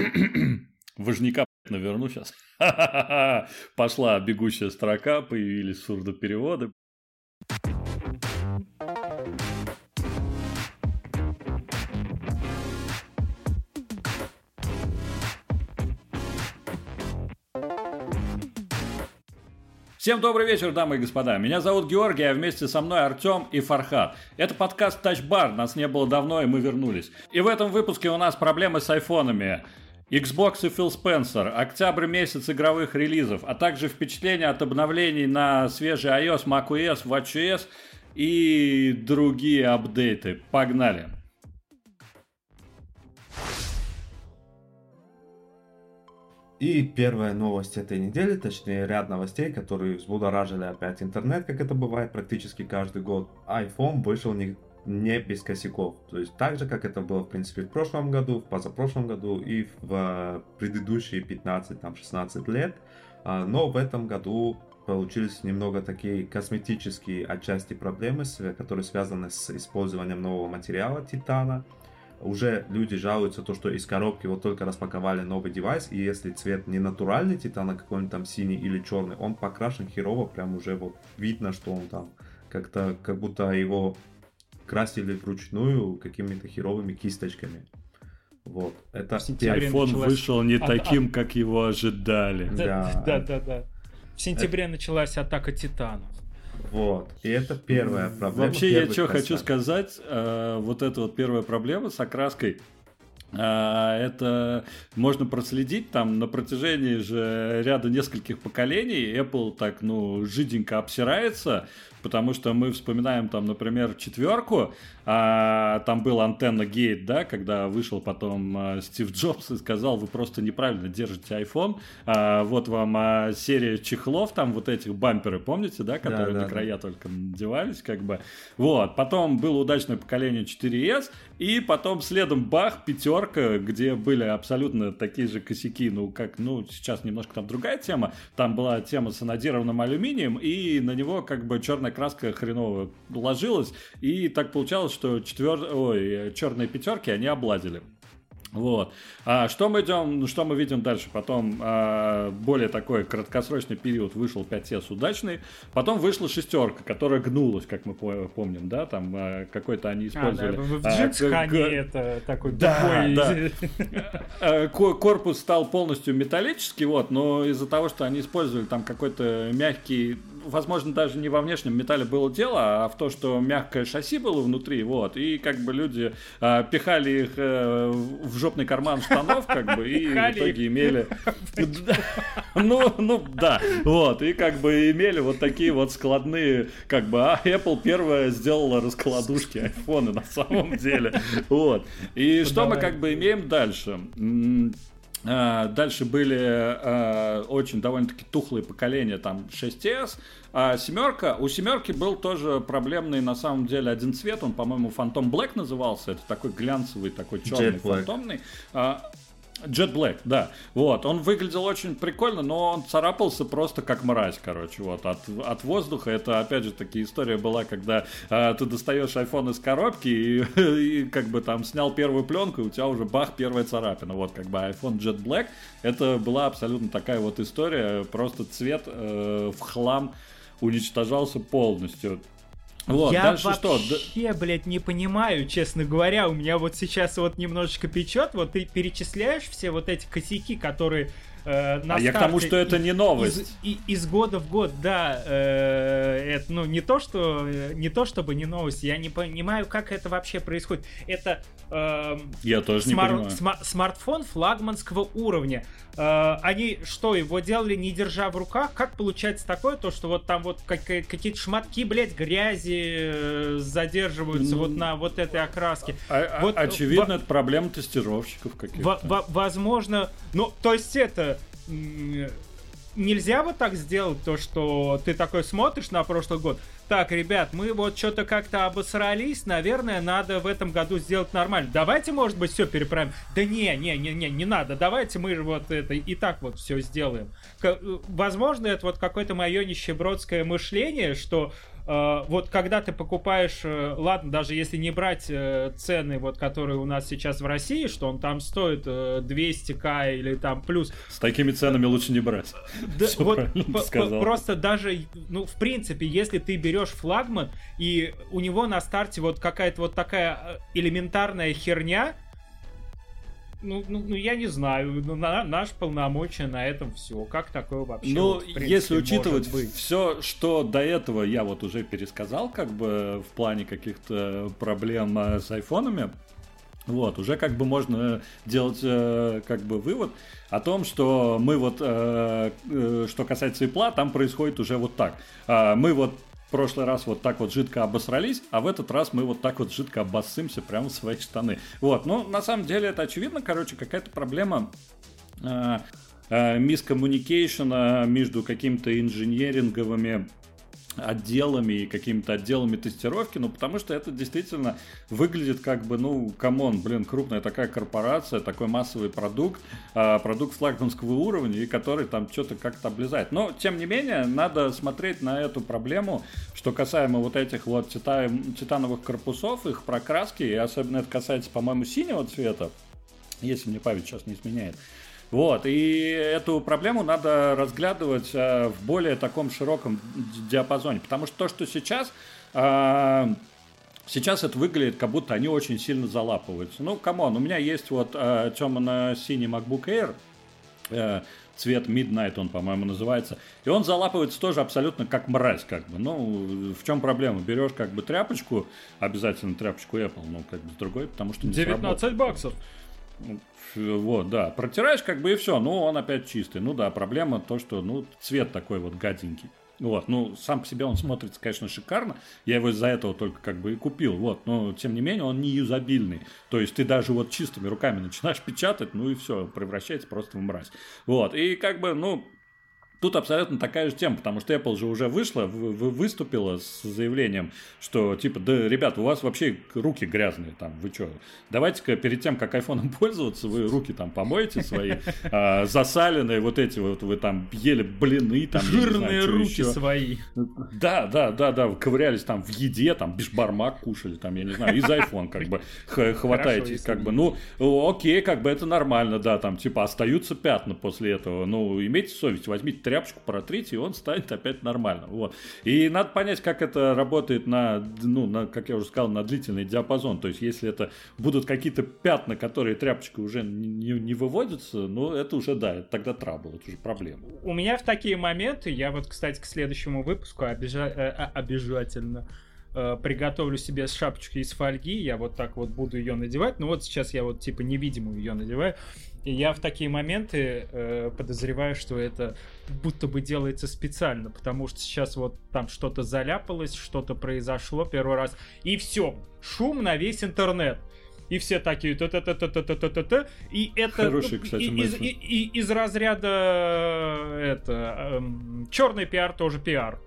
Важняка наверну сейчас. Пошла бегущая строка, появились сурдопереводы. Всем добрый вечер, дамы и господа. Меня зовут Георгий, а вместе со мной Артем и Фархад. Это подкаст Touch Bar, нас не было давно, и мы вернулись. И в этом выпуске у нас проблемы с айфонами, Xbox и Фил Спенсер, октябрь месяц игровых релизов, а также впечатления от обновлений на свежий iOS, macOS, watchOS и другие апдейты. Погнали! И первая новость этой недели, точнее ряд новостей, которые взбудоражили опять интернет, как это бывает практически каждый год. iPhone вышел не без косяков. То есть так же, как это было в принципе в прошлом году, в позапрошлом году и в предыдущие 15-16 лет. Но в этом году получились немного такие косметические отчасти проблемы, которые связаны с использованием нового материала титана. Уже люди жалуются, что из коробки вот только распаковали новый девайс, и если цвет не натуральный титан, а какой-нибудь там синий или черный, он покрашен херово, прям уже вот видно, что он там как будто его красили вручную какими-то херовыми кисточками. Вот. Это iPhone вышел не таким, как его ожидали. Да. В сентябре началась атака титанов. Вот, и это первая проблема. Вообще, я что хочу сказать, вот эта вот первая проблема с окраской, это можно проследить там на протяжении же ряда нескольких поколений. Apple так, жиденько обсирается, потому что мы вспоминаем там, например, 4, там был антенна Gate, да, когда вышел потом Стив Джобс и сказал: вы просто неправильно держите iPhone, вот вам серия чехлов, там вот этих бамперы, помните, да, которые на края только надевались, как бы. Вот, потом было удачное поколение 4S, и потом следом бах, 5, где были абсолютно такие же косяки, сейчас немножко там другая тема, там была тема с анодированным алюминием, и на него как бы черная краска хреново ложилась, и так получалось, что черные 5, они облазили. Вот. Что мы видим дальше? Потом более такой краткосрочный период вышел 5S удачный, потом вышла 6, которая гнулась, как мы помним, да, там какой-то они использовали. В джинсах они это такой да. Корпус стал полностью металлический, вот, но из-за того, что они использовали там какой-то мягкий, возможно, даже не во внешнем металле было дело, а в том, что мягкое шасси было внутри, вот, и как бы люди пихали их в жопный карман штанов, как бы, и в итоге имели... Да, вот, и как бы имели вот такие вот складные, как бы, Apple первая сделала раскладушки айфоны на самом деле, вот. И что мы как бы имеем дальше? Дальше были очень довольно-таки тухлые поколения, там 6S, а 7, у 7 был тоже проблемный на самом деле один цвет, он, по-моему, Phantom Black назывался, это такой глянцевый, такой черный фантомный. Jet Black, да. Вот, он выглядел очень прикольно, но он царапался просто как мразь, короче, вот, от воздуха. Это, опять же, таки история была, когда ты достаешь iPhone из коробки и как бы там снял первую пленку, и у тебя уже бах, первая царапина. Вот, как бы iPhone Jet Black, это была абсолютно такая вот история, просто цвет в хлам уничтожался полностью. Вот, я вообще, блядь, не понимаю, честно говоря, у меня вот сейчас вот немножечко печет, вот ты перечисляешь все вот эти косяки, которые на старте... Я к тому, что это не новость. Из года в год, да, это, не то чтобы не новость, я не понимаю, как это вообще происходит. Это я тоже не понимаю. Смартфон флагманского уровня. Они что, его делали не держа в руках? Как получается такое, то что вот там вот какие-то шматки, блядь, грязи задерживаются вот на вот этой окраске? Очевидно, это проблема тестировщиков каких-то. Возможно, то есть это... Нельзя вот так сделать, то, что ты такой смотришь на прошлый год. Так, ребят, мы вот что-то как-то обосрались, наверное, надо в этом году сделать нормально. Давайте, может быть, все переправим. Да не надо, давайте мы вот это и так вот все сделаем. Возможно, это вот какое-то мое нищебродское мышление, что вот когда ты покупаешь, ладно, даже если не брать цены, вот которые у нас сейчас в России, что он там стоит 200к или там плюс. С такими ценами лучше не брать. Да, вот просто даже, ну, в принципе, если ты берешь флагман, и у него на старте вот какая-то вот такая элементарная херня, ну, я не знаю, наш полномочия на этом все. Как такое вообще? Ну, вот, в принципе, если учитывать может быть? все, что до этого я вот уже пересказал, как бы в плане каких-то проблем с айфонами, вот, уже как бы можно делать как бы вывод о том, что мы вот, что касается Apple, там происходит уже вот так. Мы вот в прошлый раз вот так вот жидко обосрались, а в этот раз мы вот так вот жидко обоссымся прямо в свои штаны. Вот, ну, на самом деле это очевидно, короче, какая-то проблема мискоммуникейшена между какими-то инженеринговыми отделами и какими-то отделами тестировки, ну, потому что это действительно выглядит как бы, ну, камон, блин, крупная такая корпорация, такой массовый продукт, продукт флагманского уровня, и который там что-то как-то облезает. Но, тем не менее, надо смотреть на эту проблему, что касаемо вот этих вот титановых корпусов, их прокраски, и особенно это касается, по-моему, синего цвета, если мне память сейчас не изменяет. Вот, и эту проблему надо разглядывать в более таком широком диапазоне, потому что то, что сейчас это выглядит, как будто они очень сильно залапываются. Ну, камон, у меня есть вот темно-синий MacBook Air, цвет Midnight он, по-моему, называется, и он залапывается тоже абсолютно как мразь, как бы. Ну, в чем проблема? Берешь как бы тряпочку, обязательно тряпочку Apple, ну, как бы с другой, потому что не 19 баксов. Вот, да, протираешь как бы и все, ну он опять чистый. Ну да, проблема то, что, ну, цвет такой вот гаденький. Вот, ну, сам по себе он смотрится, конечно, шикарно. Я его из-за этого только как бы и купил, вот. Но, тем не менее, он не юзабильный. То есть, ты даже вот чистыми руками начинаешь печатать, ну и все, превращается просто в мразь. Вот, и как бы, ну... Тут абсолютно такая же тема, потому что Apple же уже выступила с заявлением, что типа, да, ребят, у вас вообще руки грязные, там, вы что, давайте-ка перед тем, как айфоном пользоваться, вы руки там помоете свои, засаленные вот эти вот, вы там ели блины, там, жирные руки свои. Да, вы ковырялись там в еде, там, бишбармак кушали, там, я не знаю, из iPhone как бы хватаетесь, как бы, ну, окей, как бы это нормально, да, там, типа, остаются пятна после этого, ну, имейте совесть, возьмите тряпочку, протрите, и он станет опять нормально. Вот. И надо понять, как это работает на, как я уже сказал, на длительный диапазон. То есть, если это будут какие-то пятна, которые тряпочкой уже не выводятся, ну, это уже, да, это тогда трабл, это уже проблема. У меня в такие моменты, я вот, кстати, к следующему выпуску обязательно приготовлю себе шапочку из фольги, я вот так вот буду ее надевать, ну вот сейчас я вот типа невидимую ее надеваю, и я в такие моменты подозреваю, что это будто бы делается специально, потому что сейчас вот там что-то заляпалось, что-то произошло первый раз, и все, шум на весь интернет. И все такие та-та-та-та-та-та-та-та. И это хороший, кстати, из разряда черный пиар тоже пиар.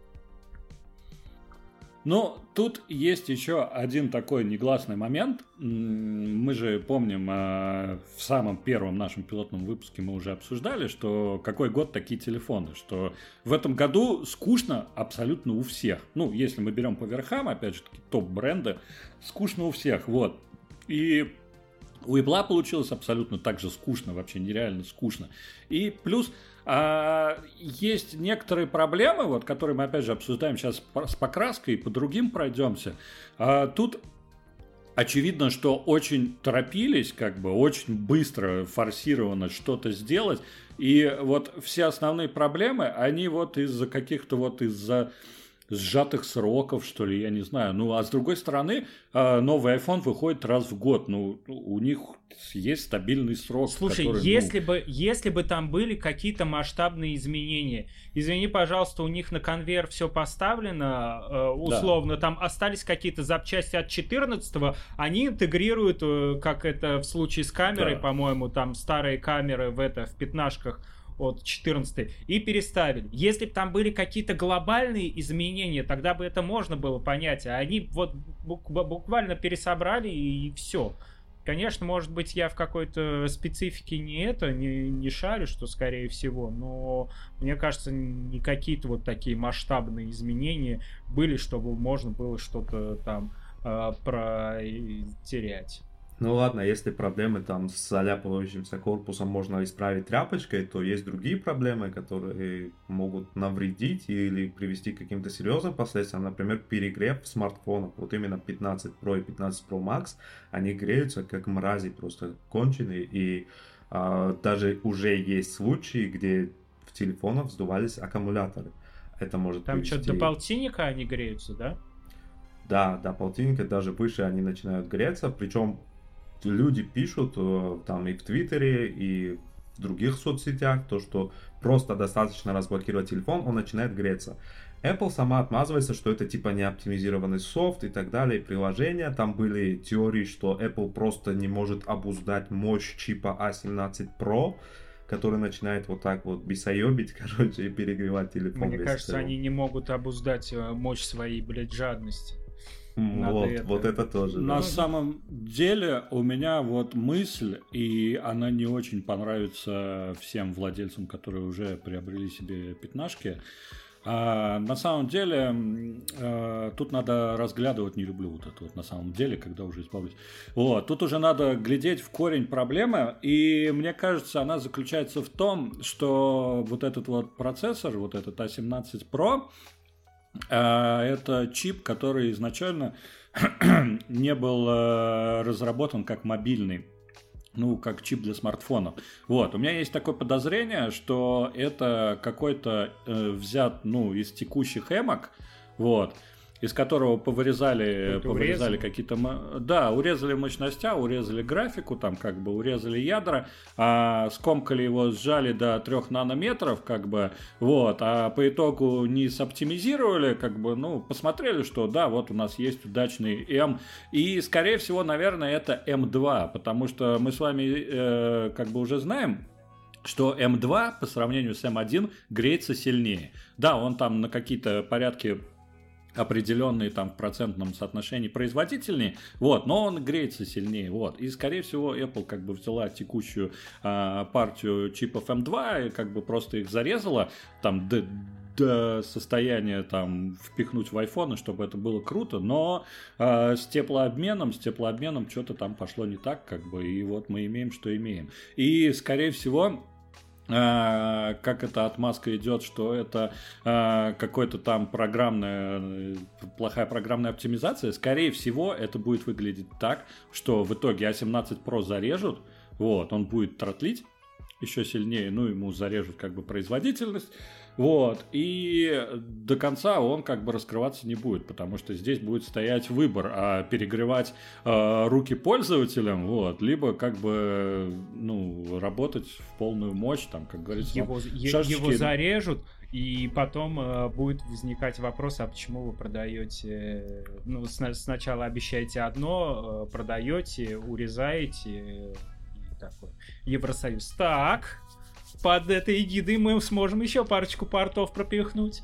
Но тут есть еще один такой негласный момент. Мы же помним, в самом первом нашем пилотном выпуске мы уже обсуждали, что какой год такие телефоны, что в этом году скучно абсолютно у всех. Ну, если мы берем по верхам, опять же таки, топ-бренды, скучно у всех, вот. И у Apple получилось абсолютно так же скучно, вообще нереально скучно. И плюс есть некоторые проблемы, вот, которые мы опять же обсуждаем сейчас с покраской, и по другим пройдемся. Тут очевидно, что очень торопились, как бы очень быстро, форсированно что-то сделать. И вот все основные проблемы, они вот из-за каких-то вот из-за сжатых сроков, что ли, я не знаю. Ну, а с другой стороны, новый iPhone выходит раз в год. Ну, у них есть стабильный срок. Слушай, который, если бы там были какие-то масштабные изменения, извини, пожалуйста, у них на конвейер все поставлено, условно, да. Там остались какие-то запчасти от 14-го, они интегрируют, как это в случае с камерой, да. По-моему, там старые камеры в пятнашках от 14 и переставили. Если бы там были какие-то глобальные изменения, тогда бы это можно было понять. А они вот буквально пересобрали и все. Конечно, может быть, я в какой-то специфике не шарю, что скорее всего, но мне кажется, не какие-то вот такие масштабные изменения были, чтобы можно было что-то там протерять. Ну ладно, если проблемы там с заляпывающимся корпусом можно исправить тряпочкой, то есть другие проблемы, которые могут навредить или привести к каким-то серьезным последствиям. Например, перегрев смартфонов. Вот именно 15 Pro и 15 Pro Max, они греются как мрази, просто конченые. И даже уже есть случаи, где в телефонах вздувались аккумуляторы. Это может там привести... что-то до полтинника они греются, да? Да, до полтинника, даже выше они начинают греться. Причем люди пишут там и в Твиттере, и в других соцсетях, то, что просто достаточно разблокировать телефон, он начинает греться. Apple сама отмазывается, что это типа не оптимизированный софт и так далее, и приложения. Там были теории, что Apple просто не может обуздать мощь чипа A17 Pro, который начинает вот так вот бесоебить, короче, и перегревать телефон. Мне кажется, они не могут обуздать мощь своей, блядь, жадности. Вот это тоже. На да. самом деле у меня вот мысль, и она не очень понравится всем владельцам, которые уже приобрели себе пятнашки. На самом деле тут надо разглядывать, не люблю вот это вот на самом деле, когда уже избавлюсь. Вот, тут уже надо глядеть в корень проблемы, и мне кажется, она заключается в том, что вот этот вот процессор, вот этот A17 Pro, это чип, который изначально не был разработан как мобильный, ну, как чип для смартфонов. Вот, у меня есть такое подозрение, что это какой-то взят, ну, из текущих эмок, вот, из которого повырезали какие-то... Да, урезали мощностя, урезали графику, там как бы урезали ядра, скомкали его, сжали до 3 нанометров, как бы, вот, а по итогу не соптимизировали, как бы, ну, посмотрели, что да, вот у нас есть удачный М, и, скорее всего, наверное, это М2, потому что мы с вами как бы уже знаем, что М2 по сравнению с М1 греется сильнее. Да, он там на какие-то порядки определенные там в процентном соотношении производительнее, вот, но он греется сильнее, вот, и скорее всего Apple как бы взяла текущую партию чипов M2 и как бы просто их зарезала там до состояния там впихнуть в iPhone, чтобы это было круто, но с теплообменом что-то там пошло не так, как бы, и вот мы имеем, что имеем, и скорее всего как эта отмазка идет, что это какой-то там плохая программная оптимизация, скорее всего, это будет выглядеть так, что в итоге A17 Pro зарежут, вот, он будет тротлить еще сильнее, ну, ему зарежут как бы производительность, вот, и до конца он как бы раскрываться не будет, потому что здесь будет стоять выбор, перегревать руки пользователям, вот, либо как бы, ну, работать в полную мощь, там, как говорится, его зарежут, и потом будет возникать вопрос, а почему вы продаете, ну, сначала обещаете одно, продаете, урезаете, и такое. Евросоюз. Так, под этой эгидой мы сможем еще парочку портов пропихнуть.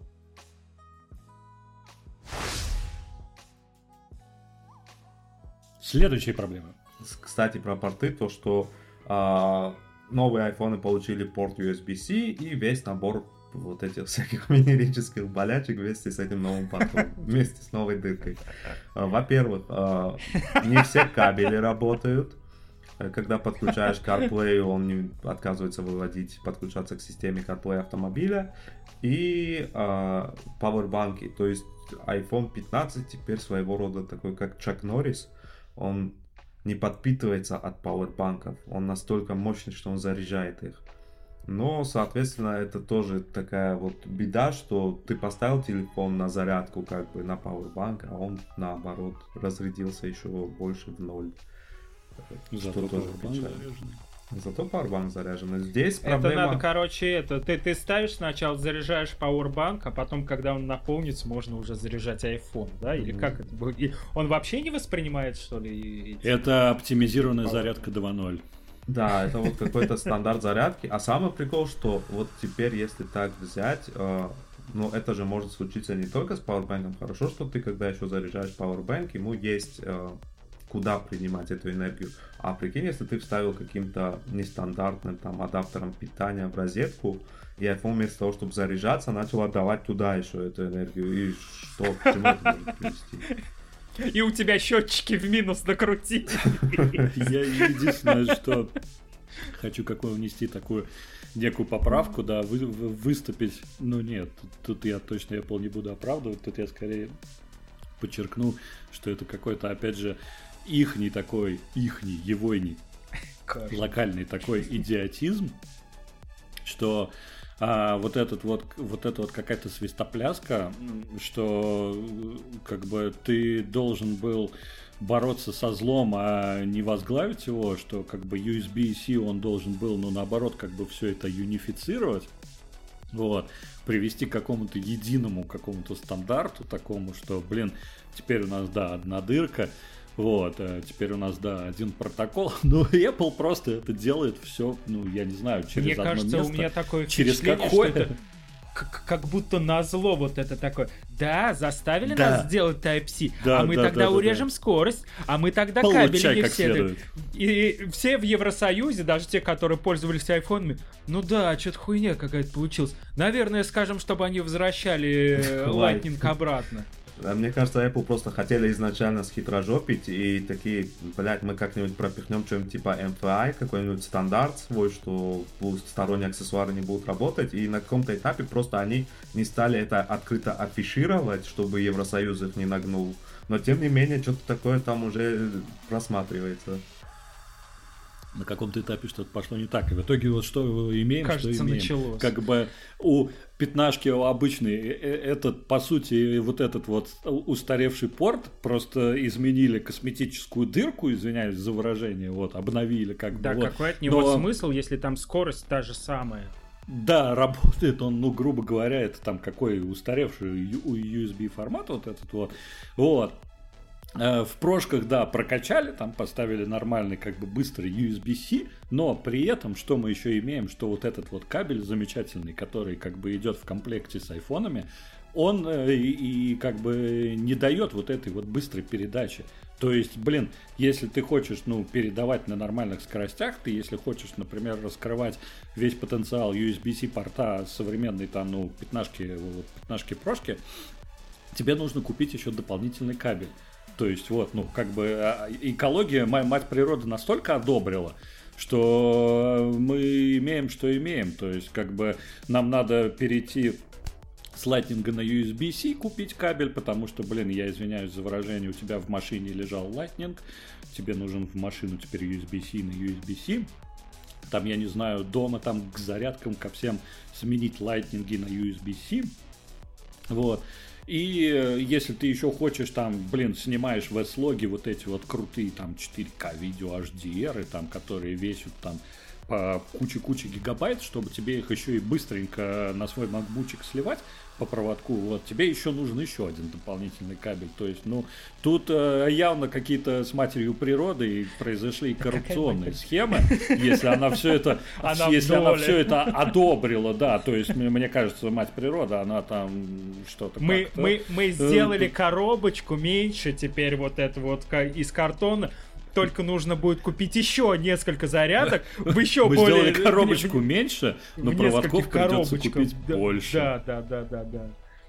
Следующие проблемы. Кстати, про порты, то что новые айфоны получили порт USB-C и весь набор вот этих всяких минерических болячек вместе с этим новым портом, вместе с новой дыркой. Во-первых, не все кабели работают. Когда подключаешь CarPlay, он не отказывается подключаться к системе CarPlay автомобиля. И пауэрбанки, то есть iPhone 15 теперь своего рода такой, как Чак Норрис. Он не подпитывается от пауэрбанков, он настолько мощный, что он заряжает их. Но, соответственно, это тоже такая вот беда, что ты поставил телефон на зарядку, как бы на пауэрбанк, а он, наоборот, разрядился еще больше в ноль. Зато пауэрбанк заряжен. Зато пауэрбанк заряжен. Здесь проблема... проблема... Это надо, короче, ты ставишь сначала, заряжаешь пауэрбанк, а потом, когда он наполнится, можно уже заряжать iPhone, да? Или как это будет? Он вообще не воспринимает, что ли? Это оптимизированная зарядка 2.0. Да, это вот какой-то стандарт зарядки. А самый прикол, что вот теперь, если так взять, ну это же может случиться не только с пауэрбанком. Хорошо, что ты, когда еще заряжаешь пауэрбанк, ему есть куда принимать эту энергию. А прикинь, если ты вставил каким-то нестандартным там адаптером питания в розетку, и iPhone вместо того, чтобы заряжаться, начал отдавать туда еще эту энергию. И что, к чему это может привести? И у тебя счетчики в минус накрутили. Я единственное, что хочу внести такую некую поправку, да, выступить. Ну нет, тут я точно Apple не буду оправдывать, тут я скорее подчеркну, что это какой-то, опять же, ихний, егойний, локальный такой идиотизм, что вот эта вот какая-то свистопляска, что как бы ты должен был бороться со злом, а не возглавить его, что как бы USB-C он должен был, ну наоборот, как бы все это юнифицировать, вот, привести к какому-то единому какому-то стандарту такому, что, блин, теперь у нас, да, одна дырка, вот, теперь у нас, да, один протокол, но Apple просто это делает все, ну, я не знаю, через Мне одно кажется, место, у меня такое через впечатление, какое... что это как будто назло вот это такое. Да, заставили Да. нас сделать Type-C, Да, а мы да, тогда да, урежем скорость, а мы тогда Получай кабели не как все. следует. И все в Евросоюзе, даже те, которые пользовались айфонами, ну да, что-то хуйня какая-то получилась. Наверное, скажем, чтобы они возвращали Lightning обратно. Мне кажется, Apple просто хотели изначально схитрожопить и такие, блять, мы как-нибудь пропихнем что-нибудь типа MFI, какой-нибудь стандарт свой, что сторонние аксессуары не будут работать, и на каком-то этапе просто они не стали это открыто афишировать, чтобы Евросоюз их не нагнул. Но тем не менее, что-то такое там уже просматривается. На каком-то этапе что-то пошло не так. И в итоге вот что имеем, Кажется, что имеем. началось. Как бы у пятнашки обычный, этот, по сути, вот этот вот устаревший порт просто изменили косметическую дырку, извиняюсь за выражение, вот, обновили как бы. Да, вот. какой от него Но... смысл, если там скорость та же самая? Да, работает он, ну, грубо говоря, это там какой устаревший USB формат вот этот вот. Вот. В прошках, да, прокачали, там поставили нормальный, как бы быстрый USB-C, но при этом, что мы еще имеем, что вот этот вот кабель замечательный, который как бы идет в комплекте с айфонами, он и как бы не дает вот этой вот быстрой передачи. То есть, блин, если ты хочешь, ну, передавать на нормальных скоростях, ты, если хочешь, например, раскрывать весь потенциал USB-C порта современной там, ну, пятнашки прошки, тебе нужно купить еще дополнительный кабель. То есть, вот, ну, как бы экология, мать природа настолько одобрила, что мы имеем, что имеем. То есть, как бы нам надо перейти с Lightning на USB-C, купить кабель, потому что, блин, я извиняюсь за выражение, у тебя в машине лежал Lightning, тебе нужен в машину теперь USB-C на USB-C. Там, я не знаю, дома там к зарядкам, ко всем сменить Lightning на USB-C. Вот. И если ты еще хочешь там, блин, снимаешь в S-логе вот эти вот крутые там 4К видео HDR, там, которые весят там по куче гигабайт, чтобы тебе их еще и быстренько на свой макбучик сливать по проводку, вот, тебе еще нужен еще один дополнительный кабель. То есть, ну, тут явно какие-то с матерью природы произошли коррупционные схемы, если она все это, одобрила, да, то есть, мне кажется, мать природа, она там что-то мы сделали коробочку меньше, теперь вот это вот из картона. Только нужно будет купить еще несколько зарядок в еще мы более... Мы сделали коробочку меньше, но проводков придется купить больше. Да.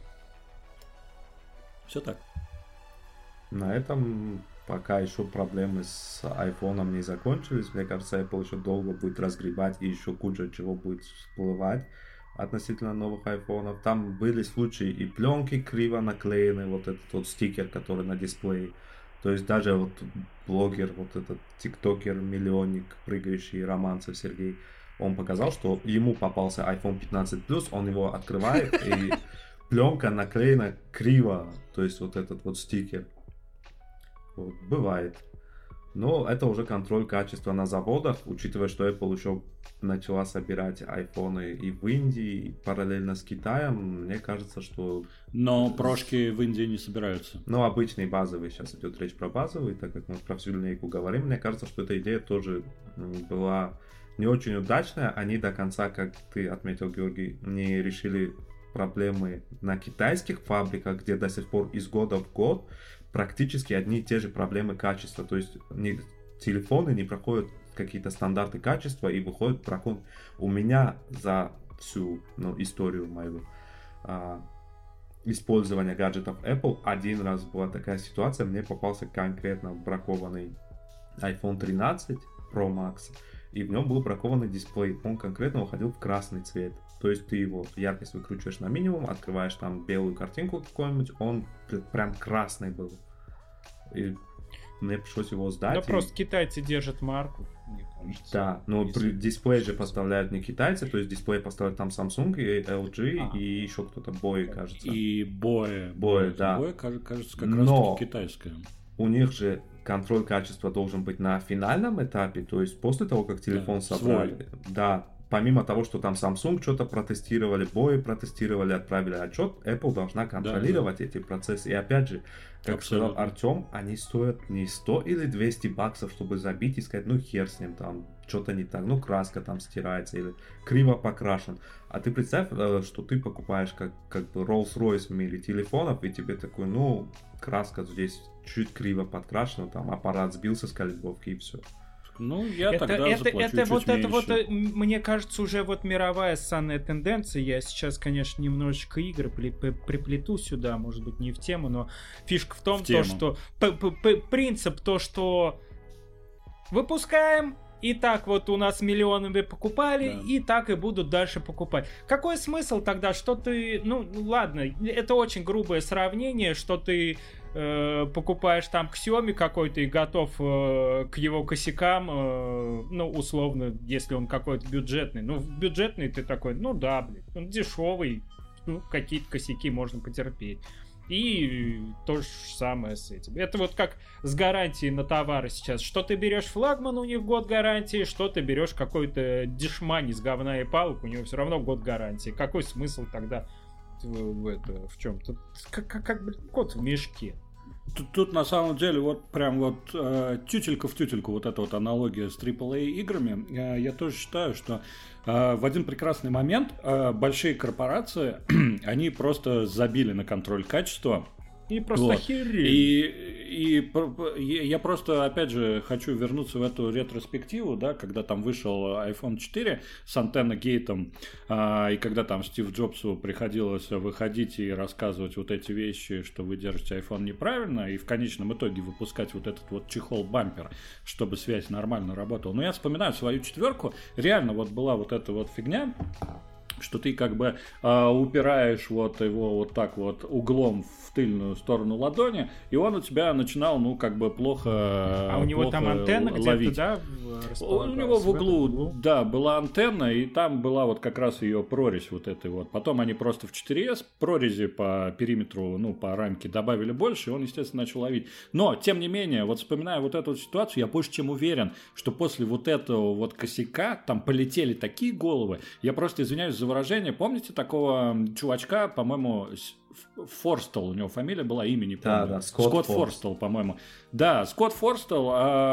Все так. На этом пока еще проблемы с айфоном не закончились. Мне кажется, Apple еще долго будет разгребать и еще куча чего будет всплывать относительно новых айфонов. Там были случаи и пленки криво наклеены, вот этот вот стикер, который на дисплее. То есть даже вот блогер, вот этот тиктокер, миллионник, прыгающий Романцев Сергей, он показал, что ему попался iPhone 15 Plus, он его открывает, и пленка наклеена криво, то есть вот этот вот стикер. Вот, бывает. Но это уже контроль качества на заводах, учитывая, что Apple еще начала собирать айфоны и в Индии, и параллельно с Китаем, мне кажется, что... Но прошки в Индии не собираются. Ну, обычные базовые, сейчас идет речь про базовые, так как мы про всю линейку говорим, мне кажется, что эта идея тоже была не очень удачная. Они до конца, как ты отметил, Георгий, не решили проблемы на китайских фабриках, где до сих пор из года в год практически одни и те же проблемы качества. То есть телефоны не проходят какие-то стандарты качества и выходят прокон. У меня за всю историю мою использования гаджетов Apple один раз была такая ситуация, мне попался конкретно бракованный iPhone 13 Pro Max, и в нем был бракованный дисплей, он конкретно уходил в красный цвет. То есть ты его яркость выкручиваешь на минимум, открываешь там белую картинку какую-нибудь, он прям красный был. И мне пришлось его сдать. Да просто китайцы держат марку, мне кажется. Да, но дисплей же поставляют не китайцы, то есть дисплей поставляют там Samsung и LG и еще кто-то, Boy, кажется. И Boy, да. Boy, кажется, как раз таки китайская. У них же контроль качества должен быть на финальном этапе, то есть после того, как телефон собрали. Свой. Да, помимо того, что там Samsung что-то протестировали, Boy протестировали, отправили отчет, Apple должна контролировать эти процессы. И опять же, как сказал Артем, они стоят не 100 или 200 баксов, чтобы забить и сказать, ну хер с ним, там что-то не так, ну краска там стирается или криво покрашен. А ты представь, что ты покупаешь как бы Rolls-Royce в мире телефонов, и тебе такой, ну, краска здесь чуть криво подкрашена, там аппарат сбился с калибровки и все. Ну, я тогда заплачу это чуть вот меньше. Это вот, мне кажется, уже вот мировая ссаная тенденция. Я сейчас, конечно, немножечко игры приплету сюда, может быть, не в тему, но фишка в том, то, что принцип то, что выпускаем, и так вот у нас миллионами покупали, да. И так и будут дальше покупать. Какой смысл тогда, что ты... Ну, ладно, это очень грубое сравнение, что ты покупаешь там Xiaomi какой-то и готов к его косякам, ну, условно, если он какой-то бюджетный. Ну, бюджетный ты такой, ну да, блин, он дешевый, ну, какие-то косяки можно потерпеть. И то же самое с этим. Это вот как с гарантией на товары сейчас. Что ты берешь флагман, у них год гарантии, что ты берешь какой-то дешмань из говна и палок, у него все равно год гарантии. Какой смысл тогда в чем-то? Как кот в мешке. Тут на самом деле вот прям вот тютелька в тютельку вот эта вот аналогия с AAA играми. Я тоже считаю, что в один прекрасный момент большие корпорации, они просто забили на контроль качества. И просто херели. И я просто, опять же, хочу вернуться в эту ретроспективу, да, когда там вышел iPhone 4 с антенна-гейтом, и когда там Стив Джобсу приходилось выходить и рассказывать вот эти вещи, что вы держите iPhone неправильно, и в конечном итоге выпускать вот этот вот чехол-бампер, чтобы связь нормально работала. Но я вспоминаю свою четверку, реально вот была вот эта вот фигня, что ты как бы упираешь вот его вот так вот углом в тыльную сторону ладони, и он у тебя начинал, ну, как бы плохо А у него там антенна где-то, да, у него в углу, да, была антенна, и там была вот как раз ее прорезь вот этой вот. Потом они просто в 4S прорези по периметру, ну, по рамке добавили больше, и он, естественно, начал ловить. Но, тем не менее, вот вспоминая вот эту вот ситуацию, я больше чем уверен, что после вот этого вот косяка там полетели такие головы. Я просто извиняюсь за выражение. Помните такого чувачка, по-моему, Форстел, у него фамилия была, имя не помню. Да, Скотт Форстел, по-моему. Да, Скотт Форстел,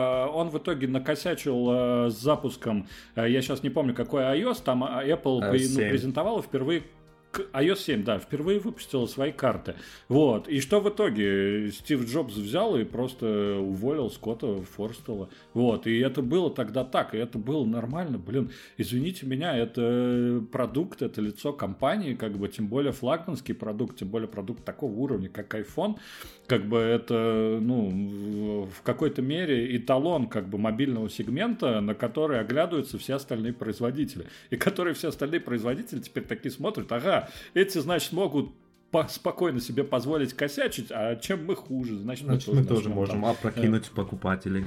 он в итоге накосячил с запуском, я сейчас не помню, какой iOS, там Apple презентовала впервые iOS 7, да, впервые выпустила свои карты. Вот. И что в итоге? Стив Джобс взял и просто уволил Скотта Форстелла. Вот. И это было тогда так, и это было нормально. Блин, извините меня, это продукт, это лицо компании, как бы, тем более флагманский продукт, тем более продукт такого уровня, как iPhone. Как бы это, ну, в какой-то мере эталон, как бы, мобильного сегмента, на который оглядываются все остальные производители. И которые все остальные производители теперь такие смотрят, ага, эти, значит, могут спокойно себе позволить косячить, а чем мы хуже, значит мы тоже можем опрокинуть покупателей.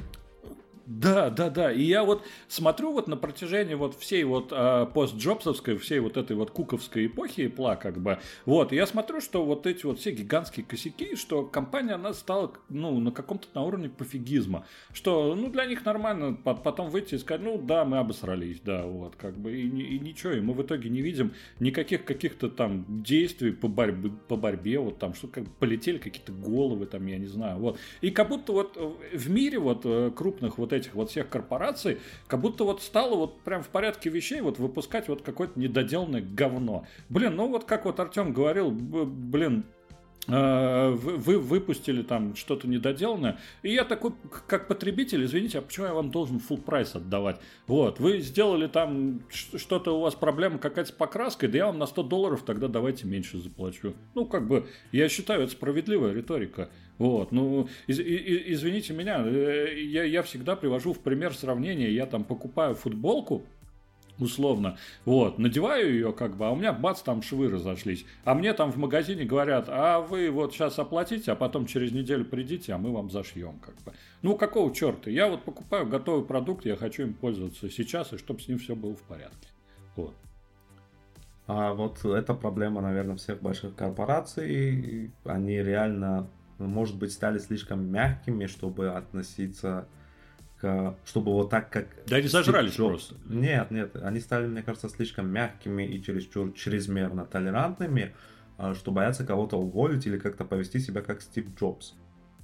Да. И я вот смотрю вот на протяжении вот всей вот пост-джобсовской, всей вот этой вот куковской эпохи Apple, как бы, вот, и я смотрю, что вот эти вот все гигантские косяки, что компания, она стала, ну, на каком-то на уровне пофигизма, что, ну, для них нормально потом выйти и сказать, ну, да, мы обосрались, да, вот, как бы, и ничего, и мы в итоге не видим никаких каких-то там действий по борьбе, вот там, что как бы полетели какие-то головы, там, я не знаю, вот, и как будто вот в мире вот крупных вот этих вот всех корпораций, как будто вот стало вот прям в порядке вещей вот выпускать вот какое-то недоделанное говно. Блин, ну вот как вот Артем говорил, блин, вы выпустили там что-то недоделанное, и я такой, как потребитель, извините, а почему я вам должен full прайс отдавать? Вот, вы сделали там что-то, у вас проблема какая-то с покраской, да я вам на $100 тогда давайте меньше заплачу. Ну, как бы, я считаю, это справедливая риторика. Вот, ну, извините меня, я всегда привожу в пример сравнения, я там покупаю футболку, условно, вот, надеваю ее как бы, а у меня бац, там швы разошлись, а мне там в магазине говорят, а вы вот сейчас оплатите, а потом через неделю придите, а мы вам зашьем, как бы. Ну, какого черта? Я вот покупаю готовый продукт, я хочу им пользоваться сейчас, и чтобы с ним все было в порядке. Вот. А вот эта проблема, наверное, всех больших корпораций, они реально, может быть, стали слишком мягкими, чтобы относиться чтобы вот так, как... Да они зажрались просто. Нет, они стали, мне кажется, слишком мягкими и чересчур чрезмерно толерантными, что боятся кого-то уволить или как-то повести себя как Стив Джобс.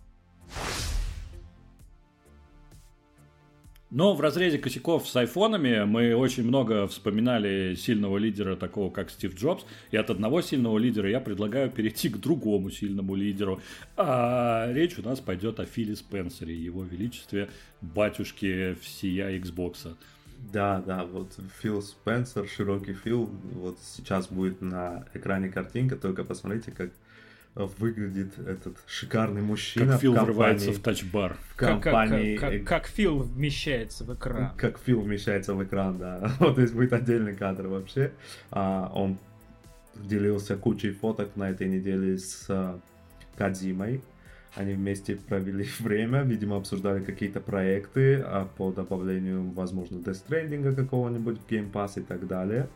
Но в разрезе косяков с айфонами мы очень много вспоминали сильного лидера, такого как Стив Джобс. И от одного сильного лидера я предлагаю перейти к другому сильному лидеру. А речь у нас пойдет о Филе Спенсере, его величестве, батюшке всея Xbox. Да, вот Фил Спенсер, широкий Фил, вот сейчас будет на экране картинка, только посмотрите, как выглядит этот шикарный мужчина. Как Фил врывается в тачбар. Как Фил вмещается в экран. Как Фил вмещается в экран, да. Вот здесь будет отдельный кадр вообще. Он делился кучей фоток на этой неделе с Кодзимой. Они вместе провели время, видимо, обсуждали какие-то проекты по добавлению, возможно, Death Stranding какого-нибудь в Game Pass и так далее.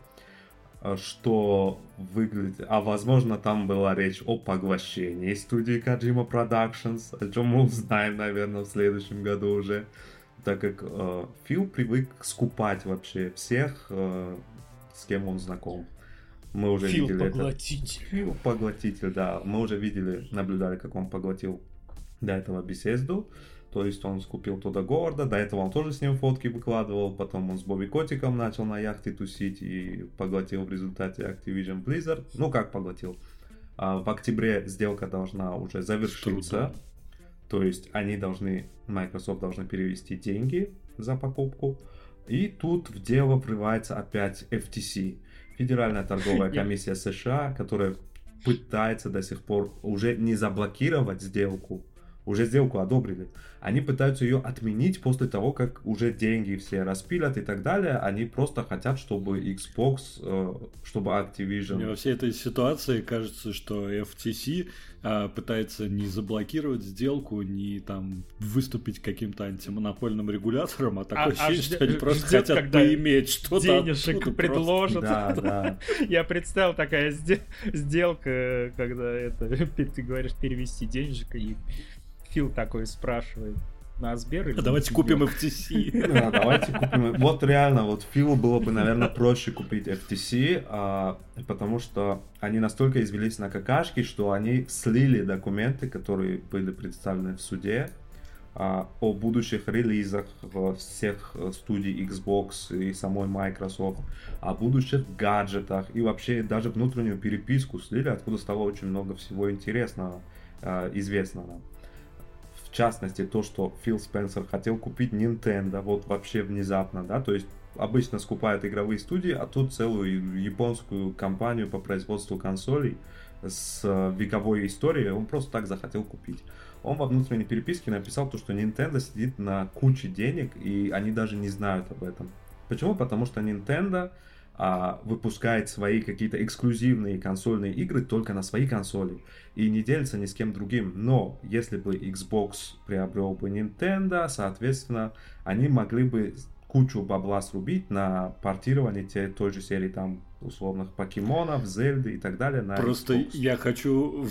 Что выглядит... возможно, там была речь о поглощении студии Kojima Productions, о чем мы узнаем, наверное, в следующем году уже, так как Фил привык скупать вообще всех, с кем он знаком. Мы уже Фил видели поглотитель. Фил поглотитель, да. Мы уже наблюдали, как он поглотил до этого Bethesda. То есть он скупил туда Говарда, до этого он тоже с ним фотки выкладывал, потом он с Бобби Котиком начал на яхте тусить и поглотил в результате Activision Blizzard. Ну как поглотил? В октябре сделка должна уже завершиться, то есть Microsoft должны перевести деньги за покупку, и тут в дело врывается опять FTC, Федеральная торговая комиссия США, которая пытается до сих пор уже не заблокировать сделку, уже сделку одобрили. Они пытаются ее отменить после того, как уже деньги все распилят и так далее. Они просто хотят, чтобы Xbox, чтобы Activision... Мне во всей этой ситуации кажется, что FTC пытается не заблокировать сделку, не там выступить каким-то антимонопольным регулятором, а такое ощущение, что они просто хотят поиметь что-то. Денежек предложат. Да. Я представил, такая сделка, когда ты говоришь перевести денежек, и Фил такой спрашивает: на Сбер или... Давайте купим FTC. Да, давайте купим. Вот реально, вот Филу было бы, наверное, проще купить FTC, потому что они настолько извелись на какашки, что они слили документы, которые были представлены в суде, о будущих релизах всех студий Xbox и самой Microsoft, о будущих гаджетах и вообще даже внутреннюю переписку слили, откуда стало очень много всего интересного, известного. В частности, то, что Фил Спенсер хотел купить Nintendo, вот вообще внезапно, да, то есть обычно скупают игровые студии, а тут целую японскую компанию по производству консолей с вековой историей он просто так захотел купить. Он во внутренней переписке написал то, что Nintendo сидит на куче денег, и они даже не знают об этом. Почему? Потому что Nintendo выпускает свои какие-то эксклюзивные консольные игры только на свои консоли и не делится ни с кем другим. Но если бы Xbox приобрел бы Nintendo, соответственно, они могли бы кучу бабла срубить на портирование той же серии там условных покемонов, Зельды и так далее на Просто Xbox. Я хочу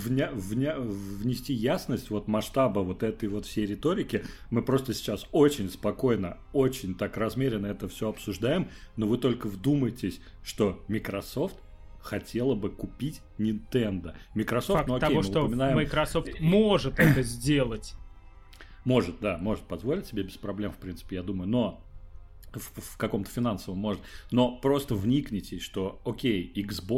внести ясность вот масштаба вот этой вот всей риторики. Мы просто сейчас очень спокойно, очень так размеренно это все обсуждаем, но вы только вдумайтесь, что Microsoft хотела бы купить Nintendo. Microsoft, Факт того, что Microsoft может это сделать. Может позволить себе без проблем, в принципе, я думаю, но в каком-то финансовом может. Но просто вникните, что, окей, Xbox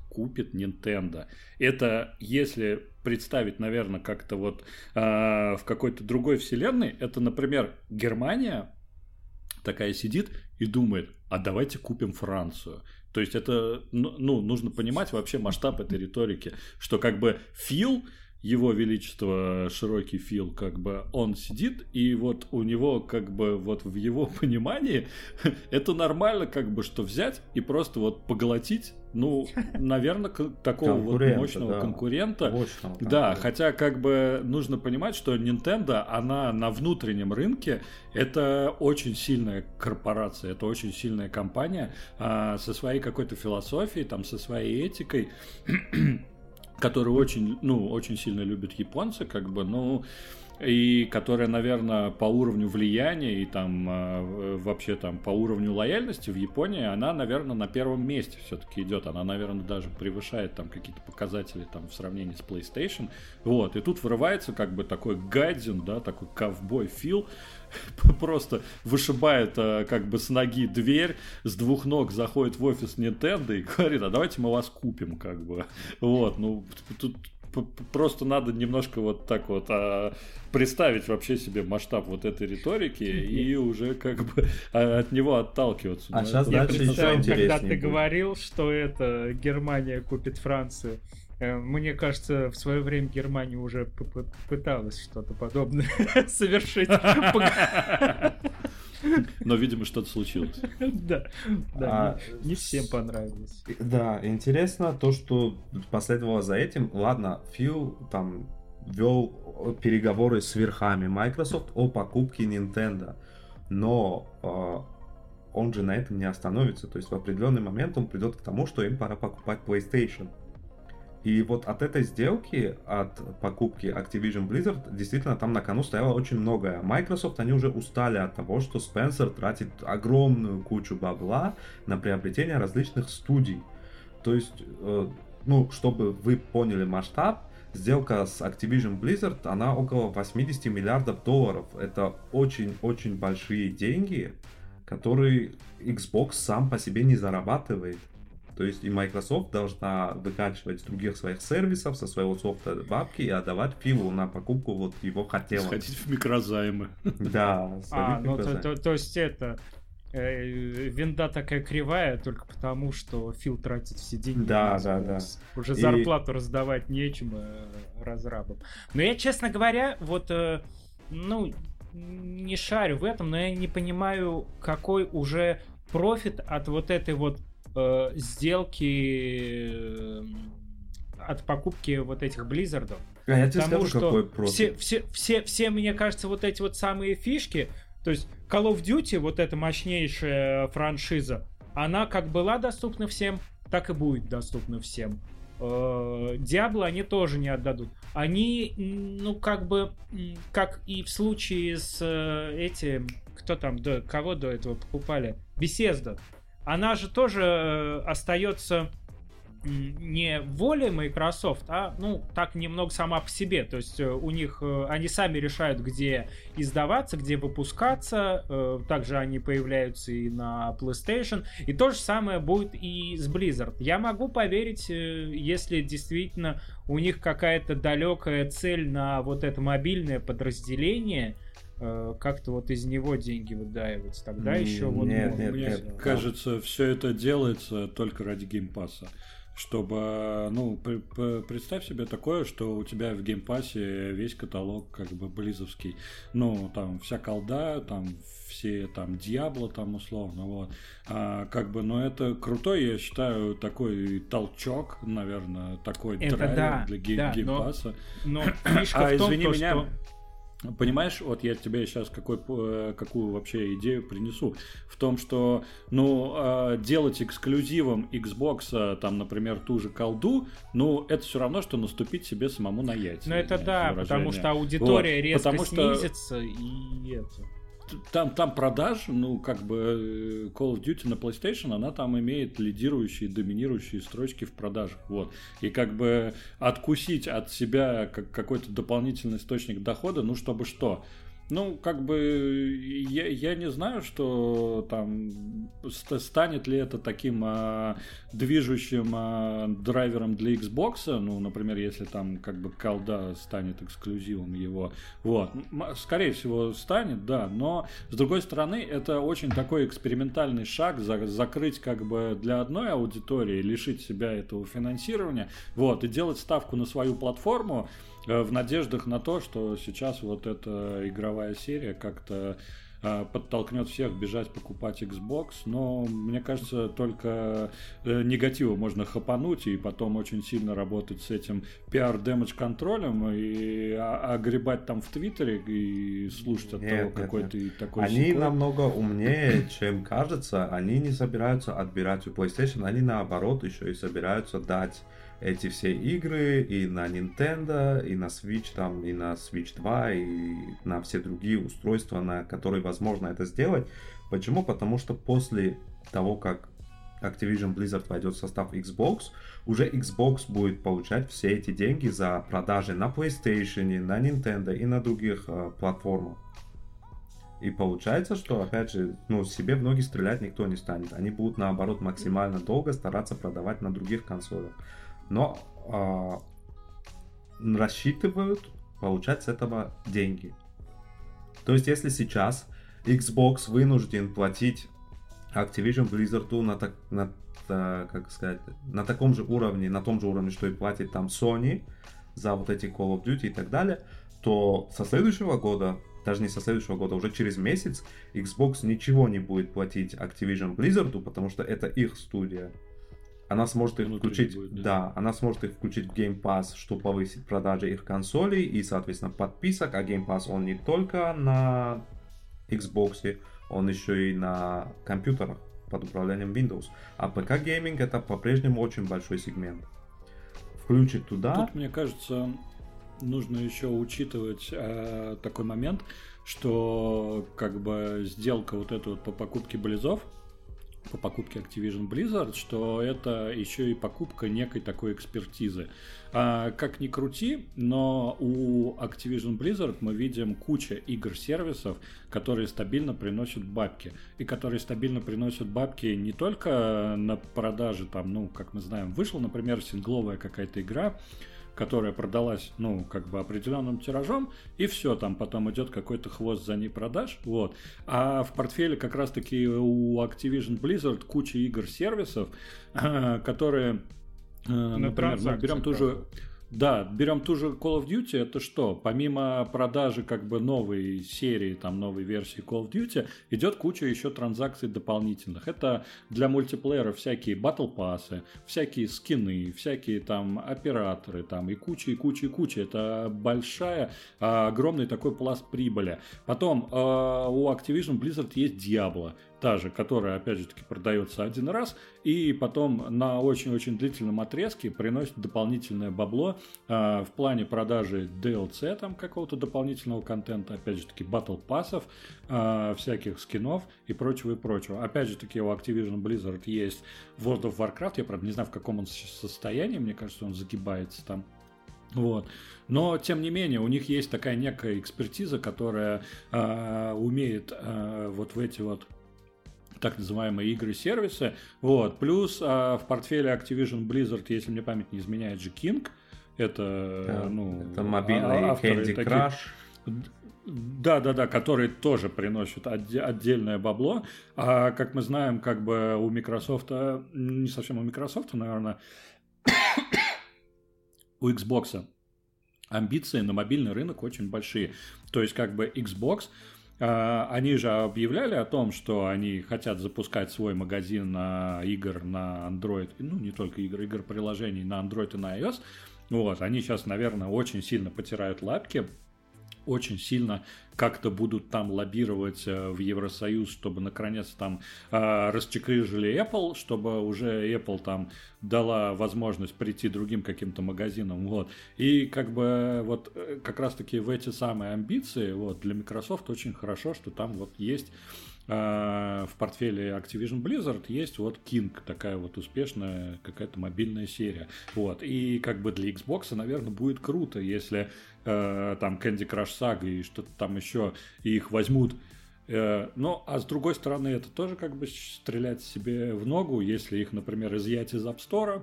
купит Nintendo. Это если представить, наверное, как-то вот в какой-то другой вселенной, это, например, Германия такая сидит и думает, а давайте купим Францию. То есть это, ну, нужно понимать вообще масштаб этой риторики, что как бы Фил, его величество, широкий Фил, как бы он сидит, и вот у него как бы вот в его понимании это нормально как бы что взять и просто вот поглотить, ну, наверное, такого вот мощного конкурента. Да, хотя как бы нужно понимать, что Nintendo, она на внутреннем рынке, это очень сильная корпорация, это очень сильная компания со своей какой-то философией, там, со своей этикой, которую очень, ну, очень сильно любят японцы, как бы, ну, и которая, наверное, по уровню влияния и там вообще там по уровню лояльности в Японии, она, наверное, на первом месте все-таки идет. Она, наверное, даже превышает там какие-то показатели там в сравнении с PlayStation. Вот, и тут вырывается как бы такой гайдзин, да, такой ковбой Фил, просто вышибает как бы с ноги дверь, с двух ног заходит в офис Nintendo и говорит, а давайте мы вас купим, как бы. Вот, ну, тут просто надо немножко вот так вот представить вообще себе масштаб вот этой риторики и уже как бы от него отталкиваться. А сейчас дальше еще интереснее. Когда ты говорил, что это Германия купит Францию, мне кажется, в свое время Германия уже пыталась что-то подобное совершить. Но, видимо, что-то случилось. Да, не всем понравилось. Да, интересно то, что последовало за этим. Ладно, Фил там вел переговоры с верхами Microsoft о покупке Nintendo, но он же на этом не остановится. То есть в определенный момент он придет к тому, что им пора покупать PlayStation. И вот от этой сделки, от покупки Activision Blizzard, действительно там на кону стояло очень многое. Microsoft, они уже устали от того, что Спенсер тратит огромную кучу бабла на приобретение различных студий. То есть, ну, чтобы вы поняли масштаб, сделка с Activision Blizzard, она около 80 миллиардов долларов. Это очень-очень большие деньги, которые Xbox сам по себе не зарабатывает. То есть и Microsoft должна выкачивать с других своих сервисов, со своего софта бабки и отдавать Филу на покупку вот его хотелок. Сходить в микрозаймы. Да, ну то есть это винда такая кривая только потому, что Фил тратит все деньги. Да. Уже зарплату раздавать нечем разрабам. Но я, честно говоря, вот, ну, не шарю в этом, но я не понимаю, какой уже профит от вот этой вот сделки от покупки вот этих Близзардов. Я тебе скажу, какой профит. Все, мне кажется, вот эти вот самые фишки, то есть Call of Duty, вот эта мощнейшая франшиза, она как была доступна всем, так и будет доступна всем. Diablo они тоже не отдадут. Они, ну, как бы, как и в случае с этим, кто там, кого до этого покупали? Bethesda. Она же тоже остается не волей Microsoft, а, ну, так немного сама по себе. То есть у них, они сами решают, где издаваться, где выпускаться. Также они появляются и на PlayStation. И то же самое будет и с Blizzard. Я могу поверить, если действительно у них какая-то далекая цель на вот это мобильное подразделение, как-то вот из него деньги выдаивать. Тогда еще вот... Мне кажется, все это делается только ради геймпасса. Чтобы, ну, представь себе такое, что у тебя в геймпассе весь каталог как бы близовский. Ну, там вся колда, там все там Diablo, там условно, вот. Как бы, но это крутой, я считаю, такой толчок, наверное, такой драйвер для геймпасса. Но фишка в том, извини то, меня, что... Понимаешь, вот я тебе сейчас какую вообще идею принесу. В том, что, ну, делать эксклюзивом Xbox, там, например, ту же колду, ну, это все равно, что наступить себе самому на яйца. Ну, это да, потому что аудитория вот, резко снизится, и это... Там продаж, ну, как бы Call of Duty на PlayStation, она там имеет лидирующие, доминирующие строчки в продажах, вот. И как бы откусить от себя какой-то дополнительный источник дохода, ну, чтобы что? Ну, как бы, я не знаю, что там станет ли это таким движущим драйвером для Xbox. Ну, например, если там как бы колда станет эксклюзивом его. Вот. Скорее всего, станет, да. Но, с другой стороны, это очень такой экспериментальный шаг закрыть как бы для одной аудитории, лишить себя этого финансирования, вот, и делать ставку на свою платформу, в надеждах на то, что сейчас вот эта игровая серия как-то подтолкнет всех бежать покупать Xbox, но мне кажется, только негатива можно хапануть и потом очень сильно работать с этим PR-дэмэдж контролем и огребать там в Твиттере и слушать от того, какой ты такой Они сякой. намного умнее, чем кажется. Они не собираются отбирать у PlayStation, они наоборот еще и собираются дать эти все игры и на Nintendo, и на Switch, там, и на Switch 2, и на все другие устройства, на которые возможно это сделать. Почему? Потому что после того, как Activision Blizzard войдет в состав Xbox, уже Xbox будет получать все эти деньги за продажи на PlayStation, на Nintendo и на других платформах. И получается, что, опять же, себе в ноги стрелять никто не станет. Они будут, наоборот, максимально долго стараться продавать на других консолях. Но рассчитывают получать с этого деньги. То есть, если сейчас Xbox вынужден платить Activision Blizzard на таком же уровне, на том же уровне, что и платит там Sony за вот эти Call of Duty и так далее, то со следующего года, даже не со следующего года, уже через месяц Xbox ничего не будет платить Activision Blizzard, потому что это их студия. Она сможет их включить, она сможет их включить в Game Pass, чтобы повысить продажи их консолей и, соответственно, подписок. А Game Pass он не только на Xbox, он еще и на компьютерах под управлением Windows. А ПК гейминг это по-прежнему очень большой сегмент. Включить туда. Тут, мне кажется, нужно еще учитывать такой момент, что как бы сделка вот эта вот по покупке Близов, по покупке Activision Blizzard, что это еще и покупка некой такой экспертизы. Как ни крути, но у Activision Blizzard мы видим куча игр-сервисов, которые стабильно приносят бабки. И которые стабильно приносят бабки не только на продаже, там, как мы знаем, вышла, например, сингловая какая-то игра, которая продалась, определенным тиражом, и все, там потом идет какой-то хвост за ней продаж, вот. А в портфеле как раз-таки у Activision Blizzard куча игр-сервисов, которые, например, берем ту же... Да, берем ту же Call of Duty, это что? Помимо продажи как бы новой серии, там новой версии Call of Duty, идет куча еще транзакций дополнительных. Это для мультиплеера всякие Battle Pass'ы, всякие скины, всякие там операторы, там и куча, и куча, и куча. Это огромный такой пласт прибыли. Потом у Activision Blizzard есть Diablo, та же, которая, опять же таки, продается один раз, и потом на очень-очень длительном отрезке приносит дополнительное бабло в плане продажи DLC, там, какого-то дополнительного контента, опять же таки, Battle Pass'ов, всяких скинов и прочего, и прочего. Опять же таки, у Activision Blizzard есть World of Warcraft, я, правда, не знаю, в каком он состоянии, мне кажется, он загибается там. Вот. Но, тем не менее, у них есть такая некая экспертиза, которая умеет вот в эти вот так называемые игры-сервисы. Вот. Плюс в портфеле Activision Blizzard, если мне память не изменяет, же King. Это, это мобильный Candy Crush. Да, которые тоже приносят отдельное бабло. А как мы знаем, как бы у Microsoft, не совсем у Microsoft, наверное, у Xbox амбиции на мобильный рынок очень большие. То есть, как бы Xbox, они же объявляли о том, что они хотят запускать свой магазин игр на Android, не только игр приложений на Android и на iOS. Вот, они сейчас, наверное, очень сильно потирают лапки, очень сильно как-то будут там лоббировать в Евросоюз, чтобы наконец там расчекрыжили Apple, чтобы уже Apple там дала возможность прийти другим каким-то магазинам, вот. И как бы вот как раз-таки в эти самые амбиции, вот, для Microsoft очень хорошо, что там вот есть в портфеле Activision Blizzard есть вот King, такая вот успешная какая-то мобильная серия. Вот. И как бы для Xbox, наверное, будет круто, если там Candy Crush Saga и что-то там еще, и их возьмут. Ну, а с другой стороны, это тоже как бы стрелять себе в ногу, если их, например, изъять из App Store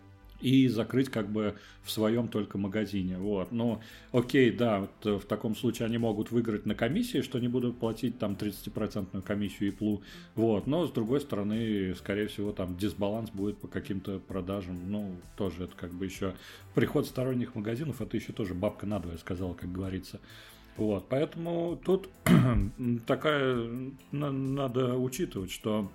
и закрыть как бы в своем только магазине. Вот. Ну, окей, да, вот в таком случае они могут выиграть на комиссии, что не будут платить там 30% комиссию Apple. Вот. Но, с другой стороны, скорее всего, там дисбаланс будет по каким-то продажам. Ну, тоже это как бы еще приход сторонних магазинов, это еще тоже бабка надвое сказала, как говорится. Вот. Поэтому тут такая надо учитывать, что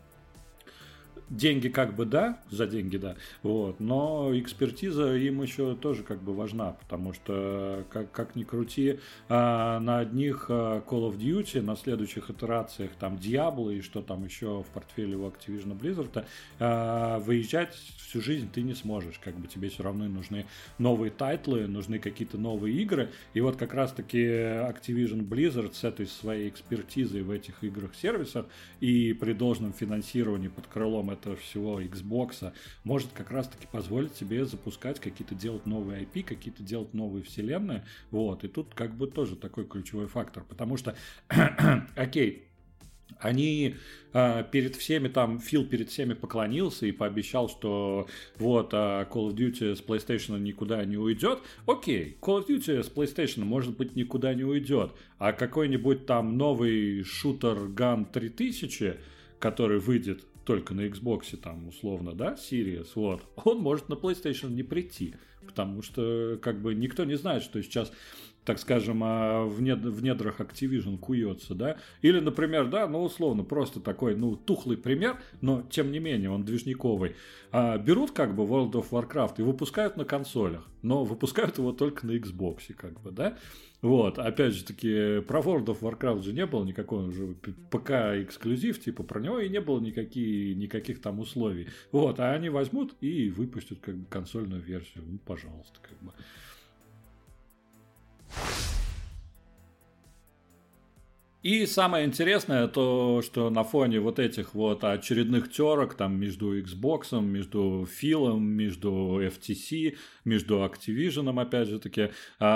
деньги как бы да, за деньги да, вот, но экспертиза им еще тоже как бы важна, потому что, как ни крути, на одних Call of Duty, на следующих итерациях там Diablo и что там еще в портфеле у Activision Blizzard, выезжать всю жизнь ты не сможешь, как бы тебе все равно нужны новые тайтлы, нужны какие-то новые игры, и вот как раз-таки Activision Blizzard с этой своей экспертизой в этих играх-сервисах и при должном финансировании под крылом этого всего Xbox может как раз-таки позволить себе запускать какие-то, делать новые IP, какие-то делать новые вселенные, вот, и тут как бы тоже такой ключевой фактор, потому что, окей, они перед всеми там, Фил перед всеми поклонился и пообещал, что вот Call of Duty с PlayStation никуда не уйдет. Окей, Call of Duty с PlayStation может быть никуда не уйдет, а какой-нибудь там новый шутер Gun 3000, который выйдет только на Xbox, там, условно, да, Series, вот, он может на PlayStation не прийти, потому что, как бы, никто не знает, что сейчас, так скажем, в недрах Activision куется, да, или, например, да, ну, условно, просто такой, ну, тухлый пример, но, тем не менее, он движниковый, берут, как бы, World of Warcraft и выпускают на консолях, но выпускают его только на Xbox, как бы, да. Вот, опять же таки, про World of Warcraft же не было никакого уже ПК-эксклюзив, типа, про него и не было никаких там условий. Вот, а они возьмут и выпустят, как бы, консольную версию. Ну, пожалуйста, как бы. И самое интересное то, что на фоне вот этих вот очередных терок там между Xbox, между Филом, между FTC, между Activision, опять же таки,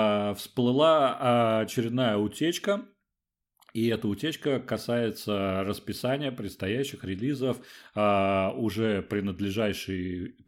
всплыла очередная утечка. И эта утечка касается расписания предстоящих релизов уже принадлежащей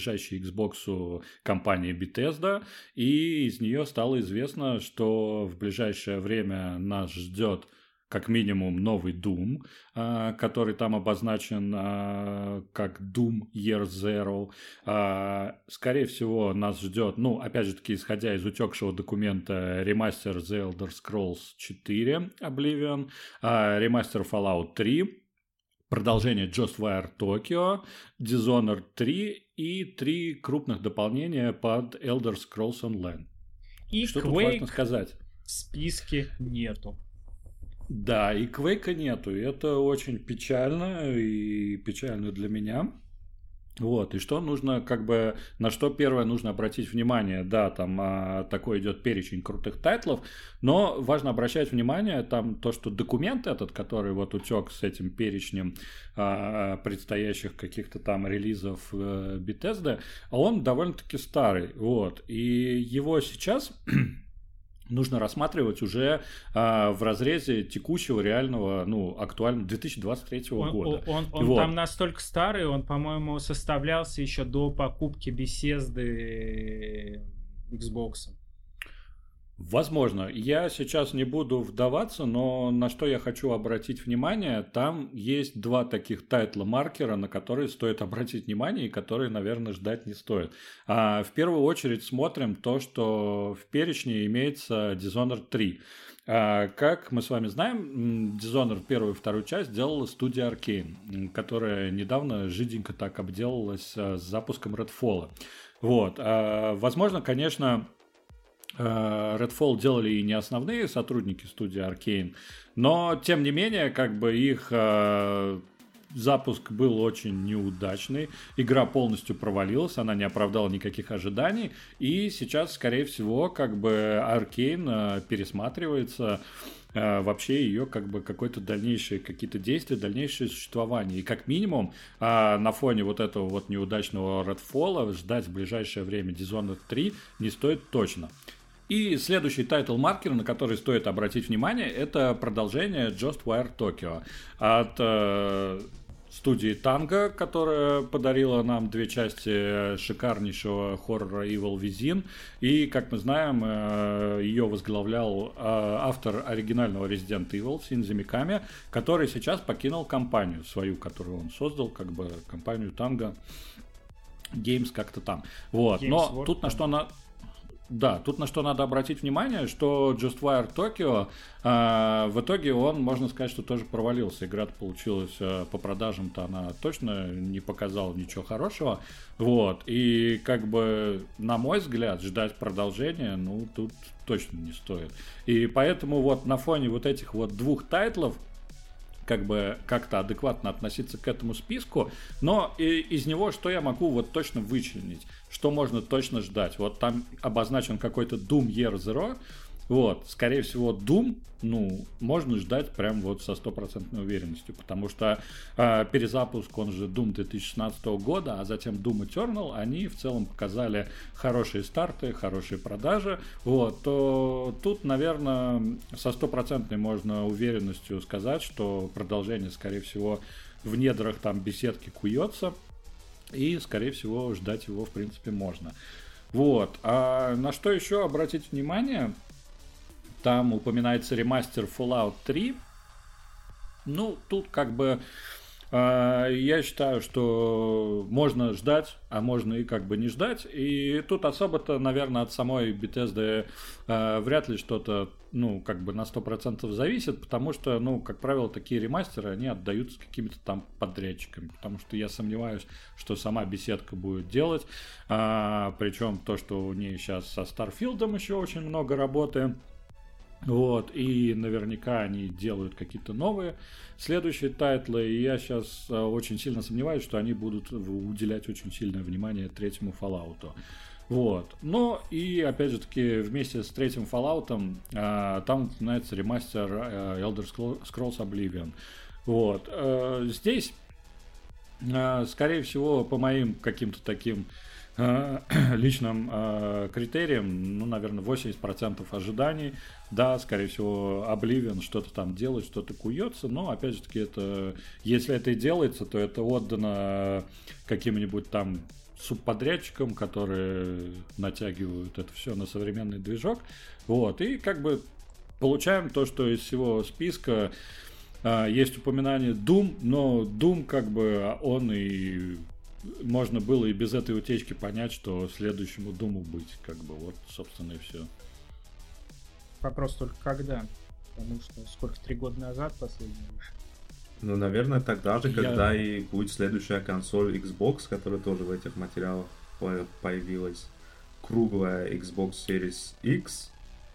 Xbox компании Bethesda. И из нее стало известно, что в ближайшее время нас ждет как минимум новый Doom, который там обозначен как Doom Year Zero. Скорее всего, нас ждет, ну, опять же таки, исходя из утекшего документа, ремастер The Elder Scrolls 4 Oblivion, ремастер Fallout 3, продолжение Ghostwire Tokyo, Dishonored 3 и 3 крупных дополнения под Elder Scrolls Online. И что тут важно сказать? В списке нету. Да, и Quake нету, и это очень печально, и печально для меня. Вот, и что нужно, как бы, на что первое нужно обратить внимание, да, там такой идет перечень крутых тайтлов, но важно обращать внимание, там, то, что документ этот, который вот утек с этим перечнем предстоящих каких-то там релизов Bethesda, он довольно-таки старый, вот, и его сейчас нужно рассматривать уже в разрезе текущего, реального, ну, актуального 2023 года. Он вот там настолько старый, он, по-моему, составлялся еще до покупки Bethesda Xbox. Возможно. Я сейчас не буду вдаваться, но на что я хочу обратить внимание, там есть два таких тайтла-маркера, на которые стоит обратить внимание и которые, наверное, ждать не стоит. В первую очередь смотрим то, что в перечне имеется Dishonored 3. Как мы с вами знаем, Dishonored первую и вторую часть делала студия Arkane, которая недавно жиденько так обделалась с запуском Redfall. Вот. Возможно, конечно, Redfall делали и не основные сотрудники студии Arkane, но, тем не менее, как бы их запуск был очень неудачный, игра полностью провалилась, она не оправдала никаких ожиданий, и сейчас, скорее всего, как бы Arcane пересматривается вообще ее как бы какое-то дальнейшее, какие-то действия, дальнейшее существование. И как минимум на фоне вот этого вот неудачного Redfall ждать в ближайшее время Dishonored 3 не стоит точно. И следующий тайтл-маркер, на который стоит обратить внимание, это продолжение Ghostwire Tokyo от студии Tango, которая подарила нам 2 части шикарнейшего хоррора Evil Within. И, как мы знаем, ее возглавлял автор оригинального Resident Evil Синдзи Миками, который сейчас покинул компанию свою, которую он создал, как бы компанию Tango Games как-то там. Вот. Но тут на что она... Да, тут на что надо обратить внимание, что Ghostwire Tokyo в итоге он, можно сказать, что тоже провалился. Игра получилась по продажам-то, она точно не показала ничего хорошего. Вот, и как бы, на мой взгляд, ждать продолжения, ну, тут точно не стоит. И поэтому вот на фоне вот этих вот 2 тайтлов, как бы как-то адекватно относиться к этому списку, но из него что я могу вот точно вычленить, что можно точно ждать. Вот там обозначен какой-то Doom Year Zero, вот, скорее всего, Doom, ну, можно ждать прям вот со 100% уверенностью, потому что перезапуск, он же Doom 2016 года, а затем Doom Eternal, они в целом показали хорошие старты, хорошие продажи, вот, то тут, наверное, со 100% можно уверенностью сказать, что продолжение, скорее всего, в недрах там беседки куется, и, скорее всего, ждать его, в принципе, можно. Вот, а на что еще обратить внимание? Там упоминается ремастер Fallout 3. Ну, тут как бы я считаю, что можно ждать, а можно и как бы не ждать. И тут особо-то, наверное, от самой Bethesda вряд ли что-то, ну, как бы на 100% зависит, потому что, ну, как правило, такие ремастеры, они отдаются какими-то там подрядчиками, потому что я сомневаюсь, что сама беседка будет делать. Причем то, что у нее сейчас со Starfield'ом еще очень много работы. Вот, и наверняка они делают какие-то новые следующие тайтлы, и я сейчас очень сильно сомневаюсь, что они будут уделять очень сильное внимание 3-му Fallout'у. Вот, но и опять же таки вместе с 3-м Fallout'ом там упоминается ремастер Elder Scrolls Oblivion. Вот, здесь, скорее всего, по моим каким-то таким личным критериям, ну, наверное, 80% ожиданий. Да, скорее всего, Oblivion что-то там делает, что-то куется, но, опять же таки, это, если это и делается, то это отдано каким-нибудь там субподрядчикам, которые натягивают это все на современный движок. Вот, и как бы получаем то, что из всего списка есть упоминание Doom, но Doom, как бы, он и... Можно было и без этой утечки понять, что следующему Думу быть, как бы, вот, собственно, и все. Вопрос только когда? Потому что сколько, 3 года назад последний вышел? Ну, наверное, тогда же, когда и будет следующая консоль Xbox, которая тоже в этих материалах появилась. Круглая Xbox Series X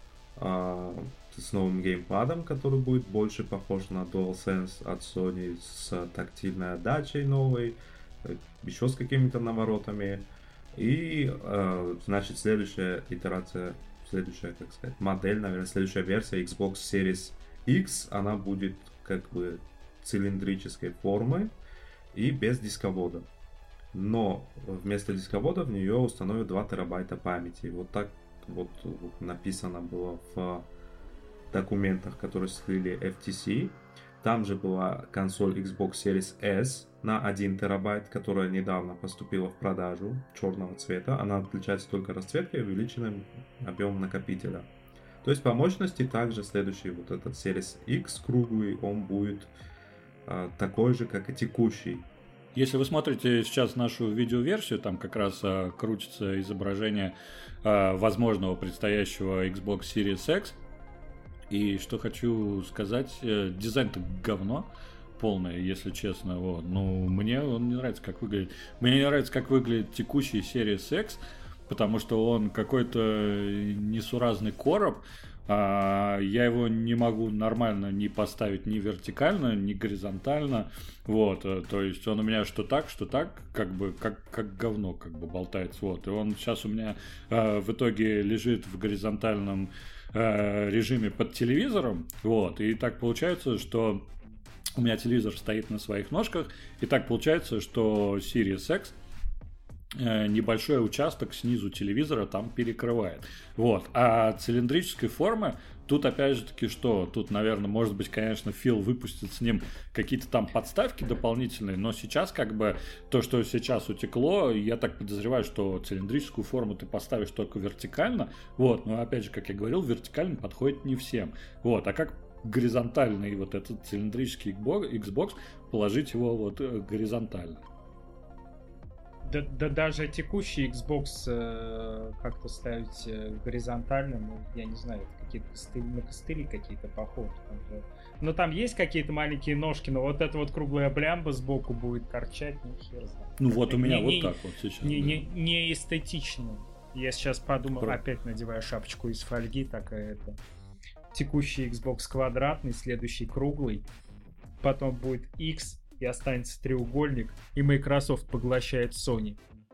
с новым геймпадом, который будет больше похож на DualSense от Sony, с тактильной отдачей новой, еще с какими-то наворотами. И, значит, следующая итерация, следующая, как сказать, модель, наверное, следующая версия Xbox Series X, она будет как бы цилиндрической формы и без дисковода. Но вместо дисковода в нее установят 2 терабайта памяти. Вот так вот написано было в документах, которые слили FTC. Там же была консоль Xbox Series S на 1 терабайт, которая недавно поступила в продажу, черного цвета. Она отличается только расцветкой и увеличенным объемом накопителя. То есть по мощности также следующий вот этот Series X круглый, он будет такой же, как и текущий. Если вы смотрите сейчас нашу видеоверсию, там как раз крутится изображение возможного предстоящего Xbox Series X. И что хочу сказать, дизайн-то говно полное, если честно. Вот. Ну, мне он не нравится, как выглядит. Мне не нравится, как выглядит текущий Series X, потому что он какой-то несуразный короб. я его не могу нормально не поставить ни вертикально, ни горизонтально. Вот, то есть он у меня что так, как бы как говно как бы болтается. Вот, и он сейчас у меня в итоге лежит в горизонтальном режиме под телевизором. Вот, и так получается, что у меня телевизор стоит на своих ножках, и так получается, что Sirius X небольшой участок снизу телевизора там перекрывает. Вот. А цилиндрической формы, тут опять же таки что? Тут, наверное, может быть, конечно, Фил выпустит с ним какие-то там подставки дополнительные, но сейчас как бы то, что сейчас утекло, я так подозреваю, что цилиндрическую форму ты поставишь только вертикально. Вот. Но опять же, как я говорил, вертикально подходит не всем. Вот. А как горизонтальный вот этот цилиндрический Xbox положить его вот горизонтально? Да даже текущий Xbox как-то ставить горизонтальным, я не знаю, это какие-то на костыли какие-то похожи. Но там есть какие-то маленькие ножки, но вот эта вот круглая блямба сбоку будет торчать, ну хер знает. Ну вот у меня вот так вот сейчас. Не эстетично. Я сейчас подумал, опять надеваю шапочку из фольги, такая это. Текущий Xbox квадратный, следующий круглый, потом будет X, и останется треугольник, и Microsoft поглощает Sony.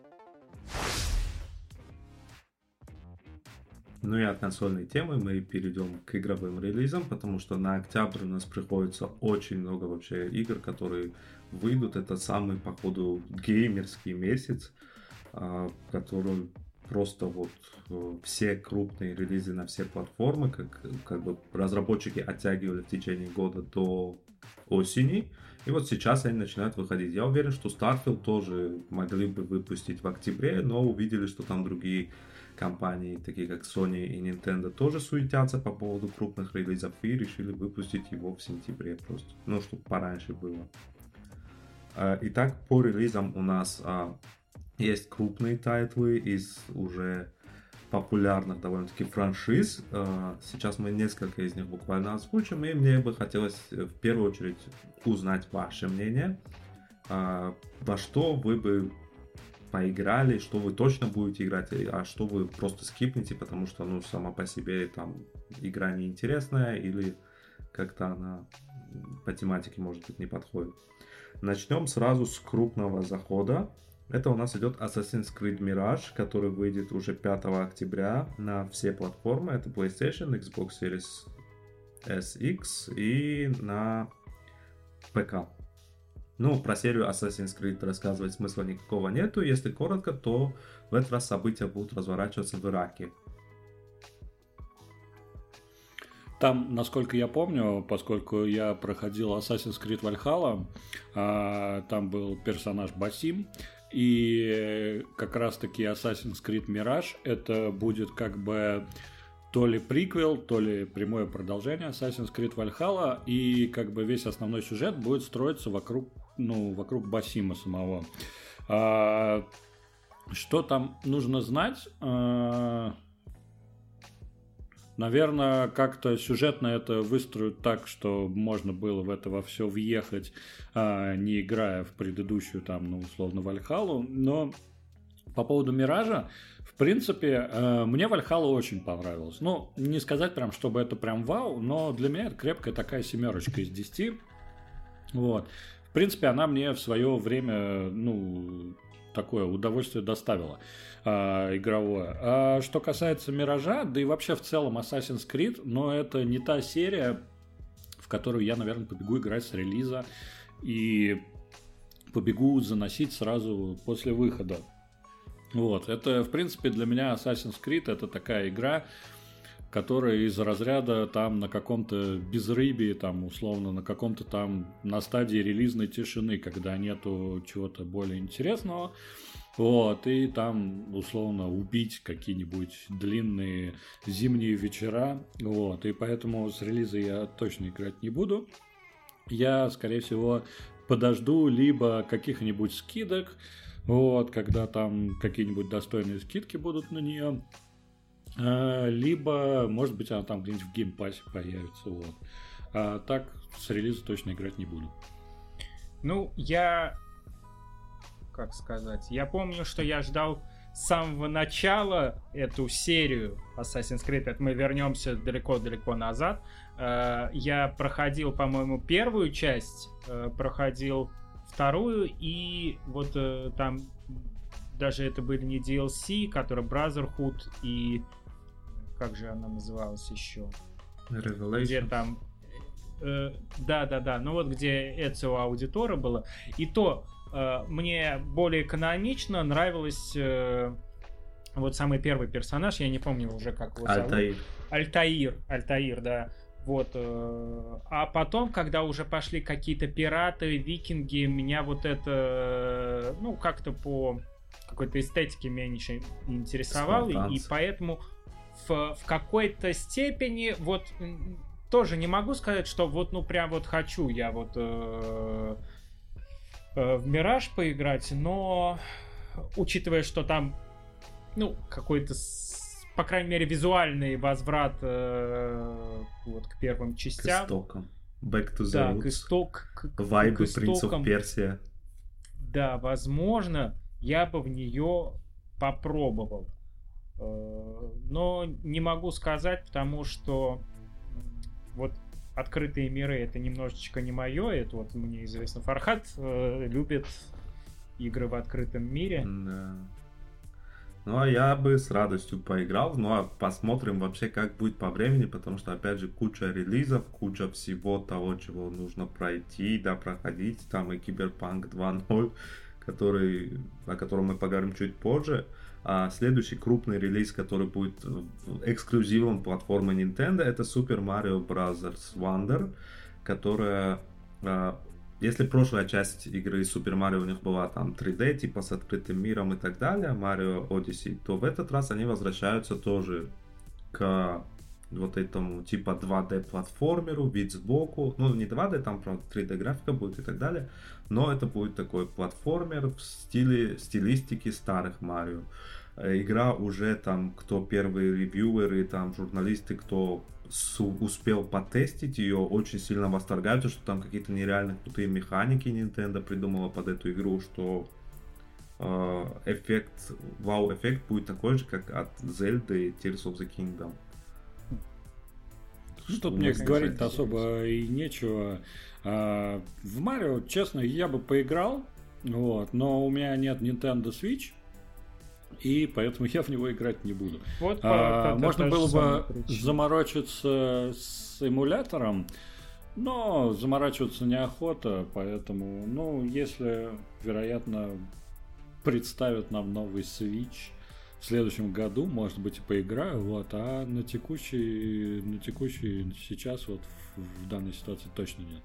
Ну и от консольной темы мы перейдем к игровым релизам, потому что на октябрь у нас приходится очень много вообще игр, которые выйдут. Это самый, походу, геймерский месяц, который просто вот все крупные релизы на все платформы, как бы разработчики оттягивали в течение года до осени. И вот сейчас они начинают выходить. Я уверен, что Starfield тоже могли бы выпустить в октябре, но увидели, что там другие компании, такие как Sony и Nintendo, тоже суетятся по поводу крупных релизов и решили выпустить его в сентябре просто. Ну, чтобы пораньше было. Итак, по релизам у нас есть крупные тайтлы из уже популярных довольно-таки франшиз. Сейчас мы несколько из них буквально озвучим, и мне бы хотелось в первую очередь узнать ваше мнение, во что вы бы поиграли, что вы точно будете играть, а что вы просто скипнете, потому что, ну, сама по себе там игра неинтересная или как-то она по тематике, может быть, не подходит. Начнем сразу с крупного захода. Это у нас идет Assassin's Creed Mirage, который выйдет уже 5 октября на все платформы. Это PlayStation, Xbox Series S, X и на ПК. Ну, про серию Assassin's Creed рассказывать смысла никакого нету. Если коротко, то в этот раз события будут разворачиваться в Ираке. Там, насколько я помню, поскольку я проходил Assassin's Creed Valhalla, там был персонаж Басим, и как раз-таки Assassin's Creed Mirage это будет как бы то ли приквел, то ли прямое продолжение Assassin's Creed Valhalla, и как бы весь основной сюжет будет строиться вокруг Басима самого. Что там нужно знать? Наверное, как-то сюжетно это выстроят так, что можно было в это во все въехать, не играя в предыдущую, там, ну, условно, Вальхалу. Но по поводу Миража, в принципе, мне Вальхала очень понравилась. Ну, не сказать прям, чтобы это прям вау, но для меня это крепкая такая 7 из 10. Вот. В принципе, она мне в свое время, ну, такое удовольствие доставила игровое. А что касается Миража, да и вообще в целом Assassin's Creed, но это не та серия, в которую я, наверное, побегу играть с релиза и побегу заносить сразу после выхода. Вот, это, в принципе, для меня Assassin's Creed это такая игра, которая из разряда там на каком-то безрыбье, там условно на каком-то там на стадии релизной тишины, когда нету чего-то более интересного, вот, и там условно убить какие-нибудь длинные зимние вечера, вот, и поэтому с релиза я точно играть не буду. Я, скорее всего, подожду либо каких-нибудь скидок, вот, когда там какие-нибудь достойные скидки будут на нее, либо, может быть, она там где-нибудь в геймпассе появится, вот. А так с релиза точно играть не буду. Ну, как сказать, я помню, что я ждал с самого начала эту серию Assassin's Creed, это мы вернемся далеко-далеко назад, я проходил, по-моему, первую часть, проходил вторую, и вот там даже это были не DLC, которые Brotherhood и... Как же она называлась еще? Revelation. Где там... Да. Ну вот где Эцио Аудитора было. И то мне более канонично нравилось вот самый первый персонаж, я не помню уже, как его зовут. Альтаир, да. Вот. А потом, когда уже пошли какие-то пираты, викинги, меня вот это, ну, как-то по какой-то эстетике меня не интересовало, и поэтому в какой-то степени вот тоже не могу сказать, что вот, ну, прям вот хочу я вот в Мираж поиграть, но учитывая, что там, ну, какой-то, по крайней мере, визуальный возврат вот к первым частям. К истокам. Back to the да, roots. Вайбы Prince of Persia. Да, возможно, я бы в нее попробовал. Но не могу сказать, потому что вот открытые миры это немножечко не мое. Это вот мне известно, Фархад любит игры в открытом мире. Да. Ну, а я бы с радостью поиграл, ну, а посмотрим вообще, как будет по времени, потому что, опять же, куча релизов, куча всего того, чего нужно пройти, да, проходить, там и Cyberpunk 2.0, о котором мы поговорим чуть позже. А следующий крупный релиз, который будет эксклюзивом платформы Nintendo, это Super Mario Bros. Wonder, которая... Если прошлая часть игры Super Mario у них была там 3D, типа с открытым миром и так далее, Mario Odyssey, то в этот раз они возвращаются тоже к вот этому типа 2D платформеру, вид сбоку. Ну, не 2D, там, правда, 3D графика будет и так далее, но это будет такой платформер в стилистике старых Mario. Игра уже там, кто первые ревьюеры, там, журналисты, кто успел потестить ее, очень сильно восторгаются, что там какие-то нереально крутые механики Nintendo придумала под эту игру, что вау-эффект будет такой же, как от Zelda и Tears of the Kingdom. Что-то мне говорить-то особо и нечего. В Марио, честно, я бы поиграл, вот, но у меня нет Nintendo Switch, и поэтому я в него играть не буду. Вот можно было бы заморочиться с эмулятором, но заморачиваться неохота, поэтому, ну, если, вероятно, представят нам новый Switch в следующем году, может быть, и поиграю, вот, а на текущий сейчас вот в данной ситуации точно нет.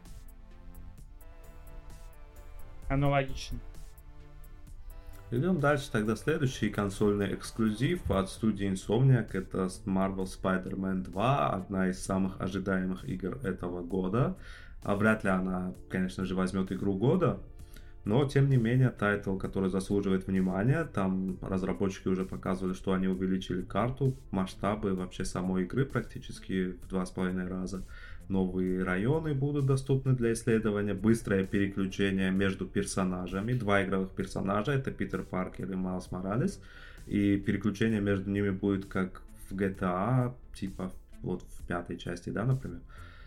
Аналогично. Идем дальше, тогда следующий консольный эксклюзив от студии Insomniac, это Marvel Spider-Man 2, одна из самых ожидаемых игр этого года. Вряд ли она, конечно же, возьмет игру года, но, тем не менее, тайтл, который заслуживает внимания. Там разработчики уже показывали, что они увеличили карту, масштабы вообще самой игры практически в 2,5 раза. Новые районы будут доступны для исследования, быстрое переключение между персонажами. 2 игровых персонажа, это Питер Паркер и Майлз Моралес. И переключение между ними будет как в GTA, типа вот в 5 части, да, например.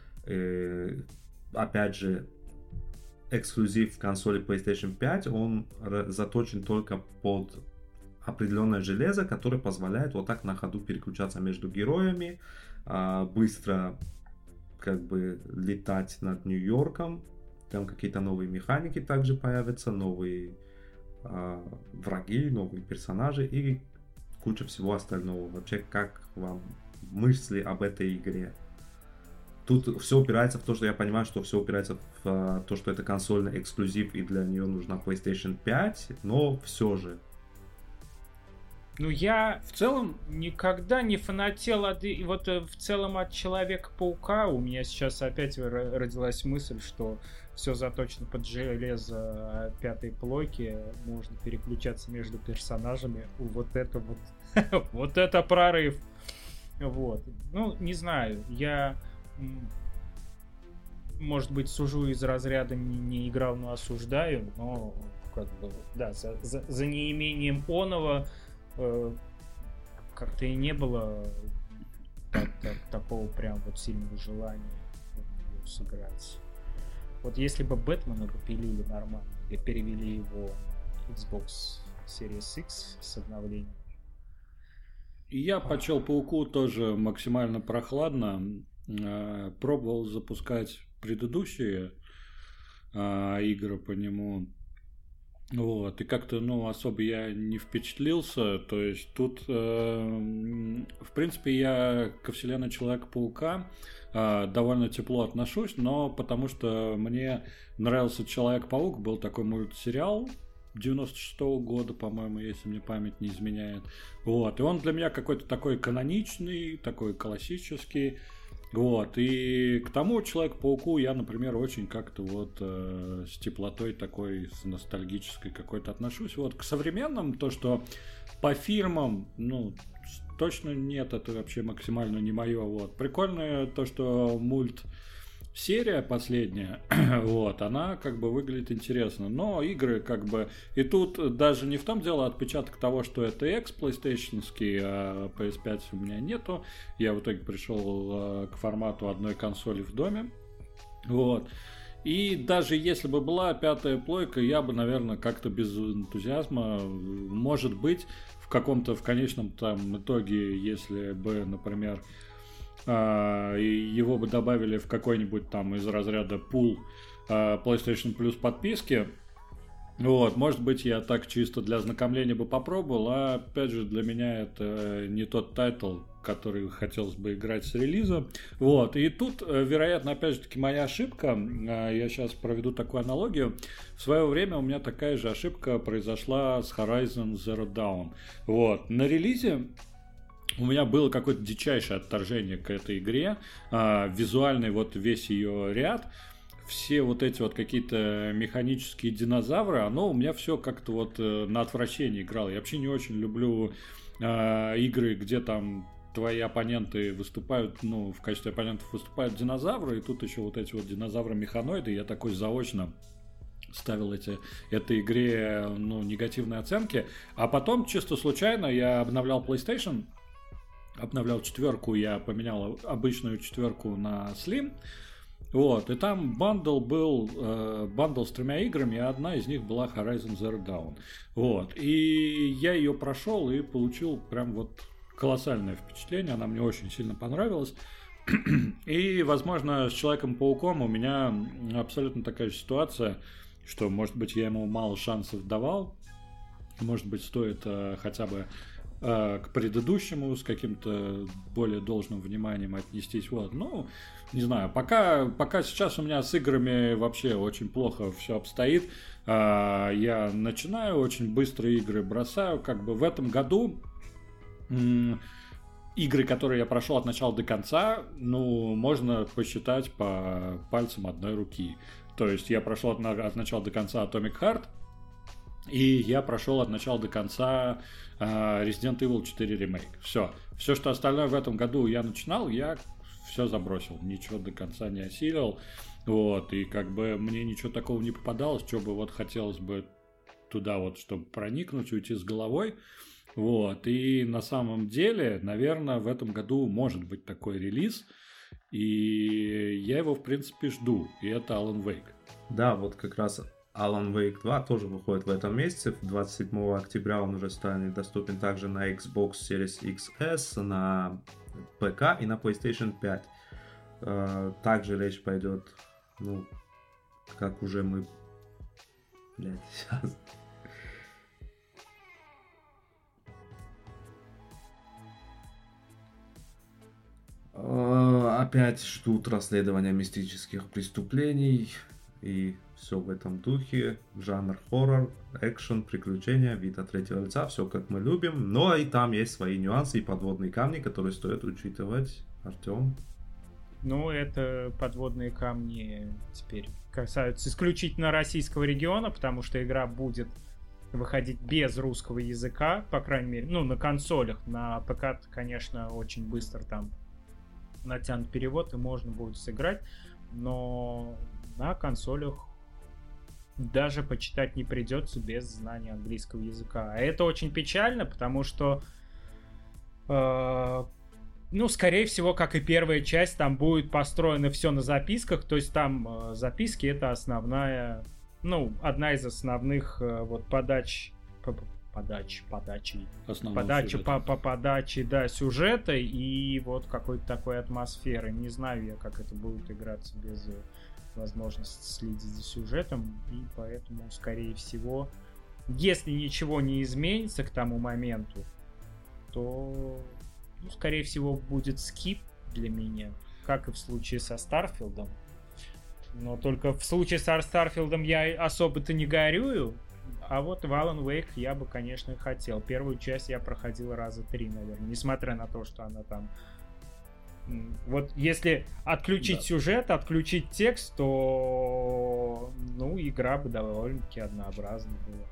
Опять же, эксклюзив консоли PlayStation 5, он заточен только под определенное железо, которое позволяет вот так на ходу переключаться между героями, быстро как бы летать над Нью-Йорком. Там какие-то новые механики также появятся, новые враги, новые персонажи и куча всего остального. Вообще, как вам мысли об этой игре? Тут все упирается в то, что я понимаю, что все упирается в то, что это консольный эксклюзив и для нее нужна PlayStation 5, но все же. Ну, я в целом никогда не фанател вот в целом от Человека-паука. У меня сейчас опять родилась мысль, что все заточено под железо 5-й плойки. Можно переключаться между персонажами. Вот это вот. Вот это прорыв. Вот. Ну, не знаю. Я, может быть, сужу из разряда не играл, но осуждаю. Но как бы, да, за неимением оного как-то и не было такого прям вот сильного желания ее сыграть. Вот если бы Бэтмена попилили нормально, или перевели его на Xbox Series X с обновлением. Я по Человеку-пауку тоже максимально прохладно. Пробовал запускать предыдущие игры по нему. Вот, и как-то, особо я не впечатлился. То есть тут, в принципе, я ко вселенной Человека-паука довольно тепло отношусь, но потому что мне нравился Человек-паук, был такой мультсериал 96-го года, по-моему, если мне память не изменяет. Вот, и он для меня какой-то такой каноничный, такой классический. Вот, и к тому Человеку-пауку я, например, очень как-то вот с теплотой такой, с ностальгической какой-то отношусь. Вот к современным, то, что по фильмам, точно нет, это вообще максимально не мое. Вот. Прикольно то, что серия последняя, вот, она как бы выглядит интересно, но игры как бы, и тут даже не в том дело отпечаток того, что это экс PlayStation-ский, а PS5 у меня нету, я в итоге пришел к формату одной консоли в доме, вот, и даже если бы была пятая плойка, я бы, наверное, как-то без энтузиазма, может быть, в конечном там итоге, если бы, например, его бы добавили в какой-нибудь там из разряда пул PlayStation Plus подписки. Вот, может быть, я так чисто для ознакомления бы попробовал, а опять же для меня это не тот тайтл, который хотелось бы играть с релиза. Вот, и тут, вероятно, опять же таки моя ошибка, я сейчас проведу такую аналогию. В свое время у меня такая же ошибка произошла с Horizon Zero Dawn. Вот, на релизе у меня было какое-то дичайшее отторжение к этой игре, визуальный вот весь ее ряд, все вот эти вот какие-то механические динозавры, оно у меня все как-то вот на отвращение играло. Я вообще не очень люблю игры, где там твои оппоненты выступают, в качестве оппонентов выступают динозавры, и тут еще вот эти вот динозавры-механоиды, я такой заочно ставил этой игре негативные оценки, а потом чисто случайно я обновлял PlayStation, обновлял 4, я поменял обычную 4 на Slim. Вот, и там бандл с 3 играми, и одна из них была Horizon Zero Dawn. Вот, и я ее прошел и получил прям вот колоссальное впечатление, она мне очень сильно понравилась. И, возможно, с Человеком-пауком у меня абсолютно такая же ситуация, что, может быть, я ему мало шансов давал, может быть, стоит хотя бы к предыдущему с каким-то более должным вниманием отнестись. Вот. Не знаю, пока сейчас у меня с играми вообще очень плохо все обстоит. Я начинаю, очень быстро игры бросаю. Как бы в этом году игры, которые я прошел от начала до конца, можно посчитать по пальцам одной руки. То есть я прошел от начала до конца Atomic Heart, и я прошел от начала до конца Resident Evil 4 ремейк. Все, что остальное в этом году я начинал, я все забросил, ничего до конца не осилил. Вот, и как бы мне ничего такого не попадалось, что бы вот хотелось бы туда вот, чтобы проникнуть, уйти с головой. Вот, и на самом деле, наверное, в этом году может быть такой релиз, и я его, в принципе, жду, и это Alan Wake. Да, вот как раз Alan Wake 2 тоже выходит в этом месяце. 27 октября он уже станет доступен также на Xbox Series XS, на ПК и на PlayStation 5. Также речь пойдет, как уже мы... сейчас... Опять ждут расследования мистических преступлений и все в этом духе. Жанр хоррор, экшен, приключения, вид от третьего лица, все как мы любим. Но и там есть свои нюансы и подводные камни, которые стоит учитывать. Артем? Это подводные камни теперь касаются исключительно российского региона, потому что игра будет выходить без русского языка, по крайней мере, на консолях. На ПК, конечно, очень быстро там натянут перевод и можно будет сыграть, но на консолях даже почитать не придется без знания английского языка. А это очень печально, потому что, ну, скорее всего, как и первая часть, там будет построено все на записках, то есть там записки — это основная, ну, одна из основных вот подачи, да, сюжета и вот какой-то такой атмосферы. Не знаю я, как это будет играться без возможности следить за сюжетом, и поэтому, скорее всего, если ничего не изменится к тому моменту, то, ну, скорее всего, будет скип для меня, как и в случае со Старфилдом. Но только в случае со Старфилдом я особо-то не горюю. А вот в Alan Wake я бы, конечно, хотел. Первую часть я проходил раза 3, наверное. Несмотря на то, что она там... Вот если отключить сюжет, отключить текст, то, ну, игра бы довольно-таки однообразна была.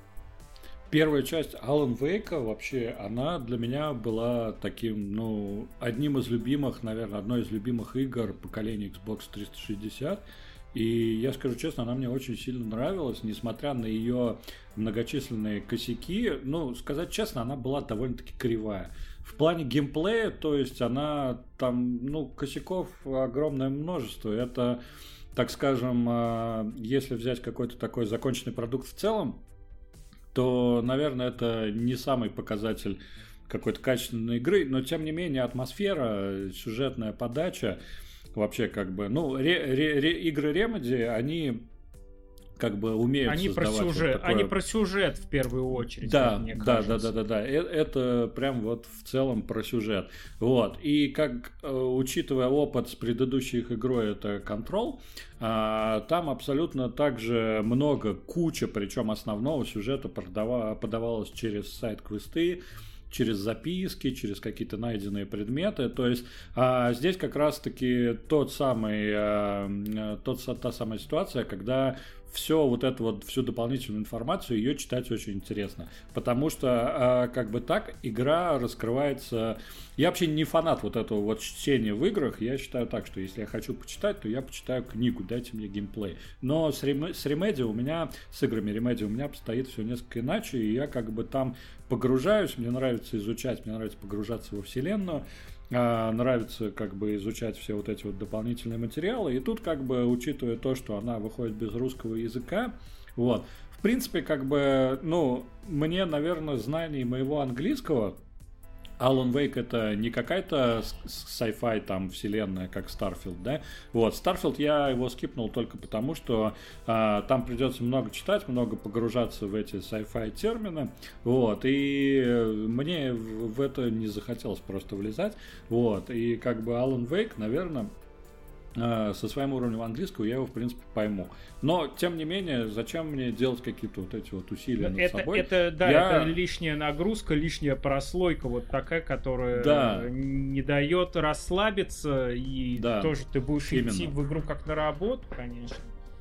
Первая часть Alan Wake вообще, она для меня была таким, ну, одним из любимых, наверное, одной из любимых игр поколения Xbox 360. И я скажу честно, она мне очень сильно нравилась, несмотря на ее многочисленные косяки. Ну, сказать честно, она была довольно-таки кривая. В плане геймплея, то есть она там, ну, косяков огромное множество. Это, так скажем, если взять какой-то такой законченный продукт в целом, то, наверное, это не самый показатель какой-то качественной игры, но, тем не менее, атмосфера, сюжетная подача, вообще, как бы, ну, игры Remedy, они как бы умеют создавать... Они про сюжет в первую очередь, да, мне да, кажется. да. Это прям вот в целом про сюжет. Вот. И как, учитывая опыт с предыдущей их игрой, это Control, там абсолютно также куча, причем основного сюжета подавалось через сайт-квесты, через записки, через какие-то найденные предметы. То есть здесь как раз-таки та самая ситуация, когда всю дополнительную информацию, ее читать очень интересно. Потому что, как бы так, игра раскрывается... Я вообще не фанат вот этого вот чтения в играх. Я считаю так, что если я хочу почитать, то я почитаю книгу, дайте мне геймплей. Но с играми Remedy у меня обстоит все несколько иначе, и я как бы там погружаюсь, мне нравится изучать, мне нравится погружаться во вселенную, нравится как бы изучать все вот эти вот дополнительные материалы. И тут как бы, учитывая то, что она выходит без русского языка, вот, в принципе, как бы, ну, мне, наверное, знаний моего английского, Alan Wake это не какая-то sci-fi там вселенная, как Starfield, да? Вот, Starfield я его скипнул только потому, что там придется много читать, много погружаться в эти sci-fi термины, вот, и мне в это не захотелось просто влезать, вот, и как бы Alan Wake, наверное, со своим уровнем английского я его, в принципе, пойму. Но, тем не менее, зачем мне делать какие-то вот эти вот усилия над собой? Это лишняя нагрузка, лишняя прослойка вот такая, которая не дает расслабиться, и тоже ты будешь идти в игру как на работу, конечно.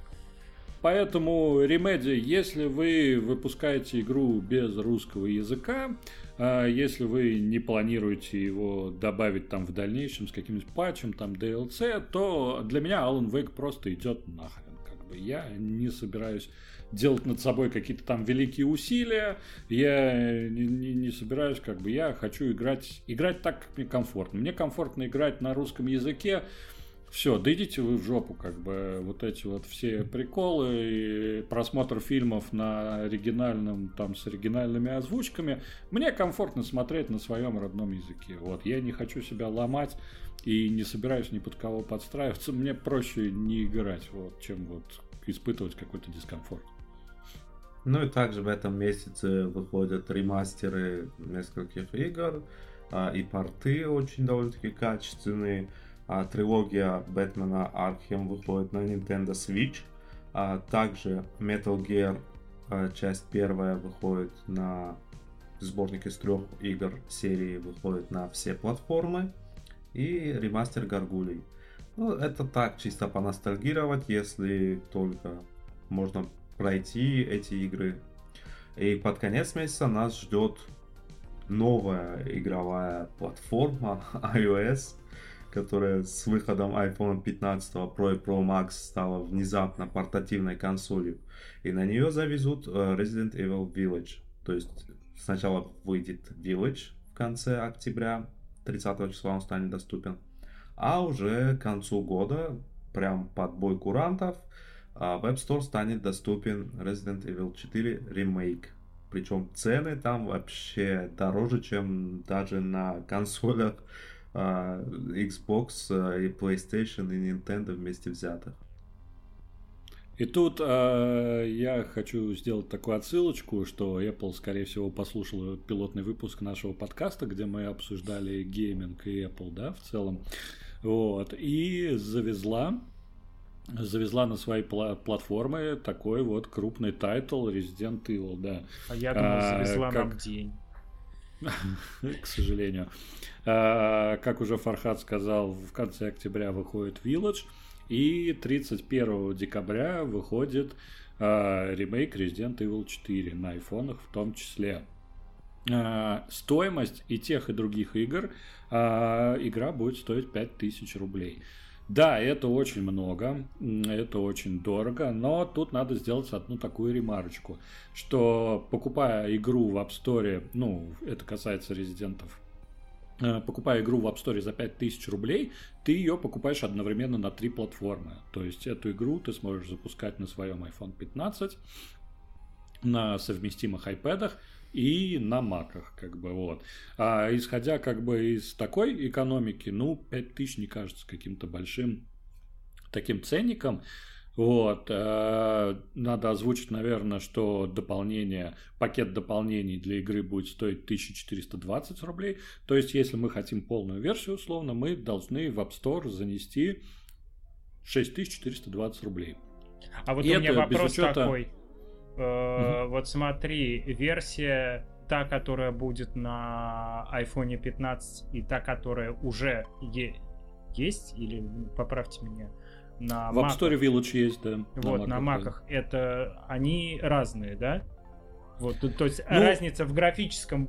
Поэтому, Remedy, если вы выпускаете игру без русского языка, если вы не планируете его добавить там в дальнейшем с каким-нибудь патчем, там DLC, то для меня Alan Wake просто идет нахрен. Как бы я не собираюсь делать над собой какие-то там великие усилия, я не собираюсь, как бы я хочу играть так, как мне комфортно. Мне комфортно играть на русском языке. Все, да идите вы в жопу, как бы, вот эти вот все приколы и просмотр фильмов на оригинальном, там, с оригинальными озвучками. Мне комфортно смотреть на своем родном языке. Вот, я не хочу себя ломать и не собираюсь ни под кого подстраиваться. Мне проще не играть, вот, чем вот испытывать какой-то дискомфорт. Ну и также в этом месяце выходят ремастеры нескольких игр, и порты очень довольно-таки качественные. Трилогия Бэтмена Аркхем выходит на Nintendo Switch. Также Metal Gear часть первая выходит на сборник из 3 игр серии, выходит на все платформы. И ремастер Гаргулей. Ну, это так, чисто поностальгировать, если только можно пройти эти игры. И под конец месяца нас ждет новая игровая платформа iOS, которая с выходом iPhone 15 Pro и Pro Max стала внезапно портативной консолью. И на нее завезут Resident Evil Village. То есть сначала выйдет Village в конце октября, 30 числа он станет доступен. А уже к концу года, прям под бой курантов, в App Store станет доступен Resident Evil 4 Remake. Причем цены там вообще дороже, чем даже на консолях Xbox и PlayStation и Nintendo вместе взятых. И тут я хочу сделать такую отсылочку, что Apple, скорее всего, послушала пилотный выпуск нашего подкаста, где мы обсуждали гейминг и Apple, да, в целом. Вот. И завезла на свои платформы такой вот крупный тайтл Resident Evil, да. А я думал, завезла нам день. К сожалению. Как уже Фархад сказал, в конце октября выходит Village, и 31 декабря выходит ремейк Resident Evil 4 на айфонах в том числе. Стоимость и тех, и других игр, игра будет стоить 5000 рублей. Да, это очень много, это очень дорого, но тут надо сделать одну такую ремарочку, что покупая игру в App Store, ну, это касается резидентов, покупая игру в App Store за 5000 рублей, ты ее покупаешь одновременно на 3 платформы. То есть эту игру ты сможешь запускать на своем iPhone 15, на совместимых iPad'ах и на маках, как бы, вот. А исходя, как бы, из такой экономики, ну, 5000 не кажется каким-то большим таким ценником. Вот. Надо озвучить, наверное, что пакет дополнений для игры будет стоить 1420 рублей. То есть, если мы хотим полную версию, условно, мы должны в App Store занести 6420 рублей. А вот у меня вопрос такой. Вот смотри, версия та, которая будет на iPhone 15, и та, которая уже есть, или поправьте меня, на в App Store Village есть, да. Вот, на маках. Это они разные, да? Вот, то есть разница в графическом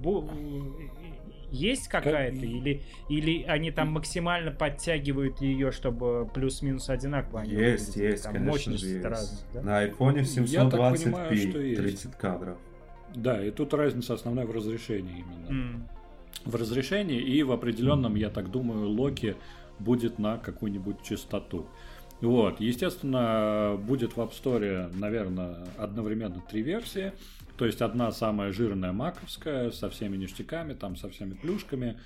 есть какая-то? Или они там максимально подтягивают ее, чтобы плюс-минус одинаково? Есть, там конечно мощность же есть. Разная, да? На iPhone 720p 30 кадров. Да, и тут разница основная в разрешении именно. В разрешении и в определенном, я так думаю, локе будет на какую-нибудь частоту. Вот, естественно, будет в App Store, наверное, одновременно 3 версии. То есть одна самая жирная маковская, со всеми ништяками, там, со всеми плюшками,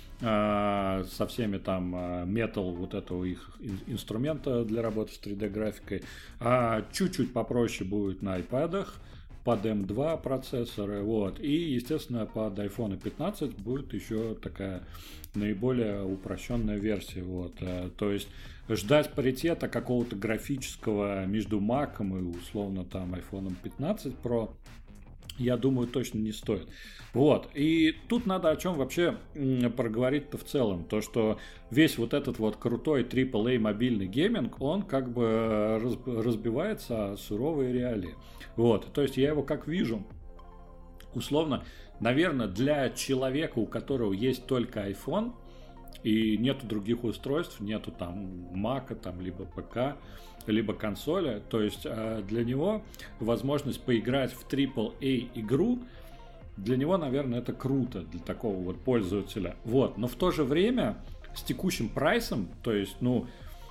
со всеми там Metal, вот этого их инструмента для работы с 3D графикой. А чуть-чуть попроще будет на iPad'ах, под M2 процессоры, вот. И, естественно, под iPhone 15 будет еще такая наиболее упрощенная версия, вот. То есть ждать паритета какого-то графического между Mac'ом и, условно, там, iPhone 15 Pro, я думаю, точно не стоит. Вот. И тут надо о чем вообще проговорить-то в целом. То, что весь вот этот вот крутой AAA мобильный гейминг, он как бы разбивается о суровые реалии. Вот. То есть я его как вижу, условно, наверное, для человека, у которого есть только iPhone, и нету других устройств, нету там Mac, там, либо ПК, либо консоли, то есть для него возможность поиграть в AAA игру, для него, наверное, это круто, для такого вот пользователя. Вот. Но в то же время с текущим прайсом, то есть, ну,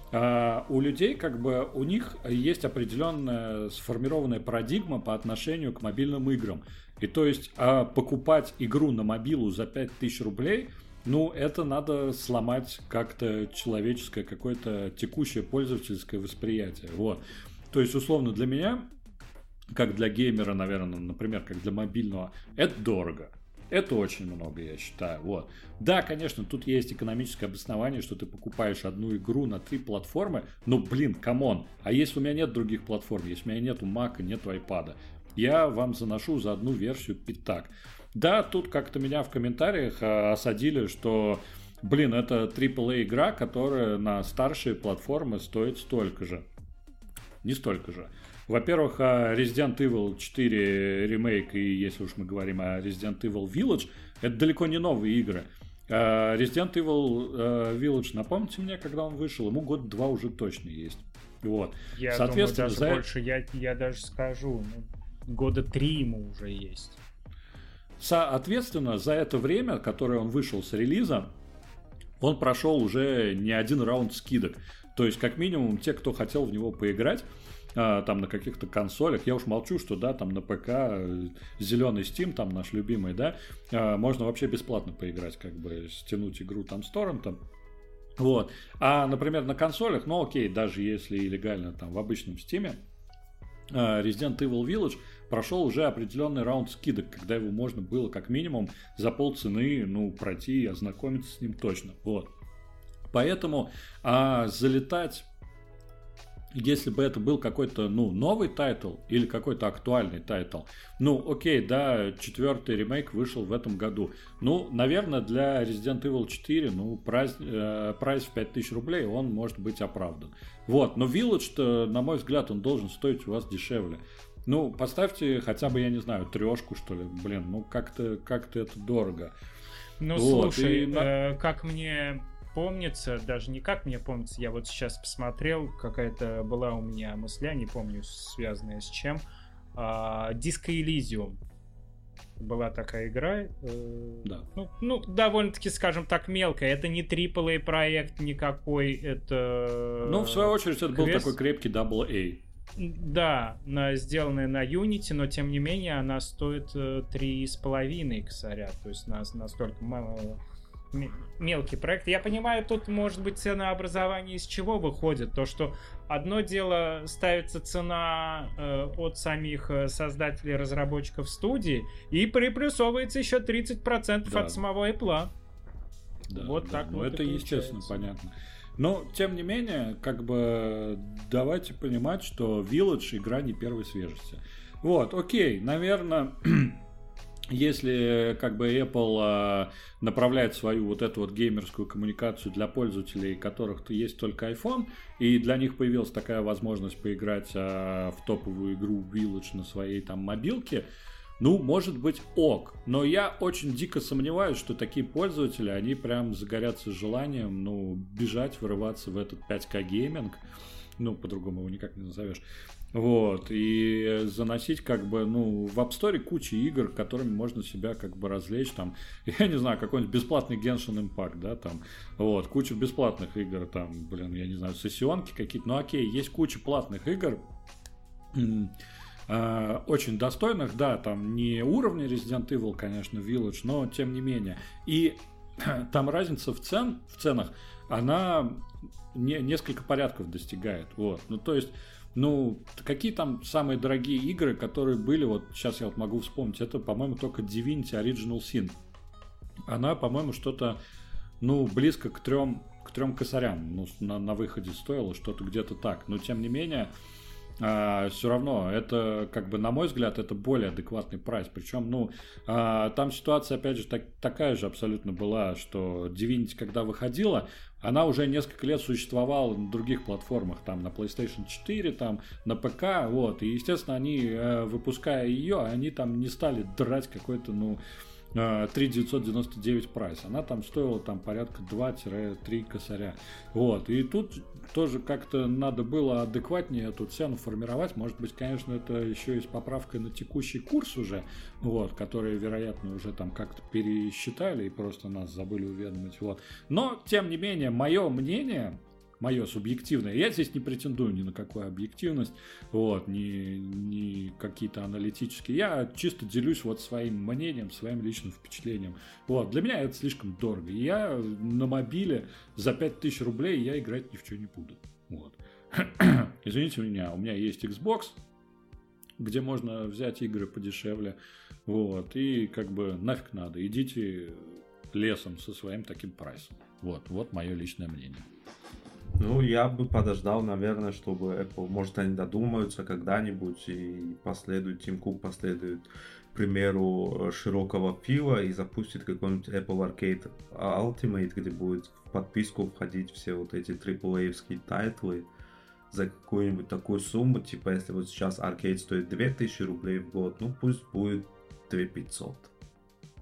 у людей, как бы, у них есть определенная сформированная парадигма по отношению к мобильным играм. И то есть покупать игру на мобилу за 5000 рублей, ну, это надо сломать как-то человеческое, какое-то текущее пользовательское восприятие. Вот. То есть, условно, для меня, как для геймера, наверное, например, как для мобильного, это дорого. Это очень много, я считаю. Вот. Да, конечно, тут есть экономическое обоснование, что ты покупаешь одну игру на 3 платформы, но, блин, камон, а если у меня нет других платформ, если у меня нету Mac, нету iPad, я вам заношу за одну версию пятак. Да, тут как-то меня в комментариях осадили, что, блин, это AAA игра, которая на старшие платформы стоит столько же. Не столько же. Во-первых, Resident Evil 4 ремейк, и если уж мы говорим о Resident Evil Village, это далеко не новые игры. Resident Evil Village, напомните мне, когда он вышел, ему год 2 уже точно есть. Вот. Я соответственно, думаю, даже больше, я даже скажу, года 3 ему уже есть. Соответственно, за это время, которое он вышел с релиза, он прошел уже не один раунд скидок. То есть, как минимум, те, кто хотел в него поиграть, там на каких-то консолях, я уж молчу, что да, там на ПК зеленый Steam, там наш любимый, да, можно вообще бесплатно поиграть, как бы стянуть игру там с торрентом. Вот. А, например, на консолях, ну окей, даже если и легально там в обычном Steam, Resident Evil Village прошел уже определенный раунд скидок, когда его можно было как минимум за полцены, ну, пройти и ознакомиться с ним точно. Вот. Поэтому залетать, если бы это был какой-то, ну, новый тайтл или какой-то актуальный тайтл, ну, окей, да, 4-й ремейк вышел в этом году. Ну, наверное, для Resident Evil 4, ну, прайс в 5000 рублей, он может быть оправдан. Вот, но Village-то, на мой взгляд, он должен стоить у вас дешевле. Ну, поставьте хотя бы, я не знаю, 3, что ли, блин, ну, как-то это дорого. Ну, вот, слушай, как мне... помнится, даже не как мне помнится, я вот сейчас посмотрел, какая-то была у меня мысля, не помню, связанная с чем. Disco Elysium. Была такая игра. Да. Ну, довольно-таки, скажем так, мелкая. Это не AAA проект никакой, это... Ну, в свою очередь, это был такой крепкий AA. Да, сделанная на Unity, но тем не менее она стоит 3,5 косаря. То есть настолько мало... мелкий проект. Я понимаю, тут может быть ценообразование из чего выходит. То, что одно дело ставится цена от самих создателей, разработчиков студии, и приплюсовывается еще 30% от самого Apple. Да, вот да, так ну вот это естественно понятно. Но, тем не менее, как бы давайте понимать, что Village игра не первой свежести. Вот, окей, наверное... Если как бы Apple направляет свою вот эту вот геймерскую коммуникацию для пользователей, у которых есть только iPhone, и для них появилась такая возможность поиграть в топовую игру Village на своей там мобилке, ну, может быть, ок. Но я очень дико сомневаюсь, что такие пользователи, они прям загорятся желанием, ну, бежать, вырываться в этот 5К гейминг, ну, по-другому его никак не назовешь. Вот, и заносить как бы, ну, в App Store куча игр, которыми можно себя как бы развлечь, там, я не знаю, какой-нибудь бесплатный Genshin Impact, да, там, вот, куча бесплатных игр, там, блин, я не знаю, сессионки какие-то, ну, окей, есть куча платных игр, очень достойных, да, там, не уровня Resident Evil, конечно, Village, но тем не менее, и там разница в ценах, она несколько порядков достигает, вот, ну, то есть, ну, какие там самые дорогие игры, которые были, вот сейчас я вот могу вспомнить, это, по-моему, только Divinity Original Sin. Она, по-моему, что-то, ну, близко к трем косарям, ну, на выходе стоило, что-то где-то так. Но, тем не менее, все равно, это, как бы, на мой взгляд, это более адекватный прайс. Причем, ну, там ситуация, опять же, такая же абсолютно была, что Divinity, когда выходила, она уже несколько лет существовала на других платформах, там, на PlayStation 4, там, на ПК, вот, и, естественно, они, выпуская ее, они там не стали драть какой-то, ну, 3,999 прайс. Она там стоила там порядка 2-3 косаря. Вот. И тут тоже как-то надо было адекватнее эту цену формировать. Может быть, конечно, это еще и с поправкой на текущий курс уже, вот, который, вероятно, уже там как-то пересчитали и просто нас забыли уведомить. Вот. Но, тем не менее, мое мнение... Мое субъективное. Я здесь не претендую ни на какую объективность, вот, ни какие-то аналитические. Я чисто делюсь вот своим мнением, своим личным впечатлением. Вот, для меня это слишком дорого. Я на мобиле за 5000 рублей я играть ни в что не буду. Вот. Извините меня, у меня есть Xbox, где можно взять игры подешевле. Вот, и как бы нафиг надо. Идите лесом со своим таким прайсом. Вот мое личное мнение. Ну, я бы подождал, наверное, чтобы Apple, может, они додумаются когда-нибудь и последует, Тим Кук последует примеру широкого пива и запустит какой-нибудь Apple Arcade Ultimate, где будет в подписку входить все вот эти AAA-евские тайтлы за какую-нибудь такую сумму, типа, если вот сейчас Arcade стоит 2000 рублей в год, ну, пусть будет 2500.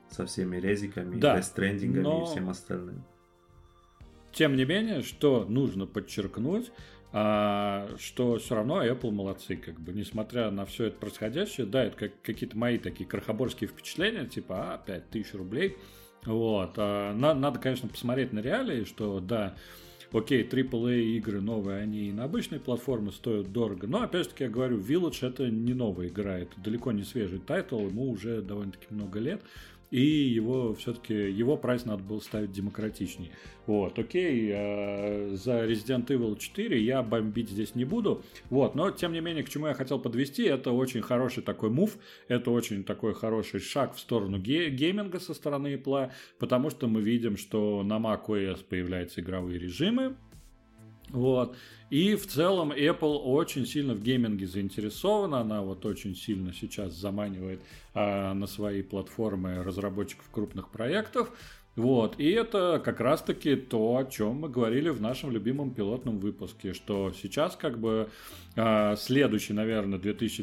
со всеми резиками, Да, дестрендингами и но всем остальным. тем не менее, что нужно подчеркнуть, что все равно Apple молодцы, как бы, несмотря на все это происходящее, да, это какие-то мои такие крохоборские впечатления, типа, 5000 рублей, вот, надо, конечно, посмотреть на реалии, что, да, окей, AAA игры новые, они и на обычной платформе стоят дорого, но, опять же таки, я говорю, Village это не новая игра, это далеко не свежий тайтл, ему уже довольно-таки много лет, и его все-таки, его прайс надо было ставить демократичнее. Вот, окей, за Resident Evil 4 я бомбить здесь не буду, вот, но тем не менее, к чему я хотел подвести, это очень хороший такой мув, это очень такой хороший шаг в сторону гейминга со стороны Apple, потому что мы видим, что на macOS появляются игровые режимы, вот. И в целом Apple очень сильно в гейминге заинтересована, она вот очень сильно сейчас заманивает на свои платформы разработчиков крупных проектов. Вот. И это как раз-таки то, о чем мы говорили в нашем любимом пилотном выпуске, что сейчас как бы следующий, наверное,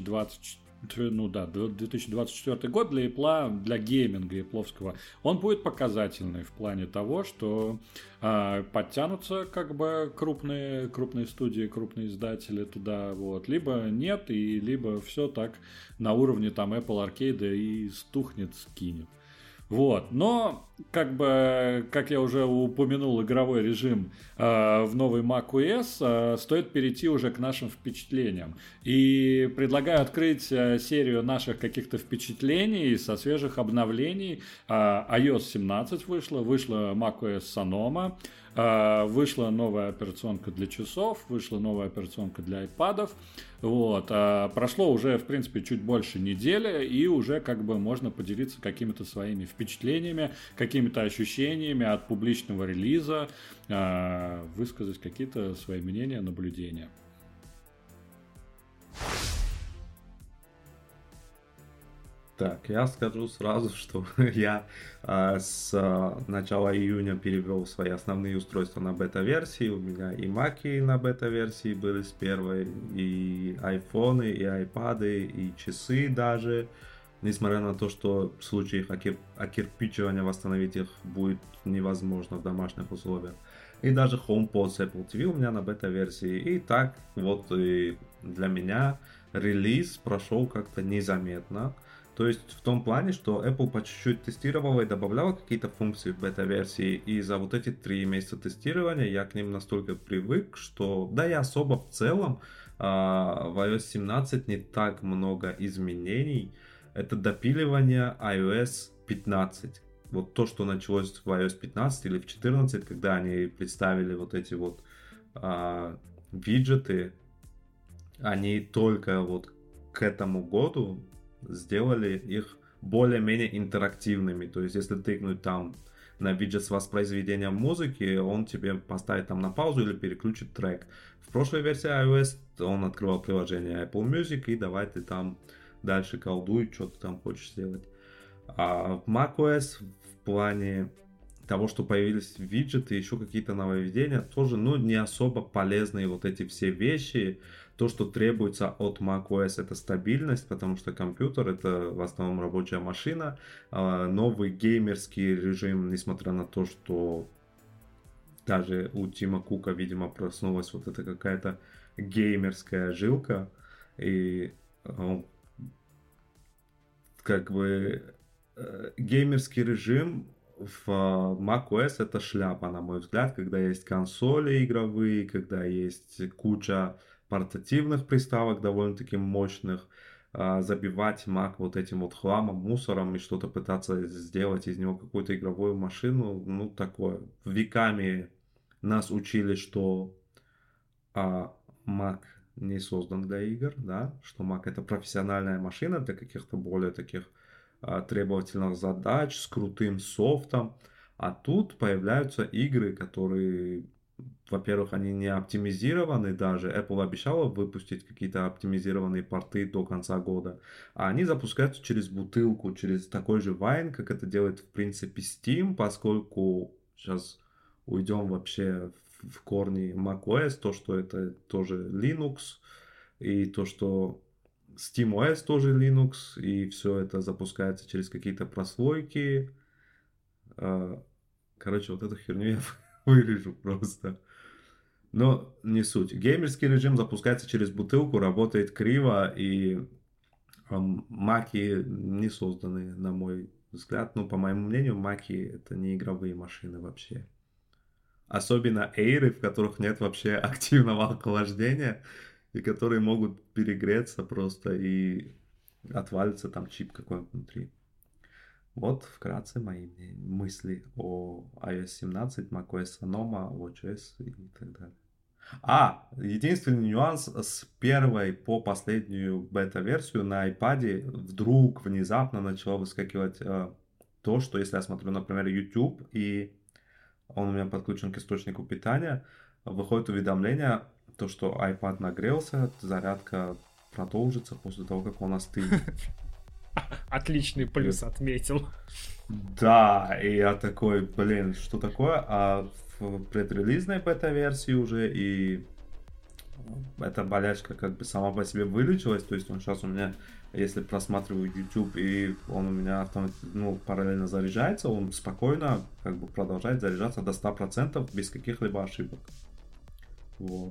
2024 год для Apple, для гейминга Apple'овского, он будет показательный в плане того, что подтянутся как бы крупные студии, крупные издатели туда, вот, либо нет, и либо все так на уровне там Apple Arcade и стухнет, скинет. Вот, но, как бы, как я уже упомянул, игровой режим в новый macOS, стоит перейти уже к нашим впечатлениям. И предлагаю открыть серию наших каких-то впечатлений со свежих обновлений. iOS 17 вышла macOS Sonoma, вышла новая операционка для часов, вышла новая операционка для iPad'ов. Вот. Прошло уже, в принципе, чуть больше недели, и уже как бы можно поделиться какими-то своими впечатлениями, какими-то ощущениями от публичного релиза, высказать какие-то свои мнения, наблюдения. Так, я скажу сразу, что я с начала июня перевел свои основные устройства на бета-версии. У меня и Mac'и на бета-версии были с первой, и айфоны, и айпады, и часы даже. Несмотря на то, что в случае их окирпичивания восстановить их будет невозможно в домашних условиях. И даже HomePod с Apple TV у меня на бета-версии. И так вот и для меня релиз прошел как-то незаметно. То есть в том плане, что Apple по чуть-чуть тестировала и добавляла какие-то функции в бета-версии, и за вот эти 3 месяца тестирования я к ним настолько привык, что да и особо в целом в iOS 17 не так много изменений. Это допиливание iOS 15. Вот то, что началось в iOS 15 или в 14, когда они представили вот эти вот виджеты, они только вот к этому году сделали их более-менее интерактивными. То есть, если тыкнуть там на виджет с воспроизведением музыки, он тебе поставит там на паузу или переключит трек. В прошлой версии iOS он открывал приложение Apple Music и давай ты там дальше колдуй, что ты там хочешь сделать. А в macOS в плане того, что появились виджеты, еще какие-то нововведения, тоже, не особо полезные вот эти все вещи. То, что требуется от macOS, это стабильность, потому что компьютер это в основном рабочая машина. Новый геймерский режим, несмотря на то, что даже у Тима Кука, видимо, проснулась вот эта какая-то геймерская жилка. И как бы геймерский режим в macOS это шляпа, на мой взгляд, когда есть консоли игровые, когда есть куча портативных приставок довольно-таки мощных, забивать Mac вот этим вот хламом, мусором и что-то пытаться сделать из него какую-то игровую машину, такое. Веками нас учили, что Mac не создан для игр, да, что Mac это профессиональная машина для каких-то более таких требовательных задач с крутым софтом, а тут появляются игры, которые, во-первых, они не оптимизированы даже, Apple обещала выпустить какие-то оптимизированные порты до конца года, а они запускаются через бутылку, через такой же Wine, как это делает в принципе Steam, поскольку сейчас уйдем вообще в корни macOS, то, что это тоже Linux, и то, что SteamOS тоже Linux, и все это запускается через какие-то прослойки. Короче, вот эту херню я вырежу просто. Но не суть. Геймерский режим запускается через бутылку, работает криво, и маки не созданы, на мой взгляд. Ну, по моему мнению, маки это не игровые машины вообще. Особенно эйры, в которых нет вообще активного охлаждения, и которые могут перегреться просто и отвалится там чип какой-нибудь внутри. Вот вкратце мои мысли о iOS 17, macOS Sonoma, WatchOS и так далее. Единственный нюанс: с первой по последнюю бета-версию на iPad вдруг внезапно начало выскакивать то, что если я смотрю, например, YouTube, и он у меня подключен к источнику питания, выходит уведомление, то, что iPad нагрелся, зарядка продолжится после того, как он остынет. Отличный плюс отметил. Да, и я такой, что такое? А в предрелизной бета-версии уже, и эта болячка как бы сама по себе вылечилась, то есть он сейчас у меня, если просматриваю YouTube, и он у меня параллельно заряжается, он спокойно как бы продолжает заряжаться до 100% без каких-либо ошибок. Вот.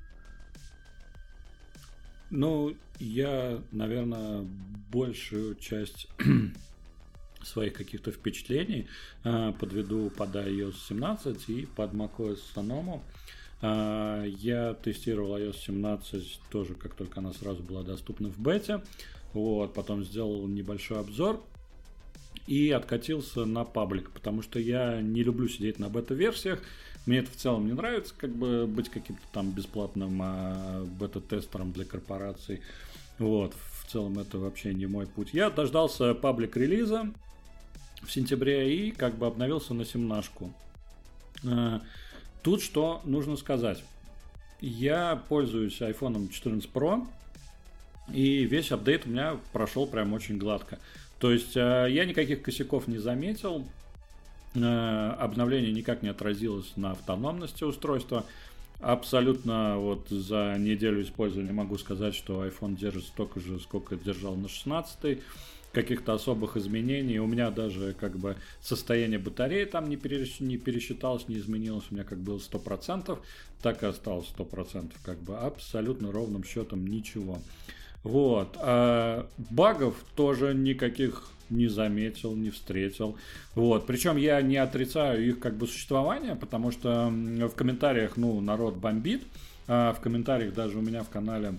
Ну, я, наверное, большую часть своих каких-то впечатлений подведу под iOS 17 и под macOS Sonoma. Я тестировал iOS 17 тоже, как только она сразу была доступна в бете. Вот, потом сделал небольшой обзор и откатился на паблик, потому что я не люблю сидеть на бета-версиях. Мне это в целом не нравится, как бы быть каким-то там бесплатным бета-тестером для корпораций. Вот, в целом это вообще не мой путь. Я дождался паблик-релиза в сентябре и как бы обновился на 17-шку. Тут что нужно сказать. Я пользуюсь iPhone 14 Pro, и весь апдейт у меня прошел прям очень гладко. То есть я никаких косяков не заметил. Обновление никак не отразилось на автономности устройства. Абсолютно вот за неделю использования могу сказать, что iPhone держит столько же, сколько держал на 16-й. Каких-то особых изменений. У меня даже как бы состояние батареи там не пересчиталось, не изменилось. У меня как было 100%, так и осталось 100%. Как бы абсолютно ровным счетом ничего. Вот. Багов тоже никаких не заметил, не встретил. Вот. Причем я не отрицаю их как бы существование, потому что в комментариях, народ бомбит. В комментариях даже у меня в канале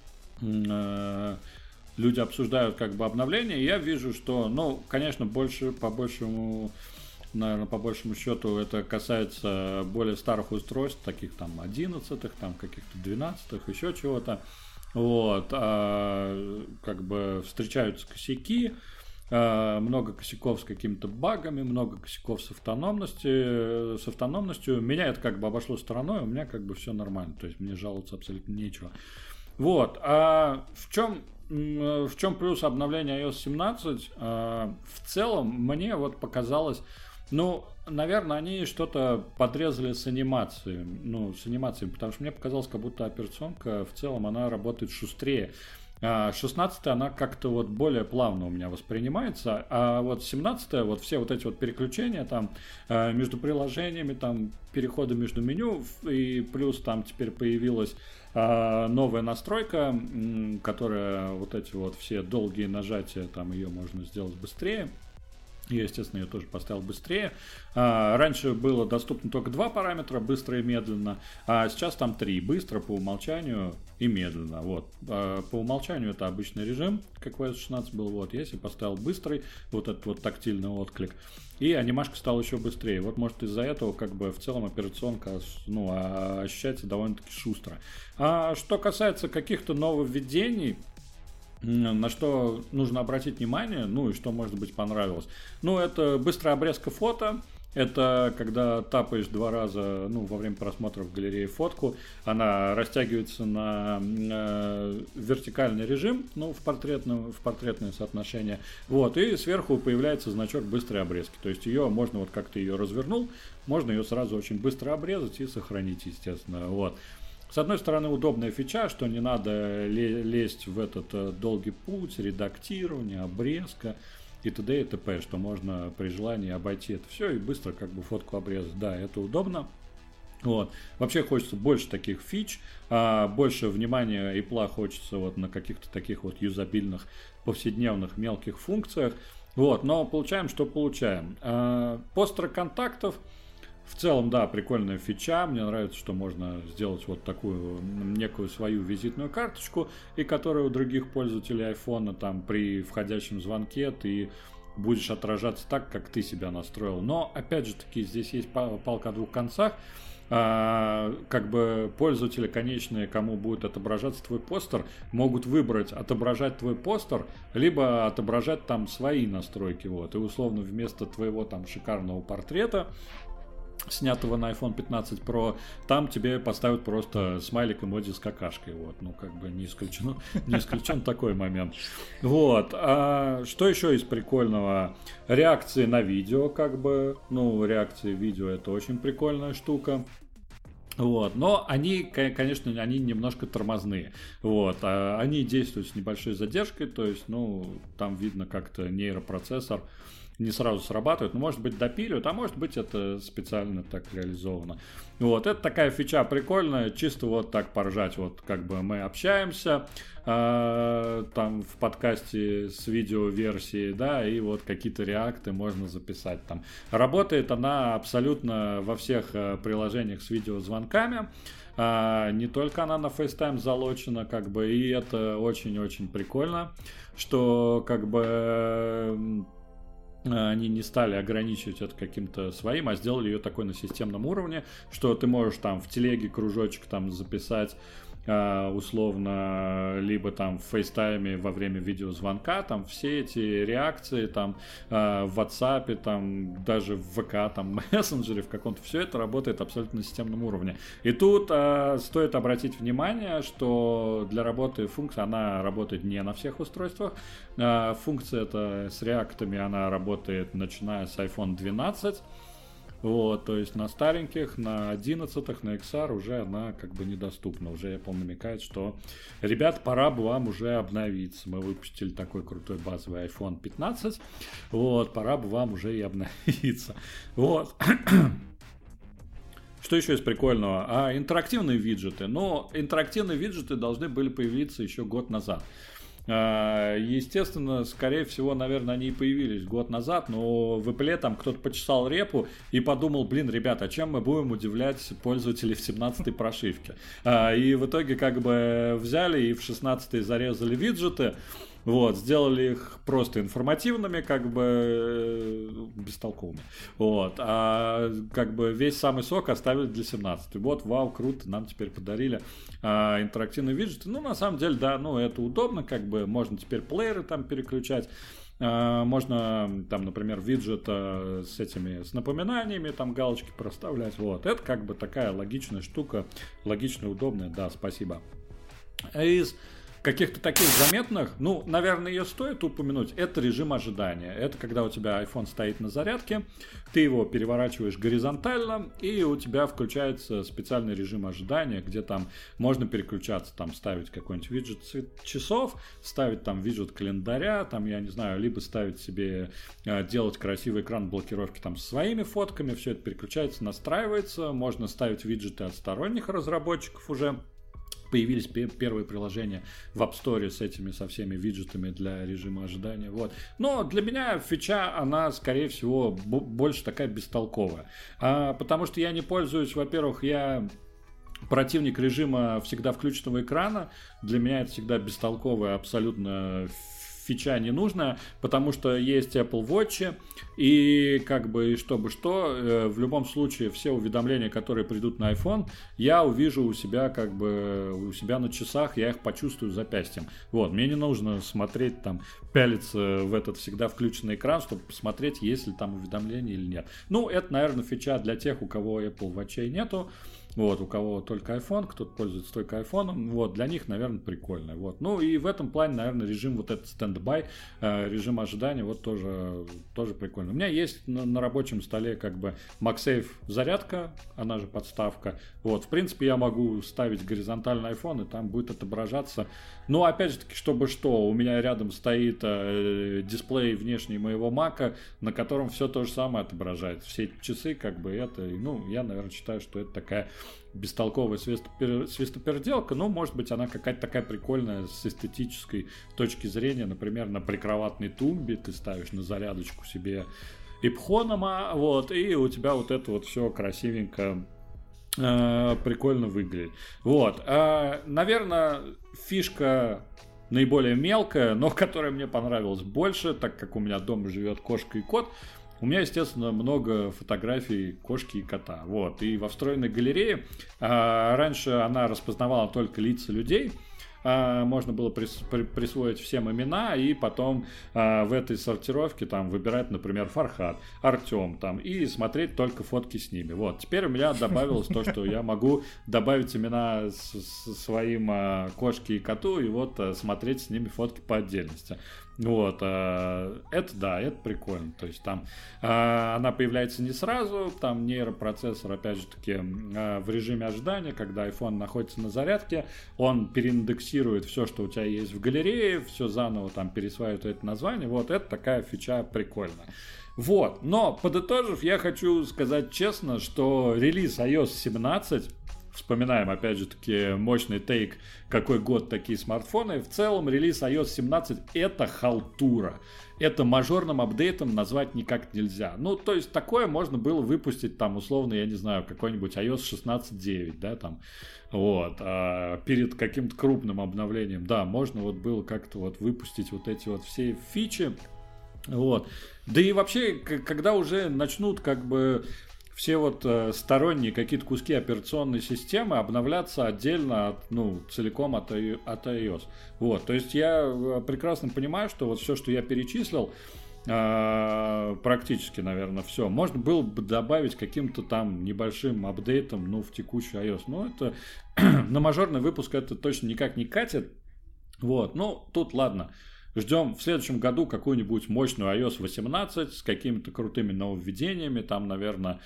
люди обсуждают как бы обновления. И я вижу, что, конечно, по большему счету это касается более старых устройств, таких там 11-х, там каких-то 12-х, еще чего-то. Вот, как бы встречаются косяки, много косяков с какими-то багами, много косяков с автономностью. Меня это как бы обошло стороной, у меня как бы все нормально, то есть мне жаловаться абсолютно нечего. Вот, а в чем плюс обновления iOS 17? В целом мне вот показалось, наверное, они что-то подрезали с анимацией, потому что мне показалось, как будто операционка в целом она работает шустрее. 16-я она как-то вот более плавно у меня воспринимается, а вот 17-я, вот все вот эти вот переключения там между приложениями, там переходы между меню, и плюс там теперь появилась новая настройка, которая вот эти вот все долгие нажатия, там ее можно сделать быстрее. Я, естественно, ее тоже поставил быстрее. Раньше было доступно только 2 параметра, быстро и медленно, а сейчас там 3. Быстро по умолчанию и медленно. Вот. По умолчанию это обычный режим, как в iOS 16 был. Вот. Я себе поставил быстрый, вот этот вот тактильный отклик. И анимашка стала еще быстрее. Вот, может, из-за этого как бы в целом операционка ощущается довольно-таки шустро. А что касается каких-то нововведений, на что нужно обратить внимание, и что, может быть, понравилось. Это быстрая обрезка фото. Это когда тапаешь 2 раза, во время просмотра в галерее фотку, она растягивается на вертикальный режим, в портретное соотношение. Вот, и сверху появляется значок быстрой обрезки. То есть ее можно, вот как ты ее развернул, можно ее сразу очень быстро обрезать и сохранить, естественно. Вот. С одной стороны, удобная фича, что не надо лезть в этот долгий путь, редактирование, обрезка и т.д. и т.п., что можно при желании обойти это все и быстро как бы фотку обрезать. Да, это удобно. Вот. Вообще хочется больше таких фич, больше внимания Apple хочется вот на каких-то таких вот юзабильных, повседневных мелких функциях. Вот. Но получаем, что получаем. Постер контактов. В целом, да, прикольная фича. Мне нравится, что можно сделать вот такую некую свою визитную карточку, и которая у других пользователей iPhone там при входящем звонке ты будешь отражаться так, как ты себя настроил. Но, опять же таки, здесь есть палка о двух концах. Как бы пользователи конечные, кому будет отображаться твой постер, могут выбрать отображать твой постер, либо отображать там свои настройки. Вот. И условно вместо твоего там шикарного портрета, снятого на iPhone 15 Pro, там тебе поставят просто смайлик эмодзи с какашкой. Вот. Ну, как бы не исключен такой момент. Вот. Что еще из прикольного? Реакции на видео, как бы. Ну, реакции видео — это очень прикольная штука. Вот. Но они, конечно, они немножко тормозные. Вот. Они действуют с небольшой задержкой, то есть, ну, там видно как-то нейропроцессор не сразу срабатывает, но может быть допиливают, а может быть это специально так реализовано. Вот, это такая фича прикольная, чисто вот так поржать, вот как бы мы общаемся там в подкасте с видеоверсией, да, и вот какие-то реакты можно записать там. Работает она абсолютно во всех приложениях с видеозвонками. Не только она на FaceTime залочена, как бы, и это очень-очень прикольно, что как бы они не стали ограничивать это каким-то своим, а сделали ее такой на системном уровне, что ты можешь там в телеге кружочек там записать условно, либо там в FaceTime во время видеозвонка, там все эти реакции там в WhatsApp, там даже в ВК, там мессенджере в каком-то, все это работает абсолютно на системном уровне. И тут стоит обратить внимание, что для работы функция, она работает не на всех устройствах. Функция эта с реактами, она работает начиная с iPhone 12. Вот, то есть на стареньких, на 11-х, на XR уже она как бы недоступна. Уже Apple намекает, что, ребят, пора бы вам уже обновиться. Мы выпустили такой крутой базовый iPhone 15. Вот, пора бы вам уже и обновиться. Вот. Что еще из прикольного? Интерактивные виджеты. Но интерактивные виджеты должны были появиться еще год назад. Естественно, скорее всего, наверное, они и появились год назад, но в Apple там кто-то почесал репу и подумал, блин, ребята, а чем мы будем удивлять пользователей в 17-й прошивке? И в итоге как бы взяли и в 16-й зарезали виджеты. Вот, сделали их просто информативными, как бы бестолковыми. Вот, а как бы весь самый сок оставили для 17. Вот, вау, круто, нам теперь подарили интерактивные виджеты. Ну, на самом деле, да, ну, это удобно, как бы можно теперь плееры там переключать. Можно там, например, виджет с напоминаниями, там галочки проставлять. Вот, это как бы такая логичная штука, логичная, удобная, да, спасибо. Из каких-то таких заметных, ну, наверное, ее стоит упомянуть, это режим ожидания. Это когда у тебя iPhone стоит на зарядке, ты его переворачиваешь горизонтально, и у тебя включается специальный режим ожидания, где там можно переключаться, там ставить какой-нибудь виджет часов, ставить там виджет календаря, там, я не знаю, либо ставить себе, делать красивый экран блокировки там со своими фотками, все это переключается, настраивается, можно ставить виджеты от сторонних разработчиков уже. Появились первые приложения в App Store со всеми виджетами для режима ожидания. Вот. Но для меня фича, она, скорее всего, больше такая бестолковая. Потому что я не пользуюсь, во-первых, я противник режима всегда включенного экрана. Для меня это всегда бестолковая абсолютно фича не нужна, потому что есть Apple Watch, и как бы, чтобы что, в любом случае все уведомления, которые придут на iPhone, я увижу у себя, как бы, у себя на часах, я их почувствую запястьем. Вот, мне не нужно смотреть там, пялиться в этот всегда включенный экран, чтобы посмотреть, есть ли там уведомления или нет. Ну, это, наверное, фича для тех, у кого Apple Watch нету. Вот, у кого только iPhone, кто-то пользуется только iPhone, вот, для них, наверное, прикольно. Вот. Ну, и в этом плане, наверное, режим вот этот стендбай, режим ожидания, вот тоже прикольно. прикольно. У меня есть на рабочем столе как бы MagSafe зарядка, она же подставка. Вот, в принципе, я могу ставить горизонтальный iPhone, и там будет отображаться. Но, опять же таки, чтобы что, у меня рядом стоит дисплей внешний моего Mac, на котором все то же самое отображается. Все эти часы, как бы это, ну, я, наверное, считаю, что это такая бестолковая свистоперделка, но, может быть, она какая-то такая прикольная с эстетической точки зрения. Например, на прикроватной тумбе ты ставишь на зарядочку себе ипхонома, вот, и у тебя вот это вот все красивенько, прикольно выглядит. Вот, наверное, фишка наиболее мелкая, но которая мне понравилась больше, так как у меня дома живет кошка и кот. У меня, естественно, много фотографий кошки и кота. Вот. И во встроенной галерее раньше она распознавала только лица людей. Можно было присвоить всем имена и потом в этой сортировке там выбирать, например, Фархад, Артем там, и смотреть только фотки с ними. Вот. Теперь у меня добавилось то, что я могу добавить имена своим кошке и коту и вот смотреть с ними фотки по отдельности. Вот, это да, это прикольно. То есть там она появляется не сразу, там нейропроцессор, опять же таки, в режиме ожидания, когда iPhone находится на зарядке, он переиндексирует все, что у тебя есть в галерее, все заново там пересваивает это название. Вот, это такая фича прикольная. Вот, но подытожив, я хочу сказать честно, что релиз iOS 17, вспоминаем, опять же таки, мощный тейк, какой год такие смартфоны. В целом, релиз iOS 17 это халтура. Это мажорным апдейтом назвать никак нельзя. Ну, то есть, такое можно было выпустить, там, условно, я не знаю, какой-нибудь iOS 16.9, да, там, вот, перед каким-то крупным обновлением. Да, можно вот было как-то вот выпустить вот эти вот все фичи, вот. Да и вообще, когда уже начнут, как бы, все вот сторонние какие-то куски операционной системы обновляться отдельно, целиком от iOS. Вот, то есть я прекрасно понимаю, что вот все, что я перечислил, практически, наверное, все, можно было бы добавить каким-то там небольшим апдейтом, в текущий iOS. Но это на мажорный выпуск это точно никак не катит. Вот, тут ладно. Ждем в следующем году какую-нибудь мощную iOS 18 с какими-то крутыми нововведениями. Там, наверное,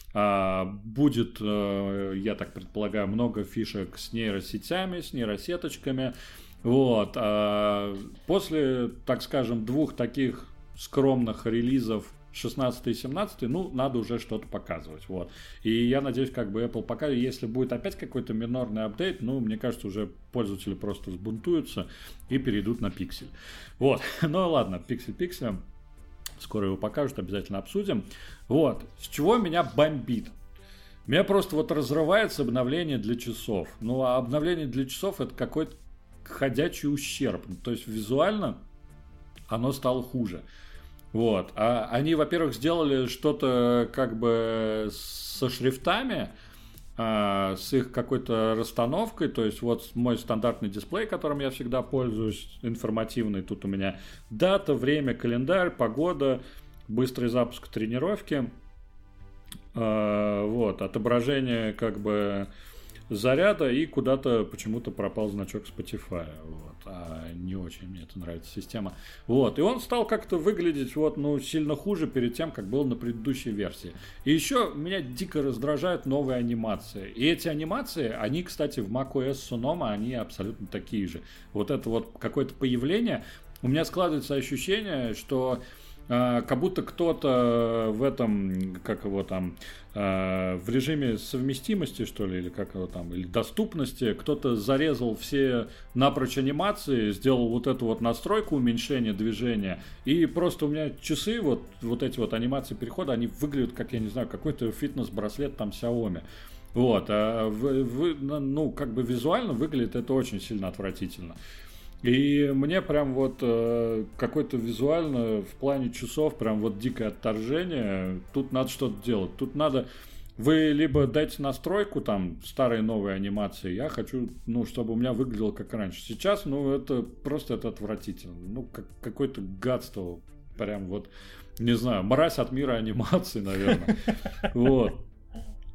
будет, я так предполагаю, много фишек с нейросетями, с нейросеточками. Вот. После, так скажем, двух таких скромных релизов 16 и 17, надо уже что-то показывать. Вот. И я надеюсь, как бы Apple покажет, если будет опять какой-то минорный апдейт, мне кажется, уже пользователи просто сбунтуются и перейдут на Pixel. Вот. Ну ладно, Pixel. Скоро его покажут, обязательно обсудим. Вот. С чего меня бомбит? Меня просто вот разрывается обновление для часов. А обновление для часов это какой-то ходячий ущерб. То есть визуально оно стало хуже. Вот. А они, во-первых, сделали что-то как бы со шрифтами, с их какой-то расстановкой. То есть вот мой стандартный дисплей, которым я всегда пользуюсь, информативный. Тут у меня дата, время, календарь, погода, быстрый запуск тренировки. Вот. Отображение как бы заряда, и куда-то почему-то пропал значок Spotify. Вот. Не очень мне это нравится система. Вот. И он стал как-то выглядеть сильно хуже перед тем, как был на предыдущей версии. И еще меня дико раздражают новые анимации. И эти анимации, они, кстати, в macOS Sonoma, они абсолютно такие же. Вот это вот какое-то появление. У меня складывается ощущение, что как будто кто-то в этом, как его там, в режиме совместимости, что ли, или как его там, или доступности, кто-то зарезал все напрочь анимации, сделал вот эту вот настройку уменьшения движения, и просто у меня часы, вот эти вот анимации перехода, они выглядят как, я не знаю, какой-то фитнес-браслет там Xiaomi. Вот, как бы визуально выглядит это очень сильно отвратительно. И мне прям какой-то визуально в плане часов прям дикое отторжение. Тут надо что-то делать. Тут надо... Вы либо дайте настройку, там, старые новые анимации. Я хочу, чтобы у меня выглядело как раньше. Сейчас, это просто это отвратительно. Какое-то гадство. Прям не знаю, мразь от мира анимации, наверное. Вот.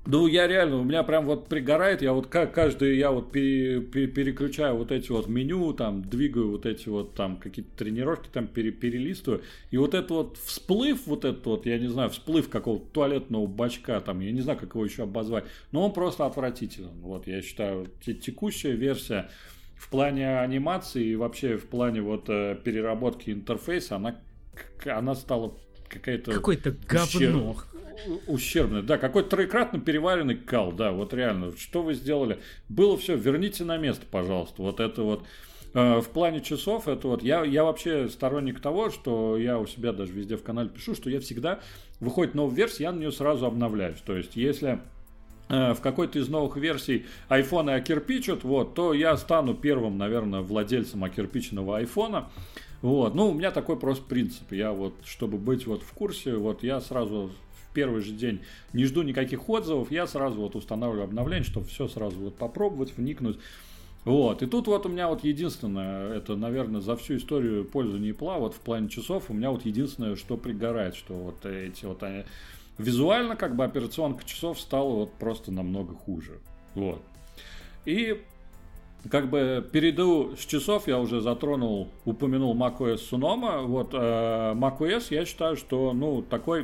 Ну, я реально, у меня прям вот пригорает, я вот каждый, я вот переключаю вот эти вот меню, там, двигаю вот эти вот там какие-то тренировки, там, перелистываю, и вот этот вот всплыв, вот этот вот, я не знаю, всплыв какого-то туалетного бачка, там, я не знаю, как его еще обозвать, но он просто отвратителен, вот, я считаю, текущая версия в плане анимации и вообще в плане вот переработки интерфейса, она стала какое-то говно. Ущербный, да, какой-то троекратно переваренный кал, да, вот реально, что вы сделали, было все, верните на место, пожалуйста, вот это вот, в плане часов, это вот, я вообще сторонник того, что я у себя даже везде в канале пишу, что я всегда, выходит новая версия, я на нее сразу обновляюсь, то есть, если в какой-то из новых версий айфона окирпичат, вот, то я стану первым, наверное, владельцем окирпиченного айфона. Вот, ну, у меня такой просто принцип, я вот, чтобы быть вот в курсе, вот, я сразу в первый же день не жду никаких отзывов, я сразу вот устанавливаю обновление, чтобы все сразу вот попробовать, вникнуть. Вот, и тут вот у меня вот единственное, это, наверное, за всю историю пользования Apple, вот в плане часов, у меня вот единственное, что пригорает, что вот эти вот, визуально как бы операционка часов стала вот просто намного хуже. Вот. И как бы перейду с часов, я уже упомянул macOS Sonoma. Вот macOS, я считаю, что, ну, такой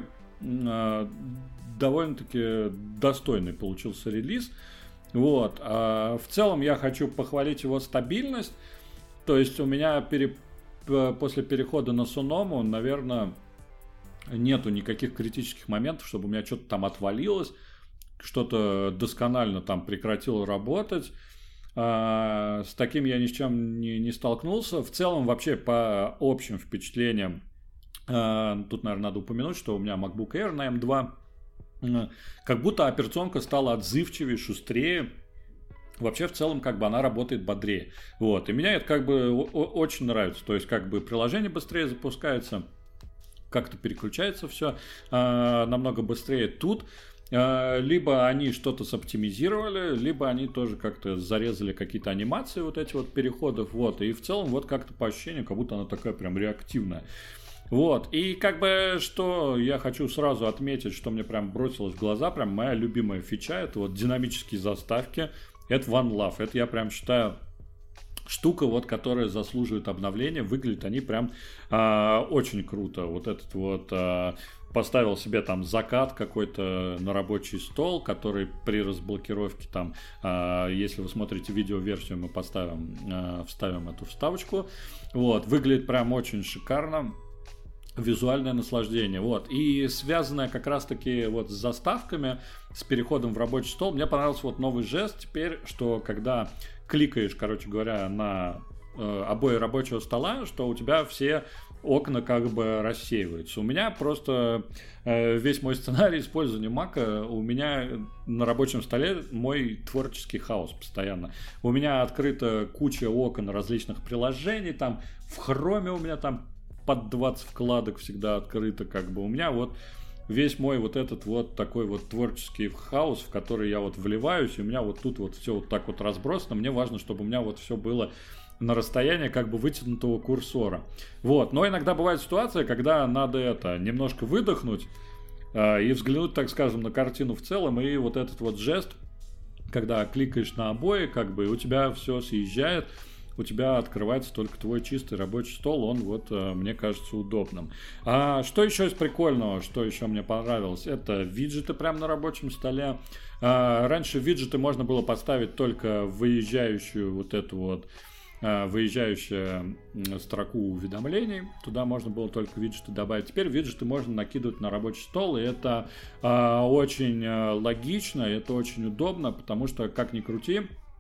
довольно-таки достойный получился релиз. Вот. В целом я хочу похвалить его стабильность. То есть у меня после перехода на Sonoma, наверное, нету никаких критических моментов, чтобы у меня что-то там отвалилось, что-то досконально там прекратило работать. С таким я ни с чем не столкнулся. В целом, вообще, по общим впечатлениям, тут, наверное, надо упомянуть, что у меня MacBook Air на M2, как будто операционка стала отзывчивее, шустрее. Вообще, в целом, как бы она работает бодрее. Вот. И меня это как бы очень нравится. То есть, как бы приложение быстрее запускается, как-то переключается все намного быстрее. Тут либо они что-то соптимизировали, либо они тоже как-то зарезали какие-то анимации вот эти вот переходов, вот, и в целом вот как-то по ощущению, как будто она такая прям реактивная. Вот, и как бы, что я хочу сразу отметить, что мне прям бросилось в глаза, прям моя любимая фича, это вот динамические заставки, это OneLove, это я прям считаю штука, вот, которая заслуживает обновления, выглядят они прям очень круто, вот этот вот... Поставил себе там закат какой-то на рабочий стол, который при разблокировке там, если вы смотрите видеоверсию, мы вставим эту вставочку. Вот, выглядит прям очень шикарно. Визуальное наслаждение. Вот. И связанное как раз-таки вот с заставками, с переходом в рабочий стол, мне понравился вот новый жест теперь, что когда кликаешь, короче говоря, на обои рабочего стола, что у тебя все окна как бы рассеиваются. У меня просто весь мой сценарий использования Мака, у меня на рабочем столе мой творческий хаос постоянно. У меня открыта куча окон различных приложений, там в хроме у меня там под 20 вкладок всегда открыто, как бы у меня вот весь мой вот этот вот такой вот творческий хаос, в который я вот вливаюсь, и у меня вот тут вот все вот так вот разбросано. Мне важно, чтобы у меня вот все было на расстоянии как бы вытянутого курсора. Вот. Но иногда бывает ситуация, когда надо немножко выдохнуть и взглянуть, так скажем, на картину в целом. И вот этот вот жест, когда кликаешь на обои, как бы у тебя все съезжает, у тебя открывается только твой чистый рабочий стол, он вот, мне кажется, удобным. А что еще из прикольного, что еще мне понравилось, это виджеты прямо на рабочем столе. Раньше виджеты можно было поставить только в выезжающую вот эту вот выезжающая строку уведомлений, туда можно было только виджеты добавить. Теперь виджеты можно накидывать на рабочий стол, и это очень логично, это очень удобно, потому что, как ни крути,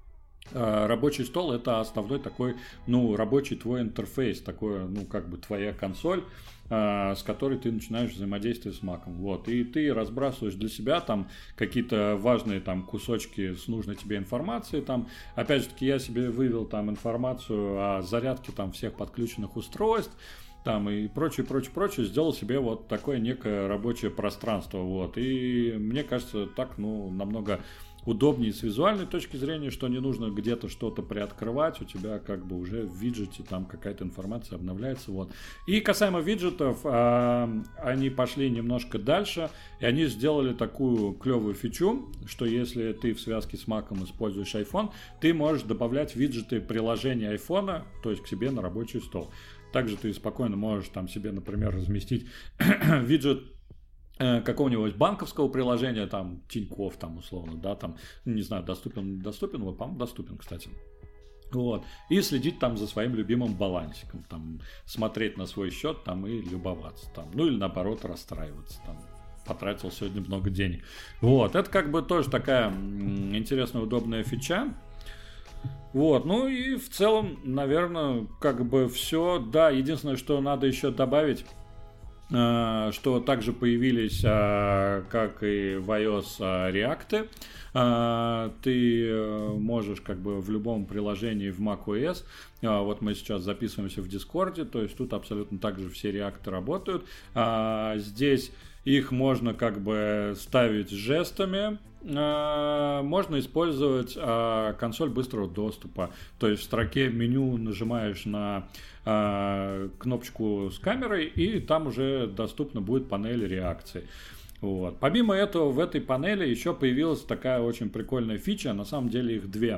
рабочий стол — это основной такой, ну, рабочий твой интерфейс, такой, ну, как бы твоя консоль, с которой ты начинаешь взаимодействовать с Mac'ом. Вот. И ты разбрасываешь для себя там какие-то важные там кусочки с нужной тебе информацией. Там, опять же таки, я себе вывел там информацию о зарядке там всех подключенных устройств, там и прочее, сделал себе вот такое некое рабочее пространство. Вот. И мне кажется, так, ну, намного удобнее с визуальной точки зрения, что не нужно где-то что-то приоткрывать, у тебя как бы уже в виджете там какая-то информация обновляется, вот. И касаемо виджетов, они пошли немножко дальше, и они сделали такую клевую фичу, что если ты в связке с Mac'ом используешь iPhone, ты можешь добавлять виджеты приложения iPhone, то есть к себе на рабочий стол. Также ты спокойно можешь там себе, например, разместить виджет какого-нибудь банковского приложения, там, Тинькофф, там, условно, да, там, не знаю, доступен, вот, по-моему, доступен, кстати. Вот. И следить там за своим любимым балансиком, там, смотреть на свой счет, там, и любоваться, там, ну, или наоборот, расстраиваться, там, потратил сегодня много денег. Вот, это как бы тоже такая интересная, удобная фича. Вот, ну и в целом, наверное, как бы все, да, единственное, что надо еще добавить, что также появились, как и в iOS, реакты. Ты можешь как бы в любом приложении в macOS, вот мы сейчас записываемся в Discord, то есть тут абсолютно так же все реакты работают. Здесь их можно как бы ставить жестами, можно использовать консоль быстрого доступа, то есть в строке меню нажимаешь на кнопочку с камерой, и там уже доступна будет панель реакции. Вот. Помимо этого, в этой панели еще появилась такая очень прикольная фича, на самом деле их две.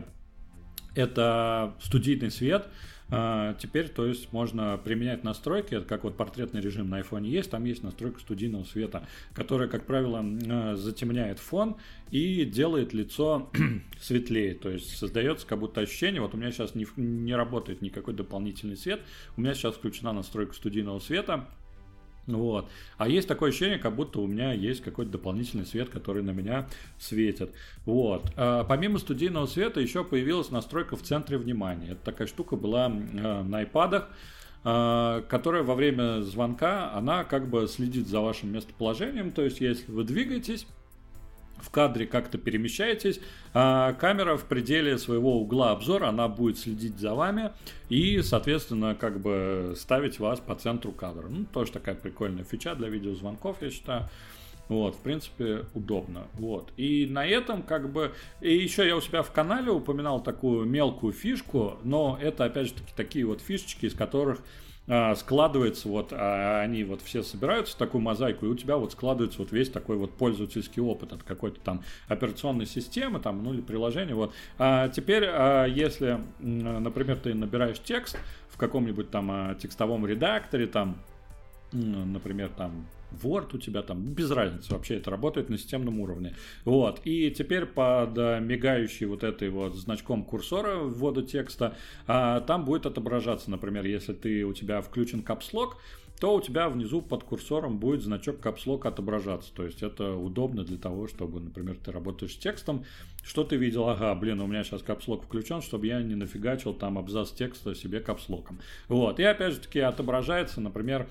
Это студийный свет. Теперь, то есть, можно применять настройки, это как вот портретный режим на iPhone есть, там есть настройка студийного света, которая, как правило, затемняет фон и делает лицо светлее, то есть создается как будто ощущение, вот у меня сейчас не работает никакой дополнительный свет, у меня сейчас включена настройка студийного света. Вот. А есть такое ощущение, как будто у меня есть какой-то дополнительный свет, который на меня светит. Вот. Помимо студийного света еще появилась настройка в центре внимания. Это такая штука была на iPad'ах, которая во время звонка, она как бы следит за вашим местоположением. То есть, если вы двигаетесь, в кадре как-то перемещаетесь, камера в пределе своего угла обзора, она будет следить за вами и, соответственно, как бы ставить вас по центру кадра. Ну, тоже такая прикольная фича для видеозвонков, я считаю. Вот, в принципе, удобно. Вот. И на этом как бы... И еще я у себя в канале упоминал такую мелкую фишку, но это, опять же, такие вот фишечки, из которых складывается, вот они вот все собираются в такую мозаику, и у тебя вот складывается вот весь такой вот пользовательский опыт от какой-то там операционной системы, там, ну или приложения. Вот. А теперь, если, например, ты набираешь текст в каком-нибудь там текстовом редакторе, там, например, там Word у тебя там, без разницы, вообще это работает на системном уровне. Вот, и теперь под мигающий вот этой вот значком курсора ввода текста, там будет отображаться, например, если у тебя включен Caps Lock, то у тебя внизу под курсором будет значок Caps Lock отображаться. То есть это удобно для того, чтобы, например, ты работаешь с текстом, что ты видел, ага, блин, у меня сейчас Caps Lock включен, чтобы я не нафигачил там абзац текста себе Caps Lock'ом. Вот, и опять же таки отображается, например,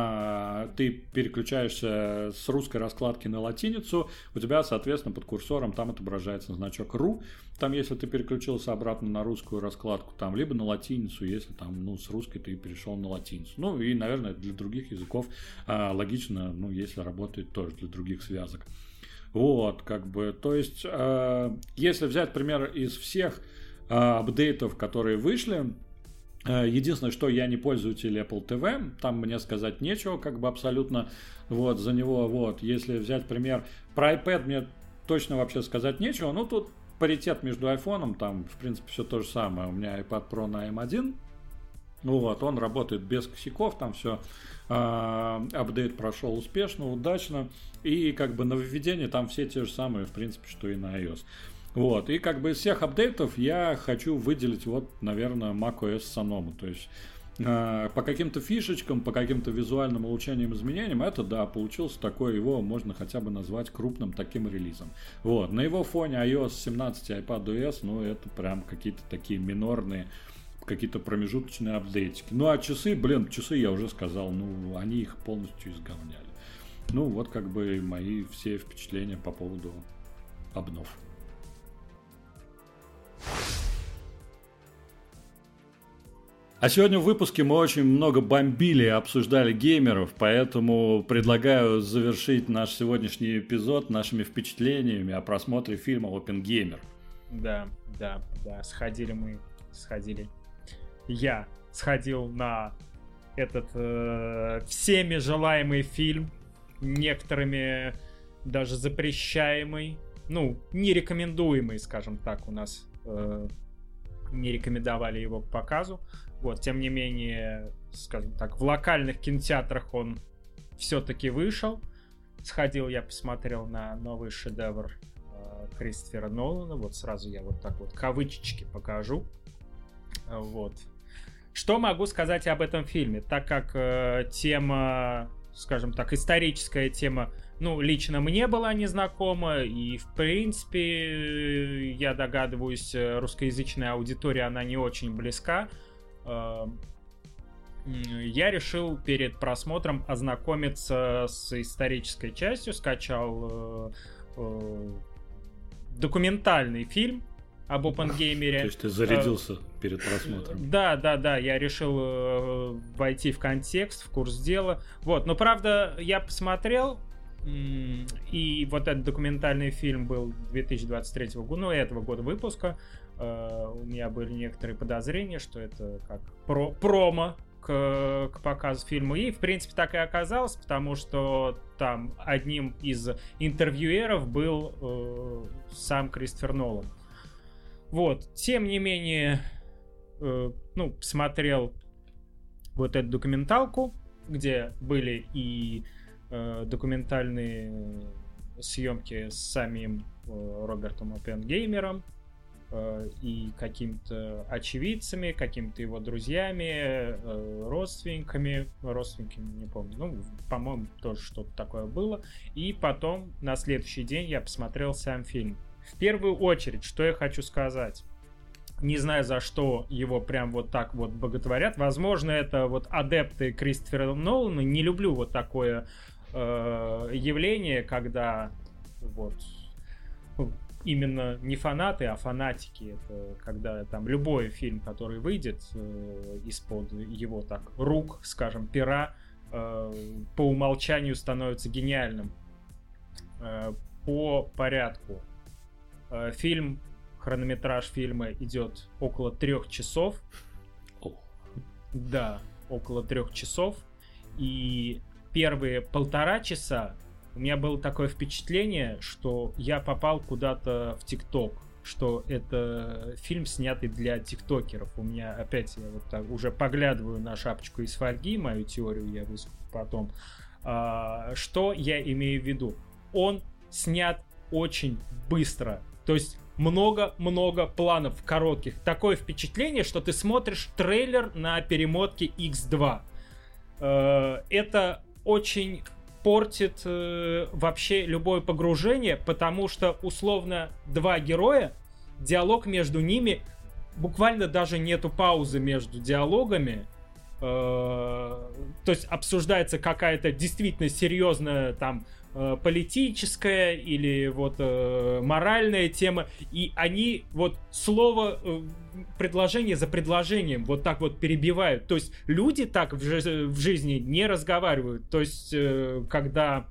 ты переключаешься с русской раскладки на латиницу, у тебя, соответственно, под курсором там отображается значок RU, там, если ты переключился обратно на русскую раскладку, там, либо на латиницу, если там, ну, с русской ты перешел на латиницу. Ну, и, наверное, для других языков логично, ну, если работает тоже для других связок. Вот, как бы, то есть, если взять пример из всех апдейтов, которые вышли, единственное, что я не пользователь Apple TV, там мне сказать нечего, как бы абсолютно, вот, за него, вот, если взять пример про iPad, мне точно вообще сказать нечего, ну, тут паритет между iPhone, там, в принципе, все то же самое, у меня iPad Pro на M1, вот, он работает без косяков, там все, апдейт прошел успешно, удачно, и как бы нововведения там все те же самые, в принципе, что и на iOS. Вот, и как бы из всех апдейтов я хочу выделить, вот, наверное, macOS Sonoma, то есть по каким-то фишечкам, по каким-то визуальным улучшениям, изменениям, это, да, получился такой, его можно хотя бы назвать крупным таким релизом. Вот, на его фоне iOS 17 и iPadOS, ну, это прям какие-то такие минорные, какие-то промежуточные апдейтики. Ну, а часы, блин, часы я уже сказал, ну, они их полностью изговняли. Ну, вот как бы мои все впечатления по поводу обнов. А сегодня в выпуске мы очень много бомбили и обсуждали геймеров, поэтому предлагаю завершить наш сегодняшний эпизод нашими впечатлениями о просмотре фильма «Оппенгеймер». Да, сходили. Я сходил на этот всеми желаемый фильм, некоторыми даже запрещаемый, нерекомендуемый, скажем так, у нас не рекомендовали его к показу. Вот, тем не менее, скажем так, в локальных кинотеатрах он все-таки вышел. Сходил, я посмотрел на новый шедевр Кристофера Нолана. Вот сразу я вот так вот кавычечки покажу. Вот. Что могу сказать об этом фильме? Так как тема, скажем так, историческая тема, лично мне была незнакома, и, в принципе, я догадываюсь, русскоязычная аудитория, она не очень близка. Я решил перед просмотром ознакомиться с исторической частью, скачал документальный фильм об Оппенгеймере. То есть ты зарядился перед просмотром? Да, я решил войти в контекст, в курс дела. Вот, но правда, я посмотрел, и вот этот документальный фильм был 2023 года, этого года выпуска. У меня были некоторые подозрения, что это как промо к показу фильма. И, в принципе, так и оказалось, потому что там одним из интервьюеров был сам Кристофер Нолан. Вот. Тем не менее, посмотрел вот эту документалку, где были и документальные съемки с самим Робертом Оппенгеймером, и какими-то очевидцами, какими-то его друзьями, родственниками, не помню, по-моему, тоже что-то такое было. И потом на следующий день я посмотрел сам фильм. В первую очередь, что я хочу сказать. Не знаю, за что его прям вот так вот боготворят. Возможно, это вот адепты Кристофера Нолана. Не люблю вот такое явление, когда вот именно не фанаты, а фанатики. Это когда там любой фильм, который выйдет из-под его так рук, скажем, пера, по умолчанию становится гениальным. По порядку. Хронометраж фильма идет около 3 часов. Да, около 3 часов. И первые 1,5 часа у меня было такое впечатление, что я попал куда-то в ТикТок, что это фильм, снятый для тиктокеров. У меня опять, я вот так уже поглядываю на шапочку из фольги, мою теорию я выскажу потом. Что я имею в виду? Он снят очень быстро, то есть много-много планов коротких. Такое впечатление, что ты смотришь трейлер на перемотке X2. Это очень портит вообще любое погружение, потому что условно 2 героя, диалог между ними, буквально даже нету паузы между диалогами. То есть обсуждается какая-то действительно серьезная там политическая или вот моральная тема, и они вот слово, предложение за предложением вот так вот перебивают. То есть люди так в жизни не разговаривают. То есть когда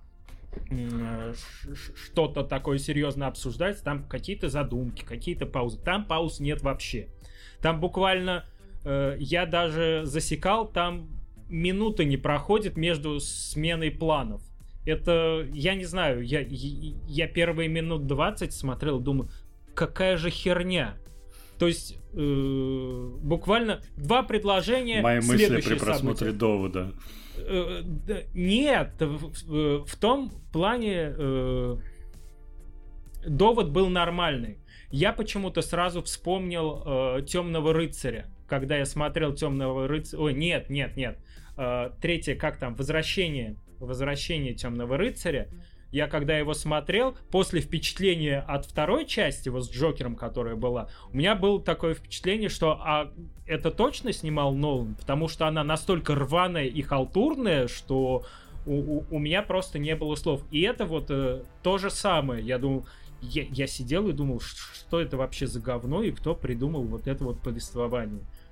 что-то такое серьезно обсуждается, там какие-то задумки, какие-то паузы. Там пауз нет вообще. Там буквально я даже засекал, там минуты не проходит между сменой планов. Это, я не знаю, я первые минут 20 смотрел, думаю, какая же херня. То есть, буквально 2 предложения. Мои мысли при просмотре довода. Нет, в том плане довод был нормальный. Я почему-то сразу вспомнил «Темного рыцаря». Когда я смотрел «Темного рыцаря». Ой, нет. Третье, как там, «Возвращение Темного рыцаря». Я когда его смотрел, после впечатления от второй части, вот с Джокером, которая была, у меня было такое впечатление, что это точно снимал Нолан, потому что она настолько рваная и халтурная, что у меня просто не было слов. И это вот то же самое. Я думал, я сидел и думал, что это вообще за говно, и кто придумал вот это вот повествование.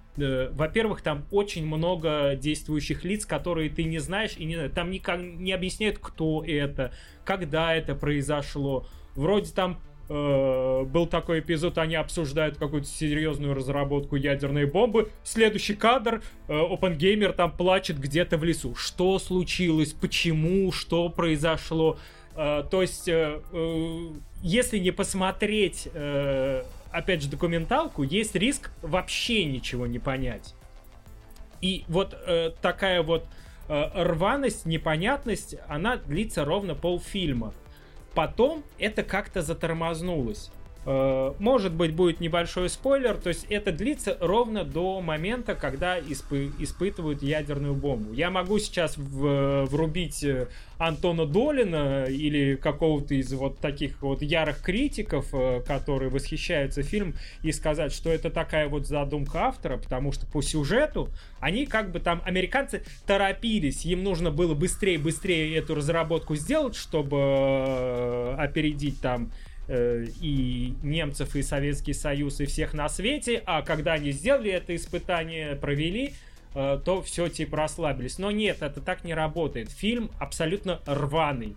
во-первых, там очень много действующих лиц, которые ты не знаешь, и там никак не объясняют, кто это, когда это произошло. Вроде там был такой эпизод, они обсуждают какую-то серьезную разработку ядерной бомбы. Следующий кадр, Опенгеймер там плачет где-то в лесу. Что случилось? Почему? Что произошло? То есть, если не посмотреть, опять же, документалку, есть риск вообще ничего не понять. И вот такая вот рваность, непонятность, она длится ровно полфильма. Потом это как-то затормознулось. Может быть, будет небольшой спойлер, то есть это длится ровно до момента, когда испытывают ядерную бомбу. Я могу сейчас врубить Антона Долина или какого-то из вот таких вот ярых критиков, которые восхищаются фильмом, и сказать, что это такая вот задумка автора, потому что по сюжету они как бы там, американцы торопились, им нужно было быстрее эту разработку сделать, чтобы опередить там и немцев, и Советский Союз, и всех на свете, а когда они сделали это испытание, провели, то все типа расслабились. Но нет, это так не работает. Фильм абсолютно рваный.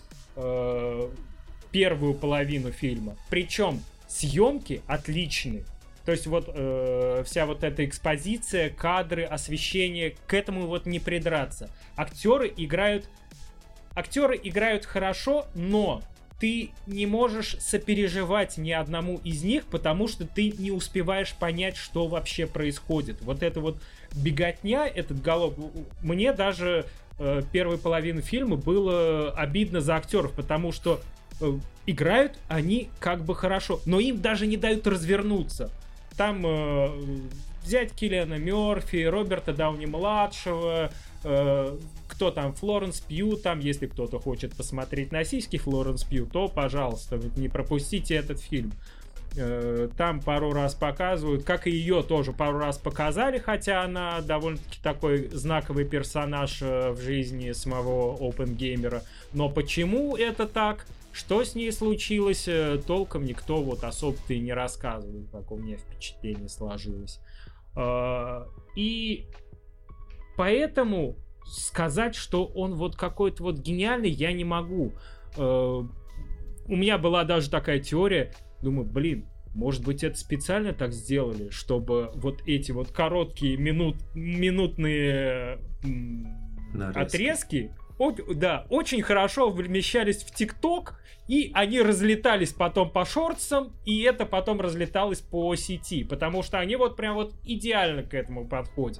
Первую половину фильма. Причем съемки отличные. То есть вот вся вот эта экспозиция, кадры, освещение, к этому вот не придраться. Актеры играют хорошо, но ты не можешь сопереживать ни одному из них, потому что ты не успеваешь понять, что вообще происходит. Вот эта вот беготня, этот галоп. Мне даже первой половины фильма было обидно за актеров, потому что играют они как бы хорошо, но им даже не дают развернуться. Там взять Киллиана Мёрфи, Роберта Дауни-младшего, кто там, Флоренс Пью, там, если кто-то хочет посмотреть на сиськи Флоренс Пью, то, пожалуйста, не пропустите этот фильм. Там пару раз показывают, как и ее тоже пару раз показали, хотя она довольно-таки такой знаковый персонаж в жизни самого Опенгеймера. Но почему это так? Что с ней случилось, толком никто вот особо-то и не рассказывает, как у меня впечатление сложилось. И поэтому сказать, что он вот какой-то вот гениальный, я не могу. У меня была даже такая теория, думаю, блин, может быть, это специально так сделали, чтобы вот эти вот короткие минутные отрезки, да, очень хорошо вмещались в ТикТок, и они разлетались потом по шортсам, и это потом разлеталось по сети, потому что они вот прям вот идеально к этому подходят.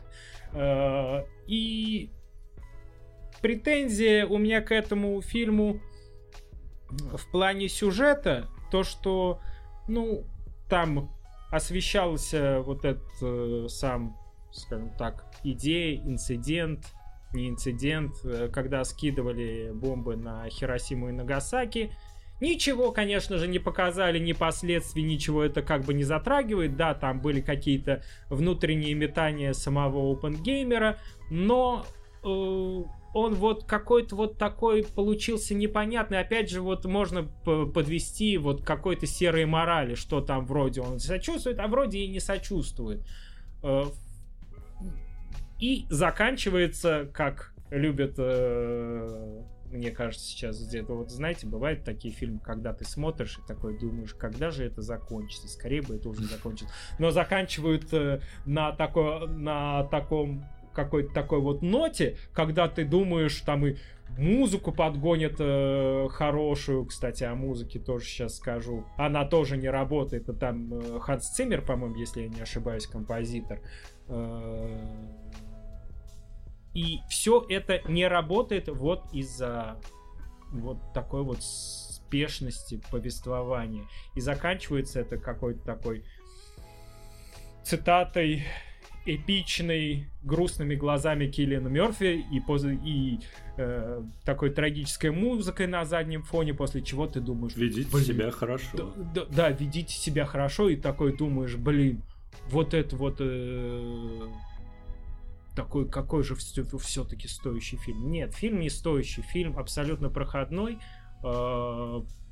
И претензия у меня к этому фильму в плане сюжета, то, что, ну, там освещался вот этот сам, скажем так, идея, инцидент, не инцидент, когда скидывали бомбы на Хиросиму и Нагасаки. Ничего, конечно же, не показали, ни последствий, ничего это как бы не затрагивает. Да, там были какие-то внутренние метания самого Опенгеймера, но он вот какой-то вот такой получился непонятный. Опять же, вот можно подвести вот к какой-то серой морали, что там вроде он сочувствует, а вроде и не сочувствует. И заканчивается, как любят, мне кажется, сейчас где-то, вот знаете, бывают такие фильмы, когда ты смотришь и такой думаешь, когда же это закончится, скорее бы это уже закончилось. Но заканчивают на таком какой-то такой вот ноте, когда ты думаешь, там и музыку подгонят хорошую, кстати, о музыке тоже сейчас скажу, она тоже не работает, это там Ханс Циммер, по-моему, если я не ошибаюсь, композитор. И все это не работает вот из-за вот такой вот спешности повествования. И заканчивается это какой-то такой цитатой эпичной, грустными глазами Киллиана Мёрфи и такой трагической музыкой на заднем фоне, после чего ты думаешь... Ведите себя хорошо. Да, ведите себя хорошо, и такой думаешь, блин, вот это вот... такой, какой же все-таки стоящий фильм. Нет, фильм не стоящий, фильм абсолютно проходной,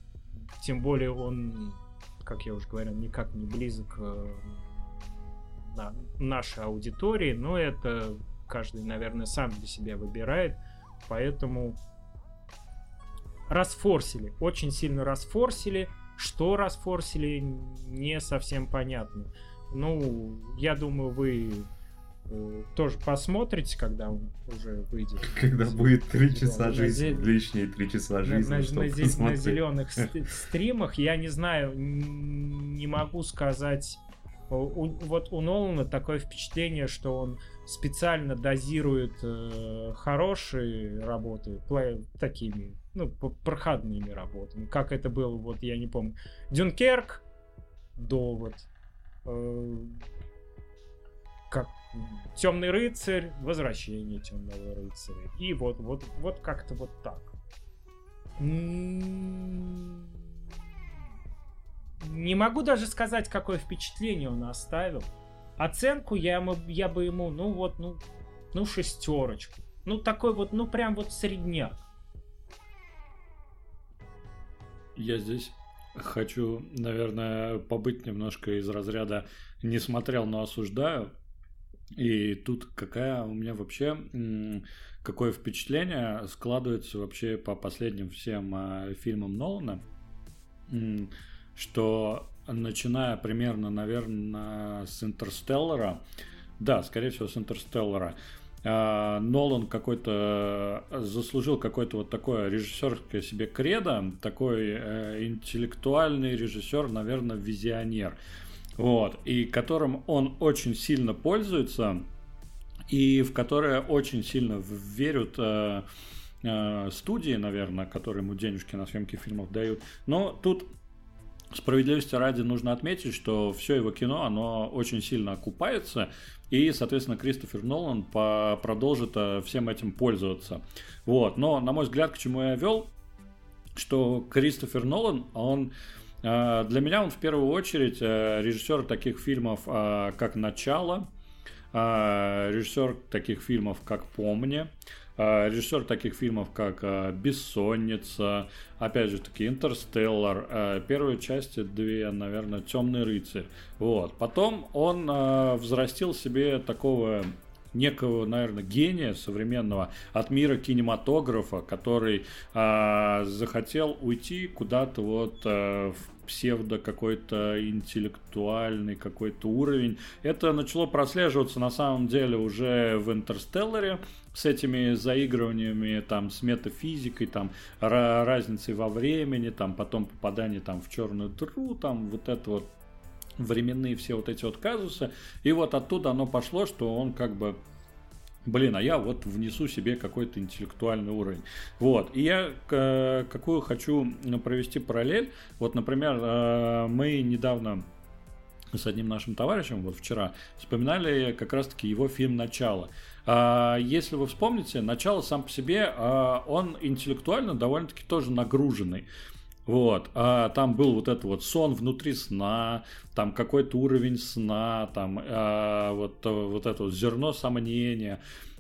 тем более он, как я уже говорил, никак не близок нашей аудитории, но это каждый, наверное, сам для себя выбирает, поэтому расфорсили, очень сильно расфорсили. Что расфорсили, не совсем понятно. Ну, я думаю, вы тоже посмотрите, когда он уже выйдет. Когда будет 3 часа жизни, лишние 3 часа жизни, на зеленых стримах, я не знаю, не могу сказать. Вот у Нолана такое впечатление, что он специально дозирует хорошие работы такими, ну, проходными работами. Как это было, вот я не помню. Дюнкерк, Довод, как Темный рыцарь, Возвращение Темного рыцаря. И вот как-то вот так. Не могу даже сказать, какое впечатление он оставил. Оценку я бы ему, ну 6. Ну такой вот, ну прям вот средняк. Я здесь хочу, наверное, побыть немножко из разряда «не смотрел, но осуждаю». И тут какое впечатление складывается вообще по последним всем фильмам Нолана, что начиная примерно, наверное, с «Интерстеллара», да, скорее всего, с «Интерстеллара», Нолан какой-то заслужил какое-то вот такое режиссерское себе кредо, такой интеллектуальный режиссер, наверное, визионер, вот, и которым он очень сильно пользуется, и в которое очень сильно верят студии, наверное, которые ему денежки на съемки фильмов дают. Но тут справедливости ради нужно отметить, что все его кино, оно очень сильно окупается, и, соответственно, Кристофер Нолан продолжит всем этим пользоваться. Вот. Но, на мой взгляд, к чему я вел, что Кристофер Нолан, он для меня он в первую очередь режиссер таких фильмов, как «Начало», режиссер таких фильмов, как «Помни», режиссер таких фильмов, как «Бессонница», опять же таки «Интерстеллар», первые части 2, наверное, «Темный рыцарь». Вот. Потом он взрастил себе такого некого, наверное, гения современного от мира кинематографа, который захотел уйти куда-то вот в псевдо какой-то интеллектуальный какой-то уровень. Это начало прослеживаться на самом деле уже в «Интерстелларе», с этими заигрываниями, там, с метафизикой, там, разницей во времени, там, потом попадание там в черную дыру, там, вот это вот временные все вот эти вот казусы. И вот оттуда оно пошло, что он как бы, а я вот внесу себе какой-то интеллектуальный уровень. Вот. И я какую хочу провести параллель. Вот, например, мы недавно с одним нашим товарищем, вот вчера, вспоминали как раз-таки его фильм «Начало». Если вы вспомните, «Начало» сам по себе, он интеллектуально довольно-таки тоже нагруженный. Вот, там был вот этот вот сон внутри сна, там какой-то уровень сна, там вот это вот зерно сомнения,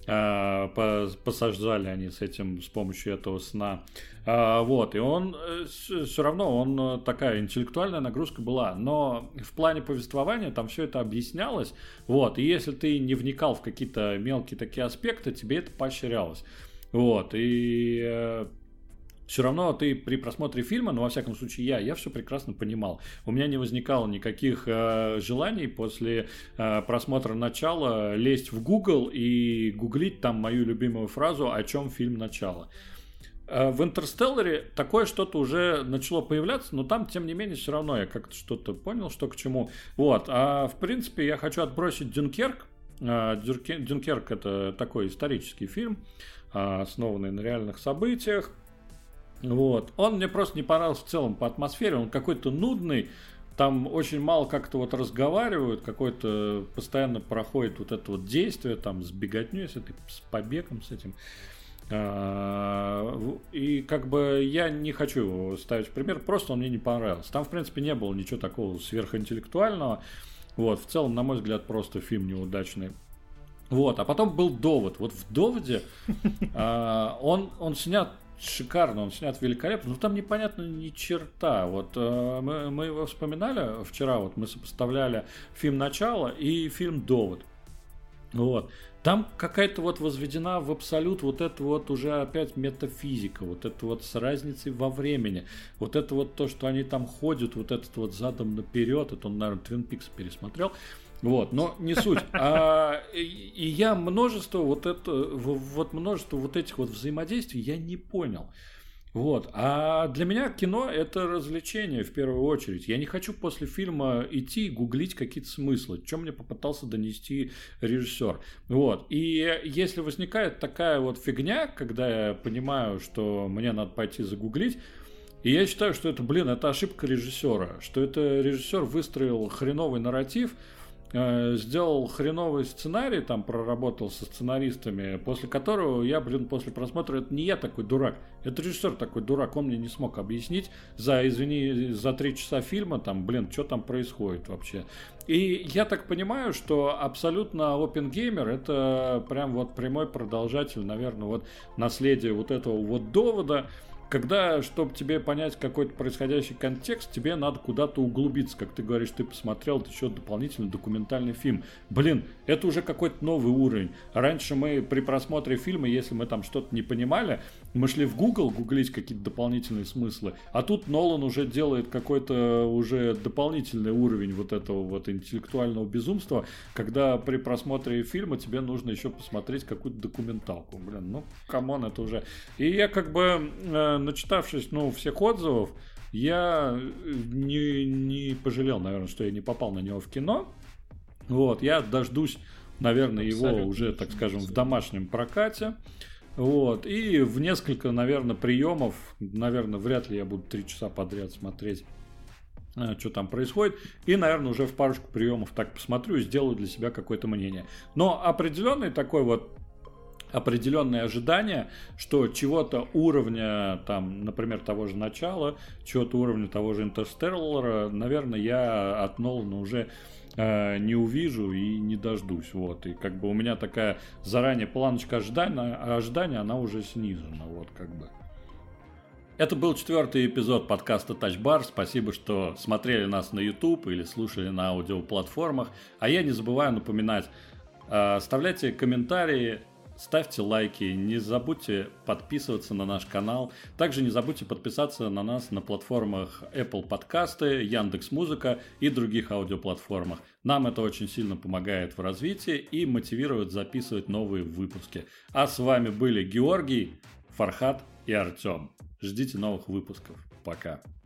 посаждали они с помощью этого сна. Вот, и он все равно, он такая интеллектуальная нагрузка была, но в плане повествования там все это объяснялось, вот, и если ты не вникал в какие-то мелкие такие аспекты, тебе это поощрялось. Вот, и все равно ты при просмотре фильма, во всяком случае я все прекрасно понимал. У меня не возникало никаких желаний после просмотра «Начала» лезть в Google и гуглить там мою любимую фразу, о чем фильм «Начало». В «Интерстелларе» такое что-то уже начало появляться, но там, тем не менее, все равно я как-то что-то понял, что к чему. Вот. А в принципе, я хочу отбросить «Дюнкерк». «Дюнкерк» — это такой исторический фильм, основанный на реальных событиях. Вот. Он мне просто не понравился в целом по атмосфере, он какой-то нудный, там очень мало как-то вот разговаривают, какой-то постоянно проходит вот это вот действие там с беготней, с побегом, с этим. И как бы я не хочу его ставить в пример, просто он мне не понравился. Там, в принципе, не было ничего такого сверхинтеллектуального. Вот. В целом, на мой взгляд, просто фильм неудачный. Вот. А потом был «Довод». Вот в «Доводе» он снят шикарно, он снят великолепно, но там непонятно ни черта. Вот мы его вспоминали вчера, вот мы сопоставляли фильм «Начало» и фильм «Довод». Вот. Там какая-то вот возведена в абсолют вот это вот уже опять метафизика, вот это вот с разницей во времени, вот это вот то, что они там ходят, вот этот вот задом наперед, это он, наверное, Twin Peaks пересмотрел, вот, но не суть. И я множество вот этих вот взаимодействий я не понял. Вот. А для меня кино – это развлечение в первую очередь. Я не хочу после фильма идти и гуглить какие-то смыслы, что мне попытался донести режиссер. Вот. И если возникает такая вот фигня, когда я понимаю, что мне надо пойти загуглить, и я считаю, что это, это ошибка режиссера, что это режиссер выстроил хреновый нарратив, сделал хреновый сценарий, там проработал со сценаристами, после которого я, после просмотра, это не я такой дурак, это режиссер такой дурак, он мне не смог объяснить за 3 часа фильма, там, что там происходит вообще. И я так понимаю, что абсолютно Оппенгеймер это прям вот прямой продолжатель, наверное, вот наследия вот этого вот довода, когда, чтобы тебе понять какой-то происходящий контекст, тебе надо куда-то углубиться. Как ты говоришь, ты посмотрел, это еще дополнительный документальный фильм. Это уже какой-то новый уровень. Раньше мы при просмотре фильма, если мы там что-то не понимали, мы шли в Google гуглить какие-то дополнительные смыслы. А тут Нолан уже делает какой-то уже дополнительный уровень вот этого вот интеллектуального безумства, когда при просмотре фильма тебе нужно еще посмотреть какую-то документалку. Камон, это уже... И я начитавшись, всех отзывов, я не пожалел, наверное, что я не попал на него в кино. Вот, я дождусь, наверное, его уже, так скажем, в домашнем прокате. Вот, и в несколько, наверное, приемов, наверное, вряд ли я буду 3 часа подряд смотреть, что там происходит. И, наверное, уже в парочку приемов так посмотрю и сделаю для себя какое-то мнение. Но определенные ожидания, что чего-то уровня, там, например, того же «Начала», чего-то уровня того же «Интерстеллара», наверное, я от Нолана уже не увижу и не дождусь. Вот. И у меня такая заранее планочка ожидания, она уже снижена. Вот Это был 4-й эпизод подкаста Touch Bar. Спасибо, что смотрели нас на YouTube или слушали на аудиоплатформах. А я не забываю напоминать, оставляйте комментарии, ставьте лайки, не забудьте подписываться на наш канал. Также не забудьте подписаться на нас на платформах Apple Подкасты, Яндекс.Музыка и других аудиоплатформах. Нам это очень сильно помогает в развитии и мотивирует записывать новые выпуски. А с вами были Георгий, Фархат и Артем. Ждите новых выпусков. Пока.